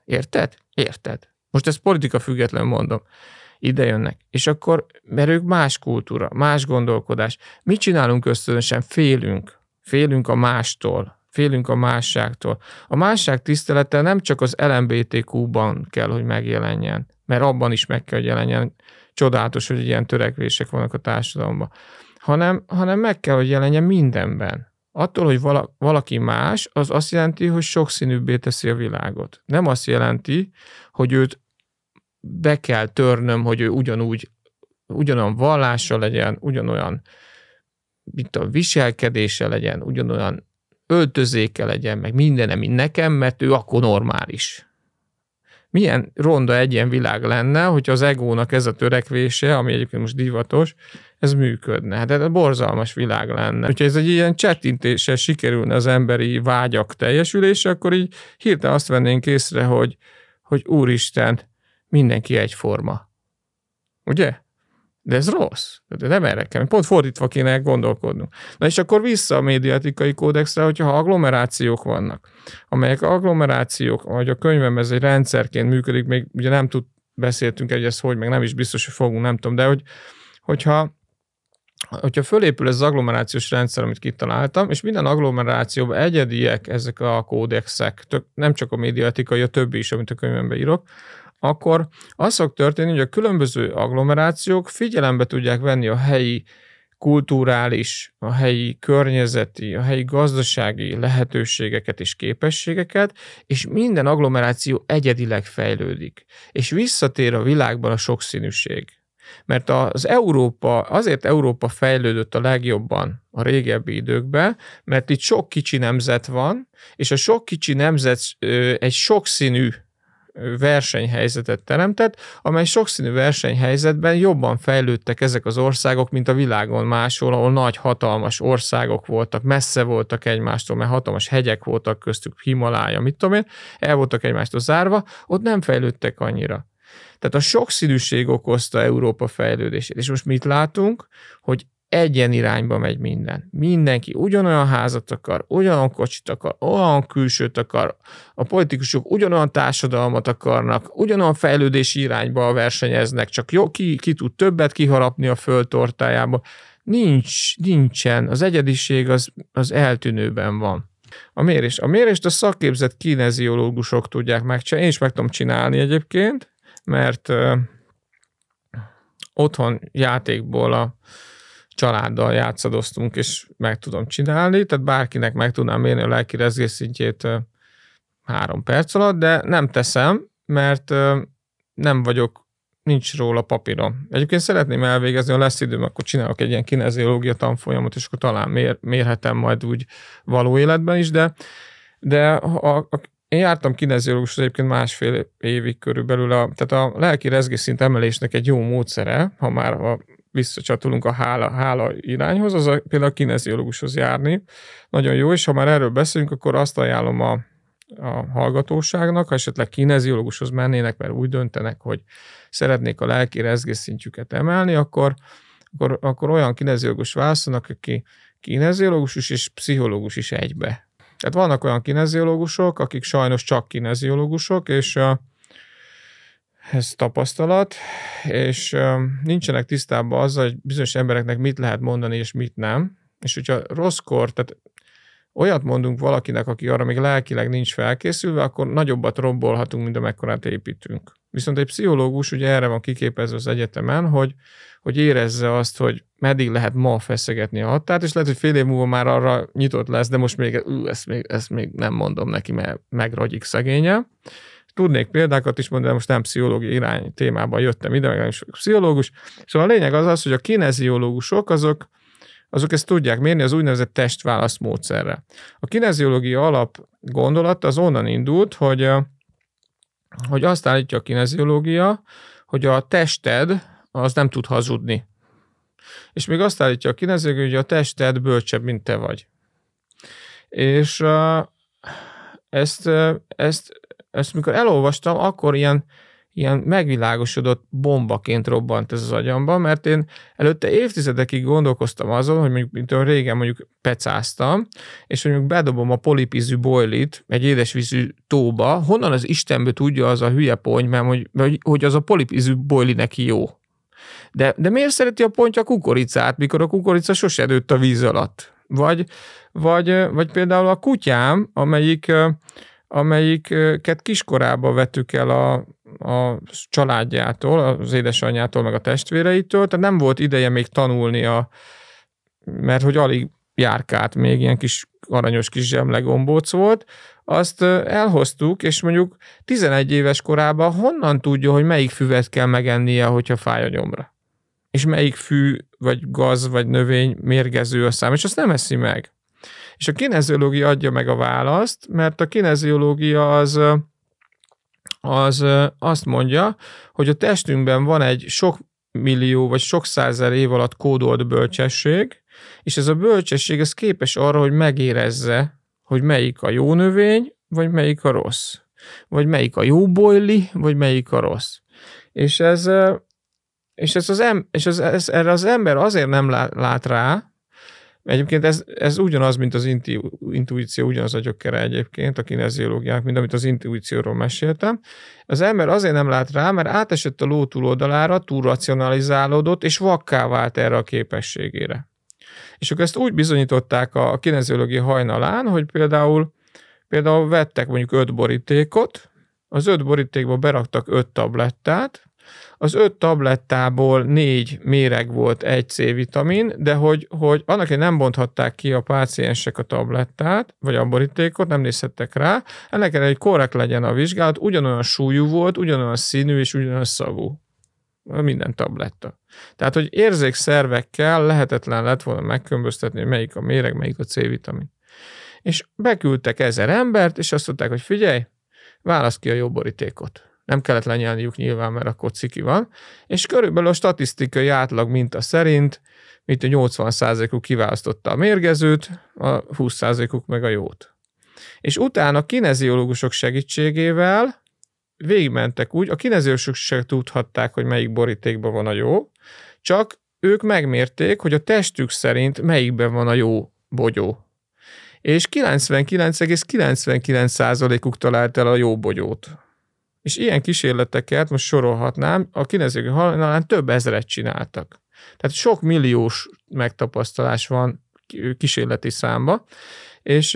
Most ezt politika független mondom. Ide jönnek. És akkor, mert ők más kultúra, más gondolkodás. Mit csinálunk ösztönösen? Félünk. Félünk a mástól. Félünk a másságtól. A másság tisztelete nem csak az LMBTQ-ban kell, hogy megjelenjen, mert abban is meg kell, hogy jelenjen. Csodálatos, hogy ilyen törekvések vannak a társadalomban. Hanem meg kell, hogy jelenjen mindenben. Attól, hogy valaki más, az azt jelenti, hogy sokszínűbbé teszi a világot. Nem azt jelenti, hogy őt be kell törnöm, hogy ő ugyanolyan vallása legyen, ugyanolyan viselkedése legyen, ugyanolyan öltözéke legyen, meg minden, mint nekem, mert ő akkor normális. Milyen ronda egy ilyen világ lenne, hogyha az egónak ez a törekvése, ami egyébként most divatos, ez működne. Hát ez borzalmas világ lenne. Hogyha ez egy ilyen csettintéssel sikerülne az emberi vágyak teljesülése, akkor így hirtelen azt vennénk észre, hogy úristen, mindenki egyforma. Ugye? De ez rossz. De nem erre kell. Pont fordítva kéne gondolkodnunk. Na és akkor vissza a médiaetikai kódexre, hogyha agglomerációk vannak, amelyek agglomerációk, vagy a könyvem ez egy rendszerként működik, még ugye nem beszéltünk egy, ez hogy, meg nem is biztos, hogy fogunk, nem tudom, de hogyha fölépül ez az agglomerációs rendszer, amit kitaláltam, és minden agglomerációban egyediek ezek a kódexek, nem csak a médiaetikai, a többi is, amit a könyvemben írok, akkor az fog történni, hogy a különböző agglomerációk figyelembe tudják venni a helyi kulturális, a helyi környezeti, a helyi gazdasági lehetőségeket és képességeket, és minden agglomeráció egyedileg fejlődik. És visszatér a világban a sokszínűség. Mert azért Európa fejlődött a legjobban a régebbi időkben, mert itt sok kicsi nemzet van, és a sok kicsi nemzet egy sokszínű versenyhelyzetet teremtett, amely sokszínű versenyhelyzetben jobban fejlődtek ezek az országok, mint a világon máshol, ahol nagy, hatalmas országok voltak, messze voltak egymástól, mert hatalmas hegyek voltak köztük, Himalája, mit tudom én, el voltak egymástól zárva, ott nem fejlődtek annyira. Tehát a sokszínűség okozta Európa fejlődését. És most mit látunk? Hogy egyen irányba megy minden. Mindenki ugyanolyan házat akar, ugyanolyan kocsit akar, olyan külsőt akar, a politikusok ugyanolyan társadalmat akarnak, ugyanolyan fejlődési irányba versenyeznek, csak jó, ki tud többet kiharapni a föld tortájába. Nincsen. Az egyediség az eltűnőben van. A mérést a szakképzett kineziológusok tudják megcsinálni. Én is meg tudom csinálni egyébként, mert otthon játékból a családdal játszadoztunk, és meg tudom csinálni, tehát bárkinek meg tudnám mérni a lelki rezgésszintjét 3 perc alatt, de nem teszem, mert nem vagyok, nincs róla papírom. Egyébként szeretném elvégezni, ha lesz időm, akkor csinálok egy ilyen kineziológia tanfolyamot, és akkor talán mérhetem majd úgy való életben is, de én jártam kineziológushoz egyébként 1,5 évig körülbelül, tehát a lelki rezgésszint emelésnek egy jó módszere, ha visszacsatolunk a hála irányhoz, az például a kineziológushoz járni. Nagyon jó, és ha már erről beszélünk, akkor azt ajánlom a hallgatóságnak, ha esetleg kineziológushoz mennének, mert úgy döntenek, hogy szeretnék a lelki rezgésszintjüket emelni, akkor olyan kineziológus válaszolnak, aki kineziológus és pszichológus is egybe. Tehát vannak olyan kineziológusok, akik sajnos csak kineziológusok, és ez tapasztalat, és nincsenek tisztában azzal, hogy bizonyos embereknek mit lehet mondani, és mit nem. És hogyha rosszkor, tehát olyat mondunk valakinek, aki arra még lelkileg nincs felkészülve, akkor nagyobbat rombolhatunk, mint amekkorát építünk. Viszont egy pszichológus ugye erre van kiképezve az egyetemen, hogy érezze azt, hogy meddig lehet ma feszegetni a határt, és lehet, hogy fél év múlva már arra nyitott lesz, de most még ezt még nem mondom neki, mert megragyik szegénye. Tudnék példákat is mondani, de most nem pszichológiai irány témában jöttem ide, meg nem is pszichológus. Szóval a lényeg az, hogy a kineziológusok azok ezt tudják mérni az úgynevezett testválasz módszerrel. A kineziológia alap gondolata az onnan indult, hogy azt állítja a kineziológia, hogy a tested az nem tud hazudni. És még azt állítja a kineziológia, hogy a tested bölcsebb, mint te vagy. És ezt mikor elolvastam, akkor ilyen megvilágosodott bombaként robbant ez az agyamban, mert én előtte évtizedekig gondolkoztam azon, hogy mondjuk régen pecáztam, és hogy mondjuk bedobom a polipízű bojlit egy édesvízű tóba, honnan az Istenből tudja az a hülye ponty, mert hogy az a polipízű bojli neki jó. De miért szereti a ponty a kukoricát, mikor a kukorica sose nőtt a víz alatt? Vagy például a kutyám, amelyiket kiskorában vettük el a családjától, az édesanyjától, meg a testvéreitől, tehát nem volt ideje még tanulnia, mert hogy alig járkált, még ilyen kis aranyos kis zsemlegombóc volt, azt elhoztuk, és mondjuk 11 éves korában honnan tudja, hogy melyik füvet kell megennie, hogyha fáj a nyomra? És melyik fű, vagy gaz, vagy növény mérgező a szám, és azt nem eszi meg. És a kineziológia adja meg a választ, mert a kineziológia az azt mondja, hogy a testünkben van egy sok millió vagy sok százezer év alatt kódolt bölcsesség, és ez a bölcsesség ez képes arra, hogy megérezze, hogy melyik a jó növény, vagy melyik a rossz. Vagy melyik a jó bojli, vagy melyik a rossz. És erre az ember azért nem lát rá. Egyébként ez ugyanaz, mint az intuíció, ugyanaz a gyökere egyébként a kineziológiának, mint amit az intuícióról meséltem. Az ember azért nem lát rá, mert átesett a ló túloldalára, túl racionalizálódott, és vakká vált erre a képességére. És akkor ezt úgy bizonyították a kineziológia hajnalán, hogy például vettek mondjuk 5 borítékot, az 5 borítékba beraktak 5 tablettát, az 5 tablettából 4 méreg volt, 1 C-vitamin, de hogy annak, hogy nem bonthatták ki a páciensek a tablettát, vagy a borítékot, nem nézhettek rá, ennek ellenére, hogy korrekt legyen a vizsgálat, ugyanolyan súlyú volt, ugyanolyan színű és ugyanolyan szagú. Minden tabletta. Tehát, hogy érzékszervekkel lehetetlen lett volna megkülönböztetni, hogy melyik a méreg, melyik a C-vitamin. És beküldtek 1000 embert, és azt mondták, hogy figyelj, válaszd ki a jó borítékot. Nem kellett lenyelniük nyilván, mert akkor ciki van. És körülbelül a statisztikai átlag minta szerint, mint a 80%-uk kiválasztotta a mérgezőt, a 20%-uk meg a jót. És utána a kineziológusok segítségével végigmentek úgy, a kineziológusok se tudhatták, hogy melyik borítékban van a jó, csak ők megmérték, hogy a testük szerint melyikben van a jó bogyó. És 99,99%-uk talált el a jó bogyót. És ilyen kísérleteket most sorolhatnám, a kineziológia hajnalán több ezret csináltak. Tehát sok milliós megtapasztalás van kísérleti számba, és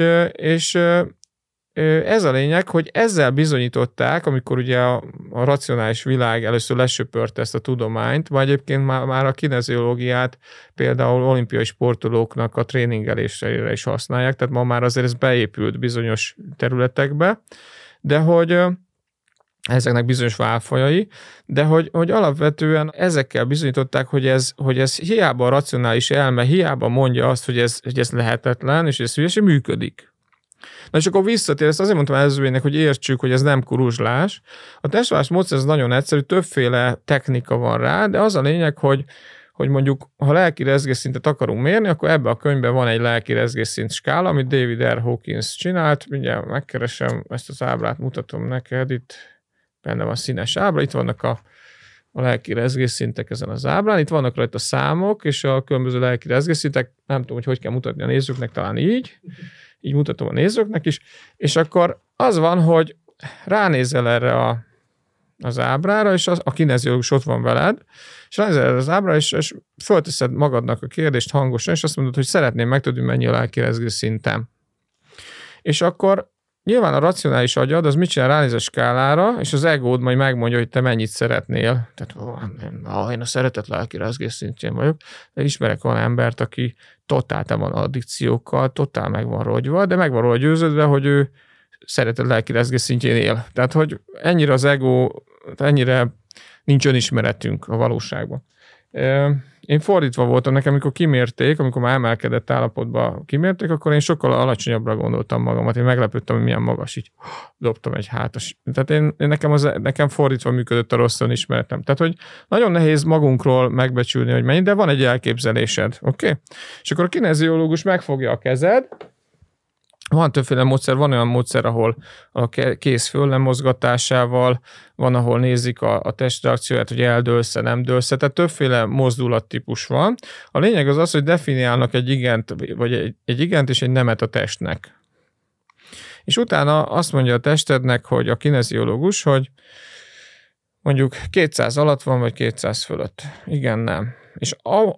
ez a lényeg, hogy ezzel bizonyították, amikor ugye a racionális világ először lesöpörte ezt a tudományt, vagy egyébként már a kineziológiát például olimpiai sportolóknak a tréningelésére is használják, tehát ma már azért ez beépült bizonyos területekbe, de hogy ezeknek bizonyos válfajai, de hogy alapvetően ezekkel bizonyították, hogy ez hiába a racionális elme, hiába mondja azt, hogy ez lehetetlen, és ez hülyeség, működik. Na és akkor visszatér, ezt azért mondtam előzőjének, hogy értsük, hogy ez nem kuruzslás. A testvállás módszer ez nagyon egyszerű, többféle technika van rá, de az a lényeg, hogy mondjuk, ha lelki rezgésszintet akarunk mérni, akkor ebben a könyvben van egy lelki rezgésszint skála, amit David R. Hawkins csinált. Mindjárt megkeresem, ezt az ábrát mutatom neked, itt benne van színes ábra, itt vannak a lelki rezgésszintek ezen az ábrán, itt vannak rajta számok, és a különböző lelki rezgésszintek, nem tudom, hogy kell mutatni a nézőknek, talán így mutatom a nézőknek is, és akkor az van, hogy ránézel erre az ábrára, és a kineziológus ott van veled, és ránézel erre az ábrára, és fölteszed magadnak a kérdést hangosan, és azt mondod, hogy szeretném megtudni, mennyi a lelki rezgésszintem. És akkor nyilván a racionális agyad, az mit csinál, ránéz a skálára, és az egód majd megmondja, hogy te mennyit szeretnél. Tehát én a szeretet lelki rezgésszintjén vagyok, de ismerek van embert, aki totál van addikciókkal, totál meg van rogyva, de meg van róla győződve, hogy ő szeretet lelki rezgésszintjén él. Tehát, hogy ennyire az ego, ennyire nincs önismeretünk a valóságban. Én fordítva voltam nekem, amikor kimérték, amikor már emelkedett állapotba kimérték, akkor én sokkal alacsonyabbra gondoltam magamat. Én meglepődtem, hogy milyen magas, így dobtam egy hátas. Tehát nekem fordítva működött a rossz önismeretem. Tehát, hogy nagyon nehéz magunkról megbecsülni, hogy mennyi, de van egy elképzelésed, oké? És akkor a kineziológus megfogja a kezed, van többféle módszer, van olyan módszer, ahol a kéz föllemozgatásával, van, ahol nézik a testreakcióját, hogy eldőlsz-e, nem dőlsz-e, tehát többféle mozdulattípus van. A lényeg az, hogy definiálnak egy igent, vagy egy igent és egy nemet a testnek. És utána azt mondja a testednek, hogy a kineziológus, hogy mondjuk 200 alatt van, vagy 200 fölött. Igen, nem. És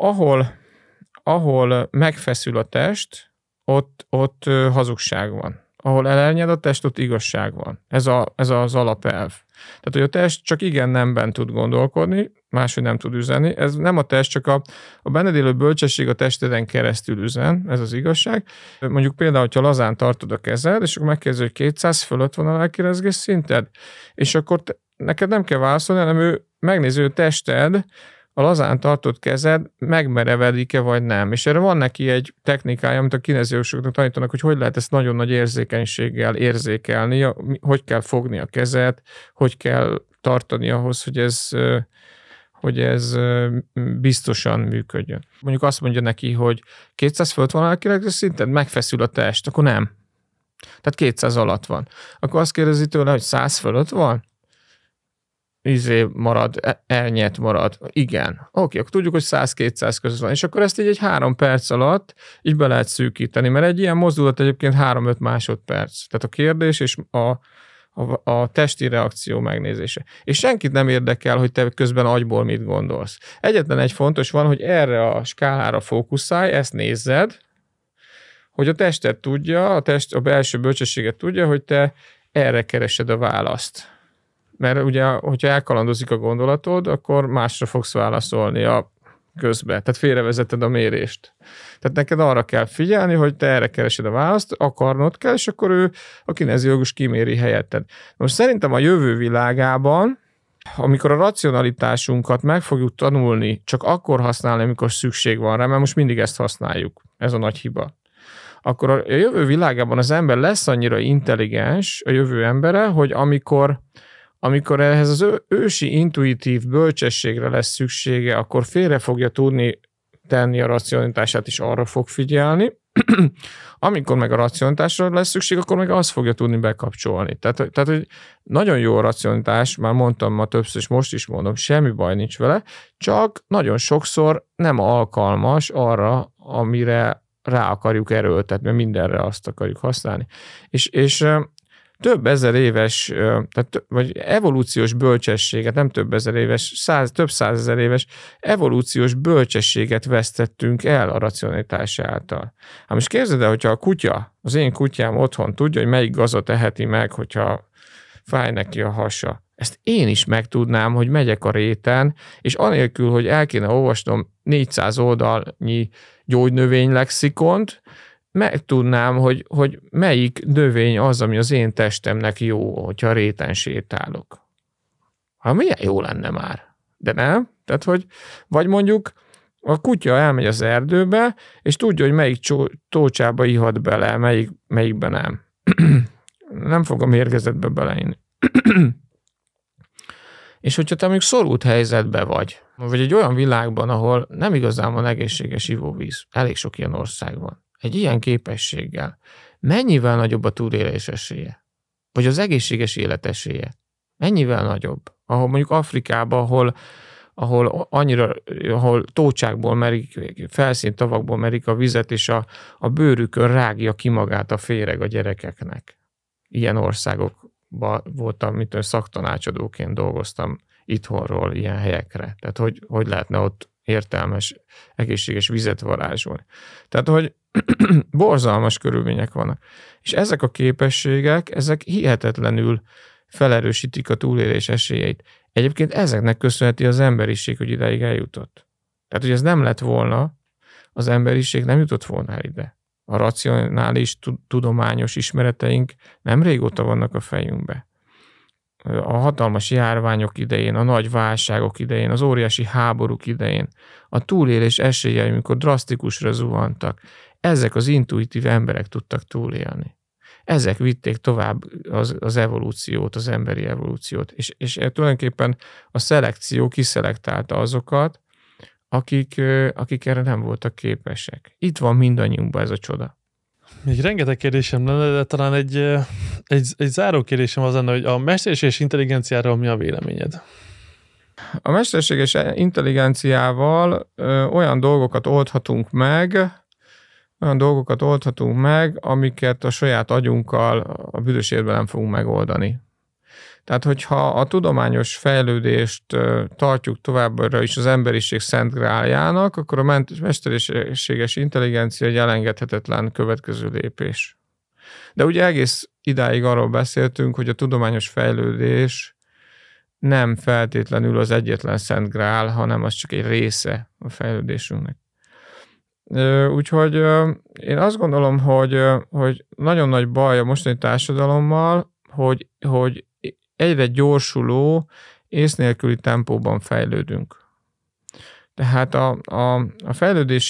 ahol megfeszül a test, ott hazugság van. Ahol elernyed a test, ott igazság van. Ez az alapelv. Tehát, hogy a test csak igen-nemben tud gondolkodni, máshogy nem tud üzenni. Ez nem a test, csak a benned élő bölcsesség a testeden keresztül üzen, ez az igazság. Mondjuk például, hogyha lazán tartod a kezed, és akkor megkérdezi, hogy 200 fölött van a lelki rezgés szinted, és akkor neked nem kell válaszolni, hanem ő megnézi, hogy a tested, a lazán tartott kezed megmerevedik-e vagy nem. És erre van neki egy technikája, amit a kineziológusoknak tanítanak, hogy lehet ezt nagyon nagy érzékenységgel érzékelni, hogy kell fogni a kezet, hogy kell tartani ahhoz, hogy ez biztosan működjön. Mondjuk azt mondja neki, hogy 200 fölött van a lelki szinted, megfeszül a test, akkor nem. Tehát 200 alatt van. Akkor azt kérdezi tőle, hogy 100 fölött van? Marad, elnyert marad. Igen. Oké, akkor tudjuk, hogy 100-200 között van. És akkor ezt így egy 3 perc alatt így be lehet szűkíteni, mert egy ilyen mozdulat egyébként 3-5 másodperc. Tehát a kérdés és a testi reakció megnézése. És senkit nem érdekel, hogy te közben agyból mit gondolsz. Egyetlen egy fontos van, hogy erre a skálára fókuszálj, ezt nézzed, hogy a tested tudja, a belső bölcsességet tudja, hogy te erre keresed a választ. Mert ugye, hogyha elkalandozik a gondolatod, akkor másra fogsz válaszolni a közbe. Tehát félrevezeted a mérést. Tehát neked arra kell figyelni, hogy te erre keresed a választ, akarnod kell, és akkor ő a kineziológus kiméri helyetted. Most szerintem a jövő világában, amikor a racionalitásunkat meg fogjuk tanulni, csak akkor használni, amikor szükség van rá, mert most mindig ezt használjuk. Ez a nagy hiba. Akkor a jövő világában az ember lesz annyira intelligens, a jövő embere, hogy amikor ehhez az ősi intuitív bölcsességre lesz szüksége, akkor félre fogja tudni tenni a racionalitását, és arra fog figyelni. Amikor meg a racionalitásra lesz szükség, akkor meg azt fogja tudni bekapcsolni. Tehát hogy nagyon jó a racionalitás, már mondtam ma többször, és most is mondom, semmi baj nincs vele, csak nagyon sokszor nem alkalmas arra, amire rá akarjuk erőltetni, mert mindenre azt akarjuk használni. És több ezer éves, vagy evolúciós bölcsességet, nem több ezer éves, több százezer éves evolúciós bölcsességet vesztettünk el a racionalitás által. Hát most képzeld el, hogyha a kutya, az én kutyám otthon tudja, hogy melyik gazot eheti meg, hogyha fáj neki a hasa. Ezt én is megtudnám, hogy megyek a réten, és anélkül, hogy el kéne olvasnom 400 oldalnyi gyógynövénylexikont, megtudnám, hogy melyik növény az, ami az én testemnek jó, hogyha a réten sétálok. Hát milyen jó lenne már. De nem. Tehát, hogy vagy mondjuk a kutya elmegy az erdőbe, és tudja, hogy melyik tócsába ihat bele, melyikben nem. Nem fog a mérgezetbe beleinni. És hogyha te mondjuk szorult helyzetben vagy egy olyan világban, ahol nem igazán van egészséges ivóvíz, elég sok ilyen ország van, egy ilyen képességgel mennyivel nagyobb a túlélés esélye? Vagy az egészséges élet esélye? Mennyivel nagyobb? Ahol mondjuk Afrikában, ahol tócsákból merik, felszíntavakból merik a vizet, és a bőrükön rágja ki magát a féreg a gyerekeknek. Ilyen országokban voltam, mitől szaktanácsadóként dolgoztam itthonról ilyen helyekre. Tehát hogy lehetne ott értelmes, egészséges vizet varázsolni. Tehát, hogy borzalmas körülmények vannak. És ezek a képességek, ezek hihetetlenül felerősítik a túlélés esélyeit. Egyébként ezeknek köszönheti az emberiség, hogy idáig eljutott. Tehát, hogy ez nem lett volna, az emberiség nem jutott volna el ide. A racionális, tudományos ismereteink nem régóta vannak a fejünkbe. A hatalmas járványok idején, a nagy válságok idején, az óriási háborúk idején, a túlélés esélyei, amikor drasztikusra zuhantak, ezek az intuitív emberek tudtak túlélni. Ezek vitték tovább az evolúciót, az emberi evolúciót, és tulajdonképpen a szelekció kiszelektálta azokat, akik erre nem voltak képesek. Itt van mindannyiunkban ez a csoda. Még rengeteg kérdésem lenne, de talán egy záró kérdésem az lenne, hogy a mesterséges intelligenciáról mi a véleményed? A mesterséges intelligenciával olyan dolgokat oldhatunk meg, amiket a saját agyunkkal a büdös életben nem fogunk megoldani. Tehát, hogyha a tudományos fejlődést tartjuk továbbra is az emberiség szent gráljának, akkor a mesterséges intelligencia egy elengedhetetlen következő lépés. De ugye egész idáig arról beszéltünk, hogy a tudományos fejlődés nem feltétlenül az egyetlen szent grál, hanem az csak egy része a fejlődésünknek. Úgyhogy én azt gondolom, hogy nagyon nagy baj a mostani társadalommal, hogy egyre gyorsuló, ész nélküli tempóban fejlődünk. Tehát a fejlődés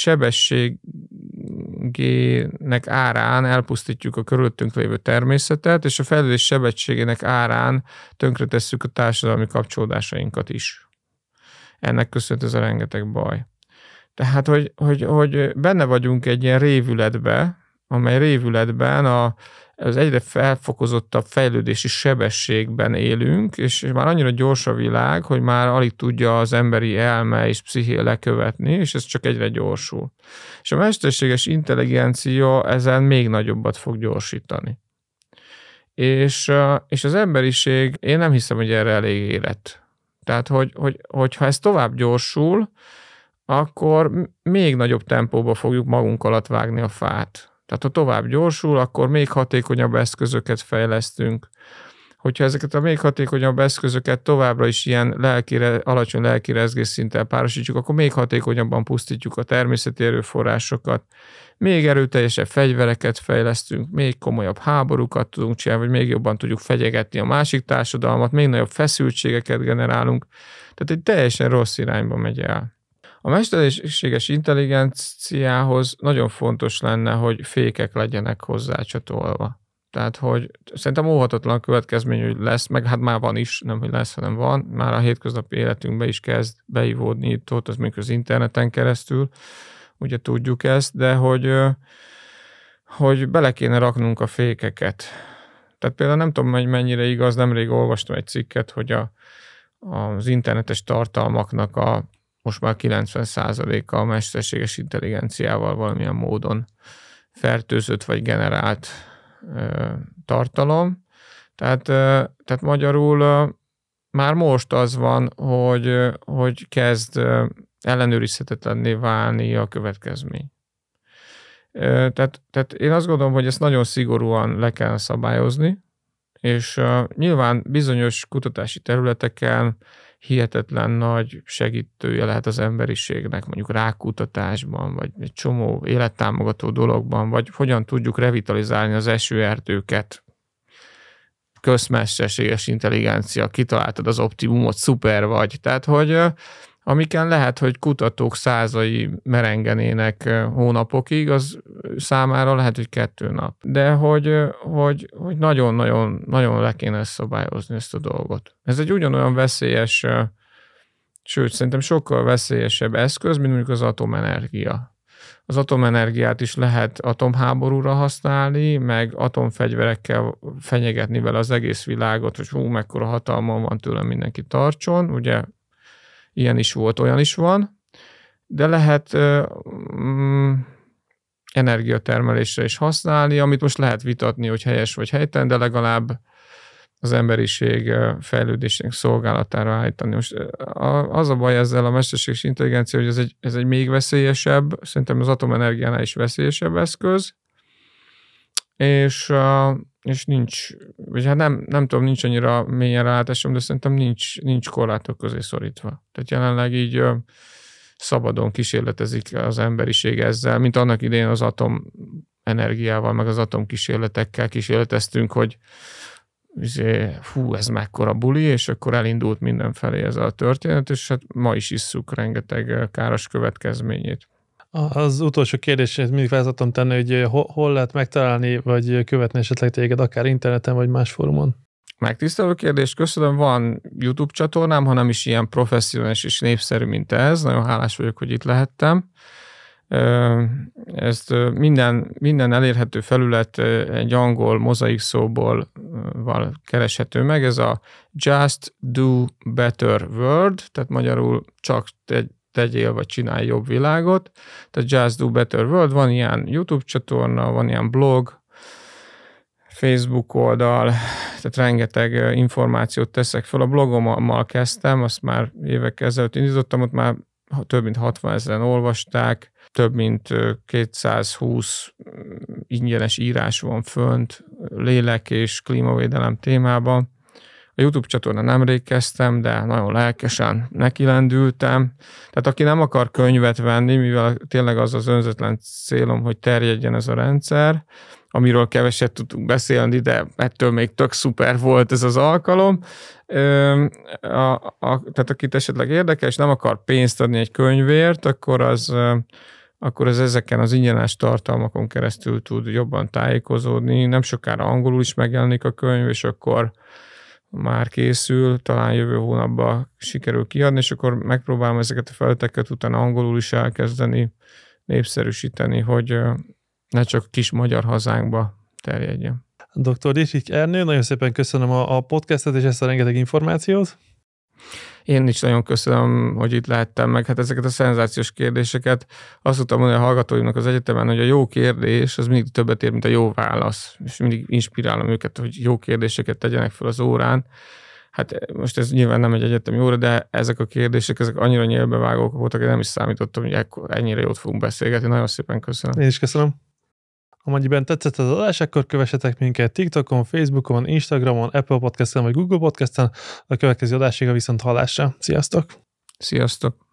sebességének árán elpusztítjuk a körülöttünk lévő természetet, és a fejlődés sebességének árán tönkretesszük a társadalmi kapcsolódásainkat is. Ennek köszönhet ez a rengeteg baj. Tehát, hogy benne vagyunk egy ilyen révületbe, amely révületben az egyre felfokozottabb fejlődési sebességben élünk, és már annyira gyors a világ, hogy már alig tudja az emberi elme és psziché lekövetni, és ez csak egyre gyorsul. És a mesterséges intelligencia ezen még nagyobbat fog gyorsítani. És az emberiség, én nem hiszem, hogy erre elég érett. Tehát, hogyha ez tovább gyorsul, akkor még nagyobb tempóba fogjuk magunk alatt vágni a fát. Tehát ha tovább gyorsul, akkor még hatékonyabb eszközöket fejlesztünk. Hogyha ezeket a még hatékonyabb eszközöket továbbra is ilyen alacsony lelki rezgésszinttel párosítjuk, akkor még hatékonyabban pusztítjuk a természeti erőforrásokat, még erőteljesebb fegyvereket fejlesztünk, még komolyabb háborúkat tudunk csinálni, vagy még jobban tudjuk fenyegetni a másik társadalmat, még nagyobb feszültségeket generálunk. Tehát egy teljesen rossz irányba megy el. A mesterséges intelligenciához nagyon fontos lenne, hogy fékek legyenek hozzácsatolva. Tehát, hogy szerintem óhatatlan következmény, hogy lesz, meg hát már van is, nem hogy lesz, hanem van. Már a hétköznapi életünkbe is kezd beivódni itt, az még az interneten keresztül, ugye tudjuk ezt, de hogy bele kéne raknunk a fékeket. Tehát például nem tudom, hogy mennyire igaz, nemrég olvastam egy cikket, hogy az internetes tartalmaknak most már 90%-a a mesterséges intelligenciával valamilyen módon fertőzött vagy generált tartalom. Tehát magyarul már most az van, hogy kezd ellenőrizhetetlenné válni a következmény. Tehát én azt gondolom, hogy ezt nagyon szigorúan le kell szabályozni, és nyilván bizonyos kutatási területeken hihetetlen nagy segítője lehet az emberiségnek, mondjuk rákkutatásban, vagy egy csomó élettámogató dologban, vagy hogyan tudjuk revitalizálni az esőerdőket. Közmesterséges intelligencia, kitaláltad az optimumot, szuper vagy. Tehát, hogy amiken lehet, hogy kutatók százai merengenének hónapokig, az számára lehet, hogy 2 nap. De hogy nagyon-nagyon le kéne szabályozni ezt a dolgot. Ez egy ugyanolyan veszélyes, sőt, szerintem sokkal veszélyesebb eszköz, mint mondjuk az atomenergia. Az atomenergiát is lehet atomháborúra használni, meg atomfegyverekkel fenyegetni vele az egész világot, hogy mekkora hatalmon van tőle, mindenki tartson, ugye ilyen is volt, olyan is van, de lehet energiatermelésre is használni, amit most lehet vitatni, hogy helyes vagy helytelen, de legalább az emberiség fejlődésének szolgálatára állítani. Most az a baj ezzel a mesterséges intelligencia, hogy ez egy még veszélyesebb, szerintem az atomenergiánál is veszélyesebb eszköz, és nincs, vagy hát nem tudom, nincs annyira mélyen rálátásom, de szerintem nincs korlátok közé szorítva. Tehát jelenleg így szabadon kísérletezik az emberiség ezzel, mint annak idején az atomenergiával, meg az atomkísérletekkel kísérleteztünk, hogy ez mekkora buli, és akkor elindult mindenfelé ez a történet, és hát ma is isszuk rengeteg káros következményét. Az utolsó kérdés, mindig fel szoktam tenni, hogy hol lehet megtalálni, vagy követni esetleg téged, akár interneten, vagy más fórumon? Megtisztelő kérdés, köszönöm, van YouTube csatornám, ha nem is ilyen professzionális és népszerű, mint ez. Nagyon hálás vagyok, hogy itt lehettem. Ezt minden elérhető felület egy angol mozaik szóból kereshető meg. Ez a Just Do Better World, tehát magyarul csak tegyél, vagy csinálj jobb világot. Tehát Just Do Better World, van ilyen YouTube csatorna, van ilyen blog, Facebook oldal, tehát rengeteg információt teszek fel. A blogommal kezdtem, azt már évekkel ezelőtt indítottam, ott már több mint 60 000-en olvasták, több mint 220 ingyenes írás van fönt lélek és klímavédelem témában. A YouTube csatornán nemrég kezdtem, de nagyon lelkesen nekilendültem. Tehát aki nem akar könyvet venni, mivel tényleg az az önzetlen célom, hogy terjedjen ez a rendszer, amiről keveset tudunk beszélni, de ettől még tök szuper volt ez az alkalom. Tehát akit esetleg érdekel, és nem akar pénzt adni egy könyvért, akkor az ezeken az ingyenes tartalmakon keresztül tud jobban tájékozódni. Nem sokára angolul is megjelenik a könyv, és akkor már készül, talán jövő hónapban sikerül kiadni, és akkor megpróbálom ezeket a felületeket utána angolul is elkezdeni népszerűsíteni, hogy ne csak kis magyar hazánkba terjedjen. Dr. Dietrich Ernő, nagyon szépen köszönöm a podcastet és ezt a rengeteg információt. Én is nagyon köszönöm, hogy itt lehettem meg. Hát ezeket a szenzációs kérdéseket azt tudtam mondani a hallgatóimnak az egyetemen, hogy a jó kérdés az mindig többet ér, mint a jó válasz. És mindig inspirálom őket, hogy jó kérdéseket tegyenek fel az órán. Hát most ez nyilván nem egy egyetemi óra, de ezek a kérdések, ezek annyira nyílbevágók voltak, hogy nem is számítottam, hogy ennyire jót fogunk beszélgetni. Nagyon szépen köszönöm. Én is köszönöm. Amennyiben tetszett az adás, akkor kövessetek minket TikTokon, Facebookon, Instagramon, Apple Podcast-en vagy Google Podcast-en. A következő adásig a viszont hallásra. Sziasztok! Sziasztok!